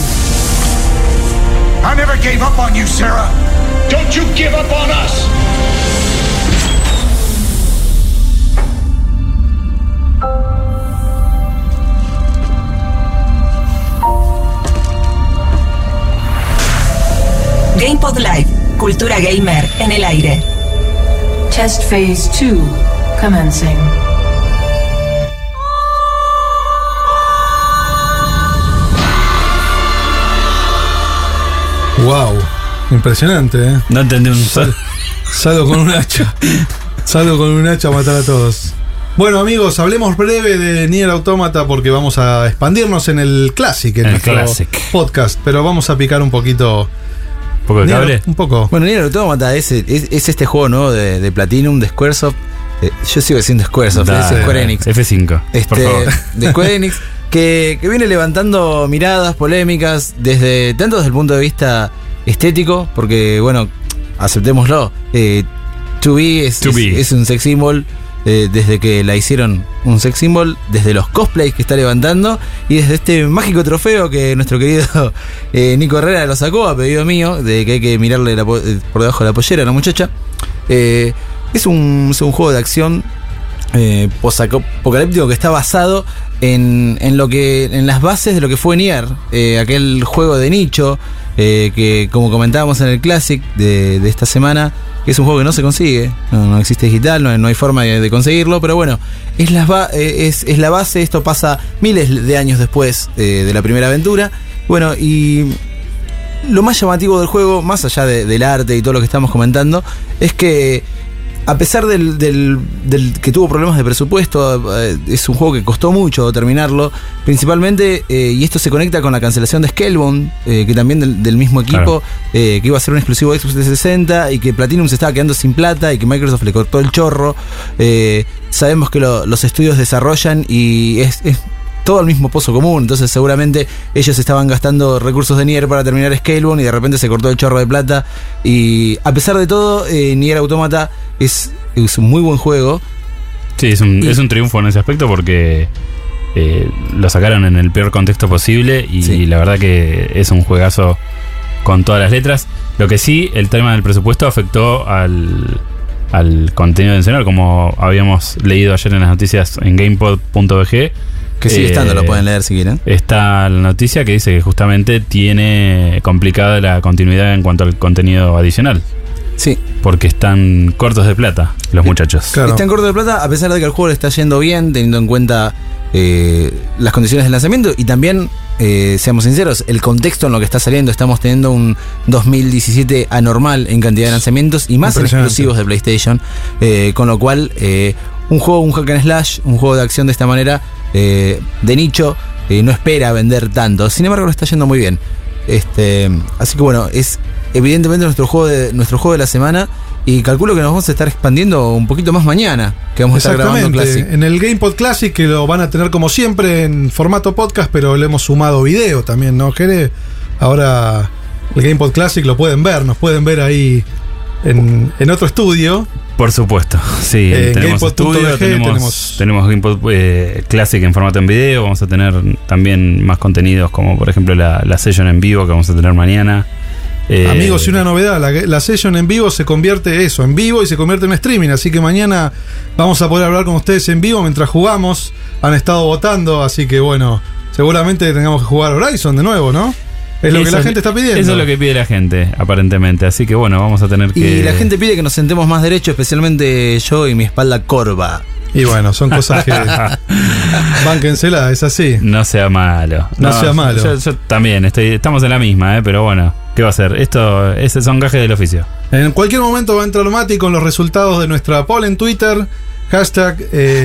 M: 2.
L: I never gave up on you, Sarah. Don't you give up on us.
A: GamePod Live, cultura gamer en el aire.
M: Test phase 2 commencing.
B: Wow, impresionante, ¿eh?
C: No entendí un
B: salgo con un hacha. Salgo con un hacha a matar a todos. Bueno, amigos, hablemos breve de Nier Automata porque vamos a expandirnos en el Classic, en nuestro podcast, pero vamos a picar un poquito.
C: ¿Un poco de cable?
B: Un poco.
D: Bueno, Nier Automata es este juego nuevo de Platinum, de Squaresoft. Yo sigo diciendo Squaresoft, es Square Enix.
C: F5, por favor.
D: De Square Enix, que viene levantando miradas, polémicas, tanto desde el punto de vista estético, porque, bueno, aceptémoslo, 2B es un sex symbol. Desde que la hicieron un sex symbol, desde los cosplays que está levantando y desde este mágico trofeo que nuestro querido Nico Herrera lo sacó a pedido mío, de que hay que mirarle por debajo de la pollera a la muchacha. Es un juego de acción post-apocalíptico que está basado en las bases de lo que fue Nier, aquel juego de nicho que, como comentábamos en el Classic de esta semana, que es un juego que no se consigue, no existe digital, no hay forma de conseguirlo, pero bueno, es la base. Esto pasa miles de años después de la primera aventura. Bueno, y lo más llamativo del juego, más allá del arte y todo lo que estamos comentando, es que a pesar del que tuvo problemas de presupuesto, es un juego que costó mucho terminarlo, principalmente, y esto se conecta con la cancelación de Scalebound, que también del mismo equipo, que iba a ser un exclusivo de Xbox 360 y que Platinum se estaba quedando sin plata y que Microsoft le cortó el chorro. Sabemos que los estudios desarrollan y es todo el mismo pozo común, entonces seguramente ellos estaban gastando recursos de Nier para terminar Scalebound y de repente se cortó el chorro de plata. Y a pesar de todo, Nier Automata es un muy buen juego.
C: Sí, es un triunfo en ese aspecto porque lo sacaron en el peor contexto posible y la verdad que es un juegazo con todas las letras. Lo que sí, el tema del presupuesto afectó al contenido adicional, como habíamos leído ayer en las noticias en GamePod.bg.
D: Que sigue estando, lo pueden leer si quieren.
C: Está la noticia que dice que justamente tiene complicada la continuidad en cuanto al contenido adicional.
D: Sí.
C: Porque están cortos de plata los muchachos.
D: Claro. Están cortos de plata a pesar de que el juego le está yendo bien, teniendo en cuenta las condiciones de lanzamiento y también, seamos sinceros, el contexto en lo que está saliendo. Estamos teniendo un 2017 anormal en cantidad de lanzamientos y más en exclusivos de PlayStation, con lo cual un hack and slash, un juego de acción de esta manera, de nicho, no espera vender tanto. Sin embargo, lo está yendo muy bien. Así que bueno, es evidentemente nuestro juego de la semana. Y calculo que nos vamos a estar expandiendo un poquito más mañana, que vamos a estar grabando Classic.
B: En el GamePod Classic, que lo van a tener como siempre en formato podcast, pero le hemos sumado video también, ¿no, Jere? Ahora el GamePod Classic lo pueden ver, nos pueden ver ahí en otro estudio.
C: Por supuesto, sí. Tenemos estudio, tenemos GamePod Classic en formato en video. Vamos a tener también más contenidos, como por ejemplo la session en vivo que vamos a tener mañana.
B: Amigos, y una novedad, la session en vivo se convierte en vivo y se convierte en streaming, así que mañana vamos a poder hablar con ustedes en vivo mientras jugamos. Han estado votando, así que bueno, seguramente tengamos que jugar Horizon de nuevo, ¿no? Es lo que la gente está pidiendo.
C: Eso es lo que pide la gente, aparentemente, así que bueno, vamos a tener que...
D: Y la gente pide que nos sentemos más derecho, especialmente yo y mi espalda corva.
B: Y bueno, son cosas que... Bánquensela, es así.
C: No sea malo.
B: No sea malo.
C: Yo también, estamos en la misma, pero bueno, ¿qué va a hacer? Ese son gajes del oficio.
B: En cualquier momento va a entrar Mati con los resultados de nuestra poll en Twitter. Hashtag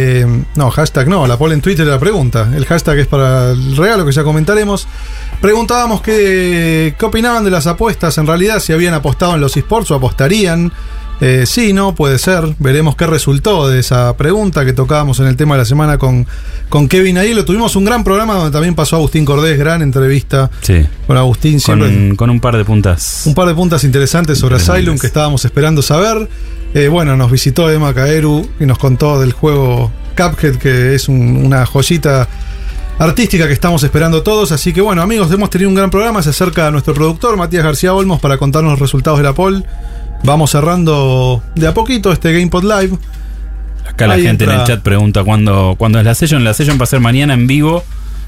B: no, la poll en Twitter es la pregunta. El hashtag es para el regalo que ya comentaremos. Preguntábamos qué opinaban de las apuestas, en realidad, si habían apostado en los esports o apostarían. Sí, no, puede ser. Veremos qué resultó de esa pregunta que tocábamos en el tema de la semana con Kevin Aiello. Tuvimos un gran programa donde también pasó Agustín Cordés, gran entrevista con Agustín.
C: Con un par de puntas.
B: Un par de puntas interesantes sobre Asylum que estábamos esperando saber. Bueno, nos visitó Emma Caeru y nos contó del juego Cuphead, que es una joyita artística que estamos esperando todos. Así que bueno, amigos, hemos tenido un gran programa. Se acerca nuestro productor Matías García Olmos para contarnos los resultados de la poll. Vamos cerrando de a poquito este GamePod Live.
C: Acá la gente en el chat pregunta cuándo es la session. La session va a ser mañana en vivo,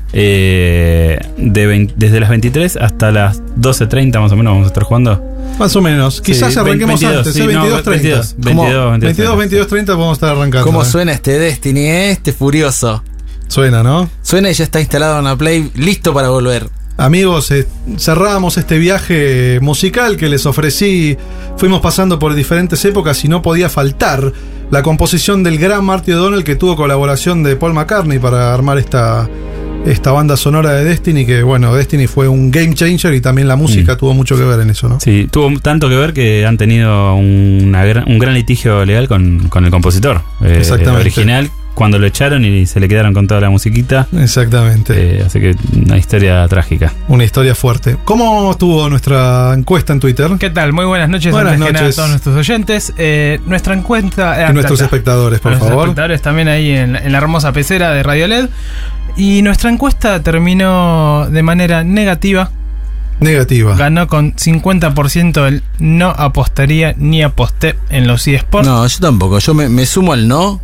C: desde las 23 hasta las 12:30 más o menos vamos a estar jugando.
B: Más o menos. Quizás arranquemos
C: 22,
B: antes,
C: sí,
B: 22:30.
C: 22:30
B: podemos estar arrancando.
D: ¿Cómo suena este Destiny, furioso?
B: Suena, ¿no?
D: Suena y ya está instalado en la Play, listo para volver.
B: Amigos, cerrábamos este viaje musical que les ofrecí. Fuimos pasando por diferentes épocas y no podía faltar la composición del gran Marty O'Donnell, que tuvo colaboración de Paul McCartney para armar esta banda sonora de Destiny, que bueno, Destiny fue un game changer y también la música tuvo mucho que ver en eso, ¿no?
C: Sí, tuvo tanto que ver que han tenido un gran litigio legal con el compositor.
B: Exactamente.
C: El original, cuando lo echaron y se le quedaron con toda la musiquita.
B: Exactamente.
C: Así que una historia trágica.
B: Una historia fuerte. ¿Cómo estuvo nuestra encuesta en Twitter?
N: ¿Qué tal? Muy buenas noches.
B: Buenas
N: noches
B: a
N: todos nuestros oyentes. Nuestra encuesta...
B: y nuestros espectadores, por favor.
N: Nuestros espectadores también ahí en la hermosa pecera de Radio LED. Y nuestra encuesta terminó de manera negativa. Ganó con 50% el no apostaría ni aposté en los eSports.
D: No, yo tampoco. Yo me sumo al no.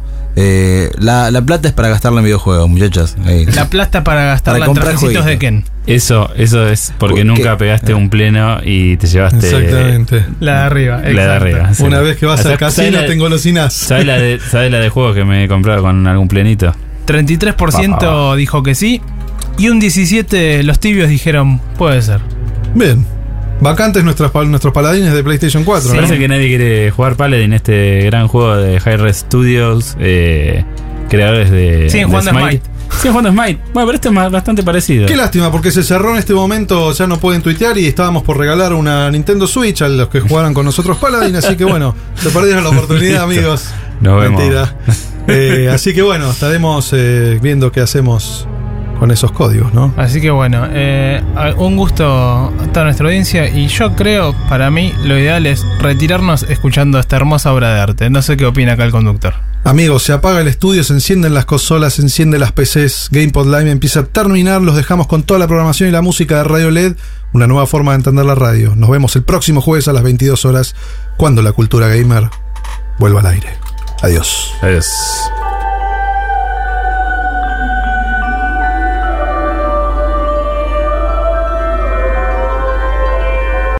D: La plata es para gastarla en videojuegos, muchachos.
N: La plata para gastarla en trajecitos de Ken.
C: Eso es porque nunca pegaste un pleno y te llevaste.
B: Exactamente.
N: La de arriba.
C: La de arriba. Sí.
B: Una vez que vas al casino te engolosinas.
C: ¿Sabes la de juegos que me he comprado con algún plenito?
N: 33% dijo que sí. Y un 17% los tibios dijeron puede ser.
B: Bien. Vacantes nuestros paladines de PlayStation 4.
C: Sí, parece que nadie quiere jugar Paladin, este gran juego de Hi-Res Studios, creadores de.
N: Sí, jugando Smite.
C: Sí, jugando Smite. Bueno, pero este es bastante parecido.
B: Qué lástima, porque se cerró en este momento, ya no pueden tuitear y estábamos por regalar una Nintendo Switch a los que jugaran con nosotros Paladin, así que bueno, se perdieron la oportunidad, amigos.
C: Nos vemos.
B: Mentira. Así que bueno, estaremos viendo qué hacemos con esos códigos, ¿no?
N: Así que bueno, un gusto a toda nuestra audiencia y yo creo, para mí, lo ideal es retirarnos escuchando esta hermosa obra de arte. No sé qué opina acá el conductor.
B: Amigos, se apaga el estudio, se encienden las consolas, se encienden las PCs, GamePod Live empieza a terminar, los dejamos con toda la programación y la música de Radio LED, una nueva forma de entender la radio. Nos vemos el próximo jueves a las 22 horas, cuando la cultura gamer vuelva al aire. Adiós.
C: Adiós.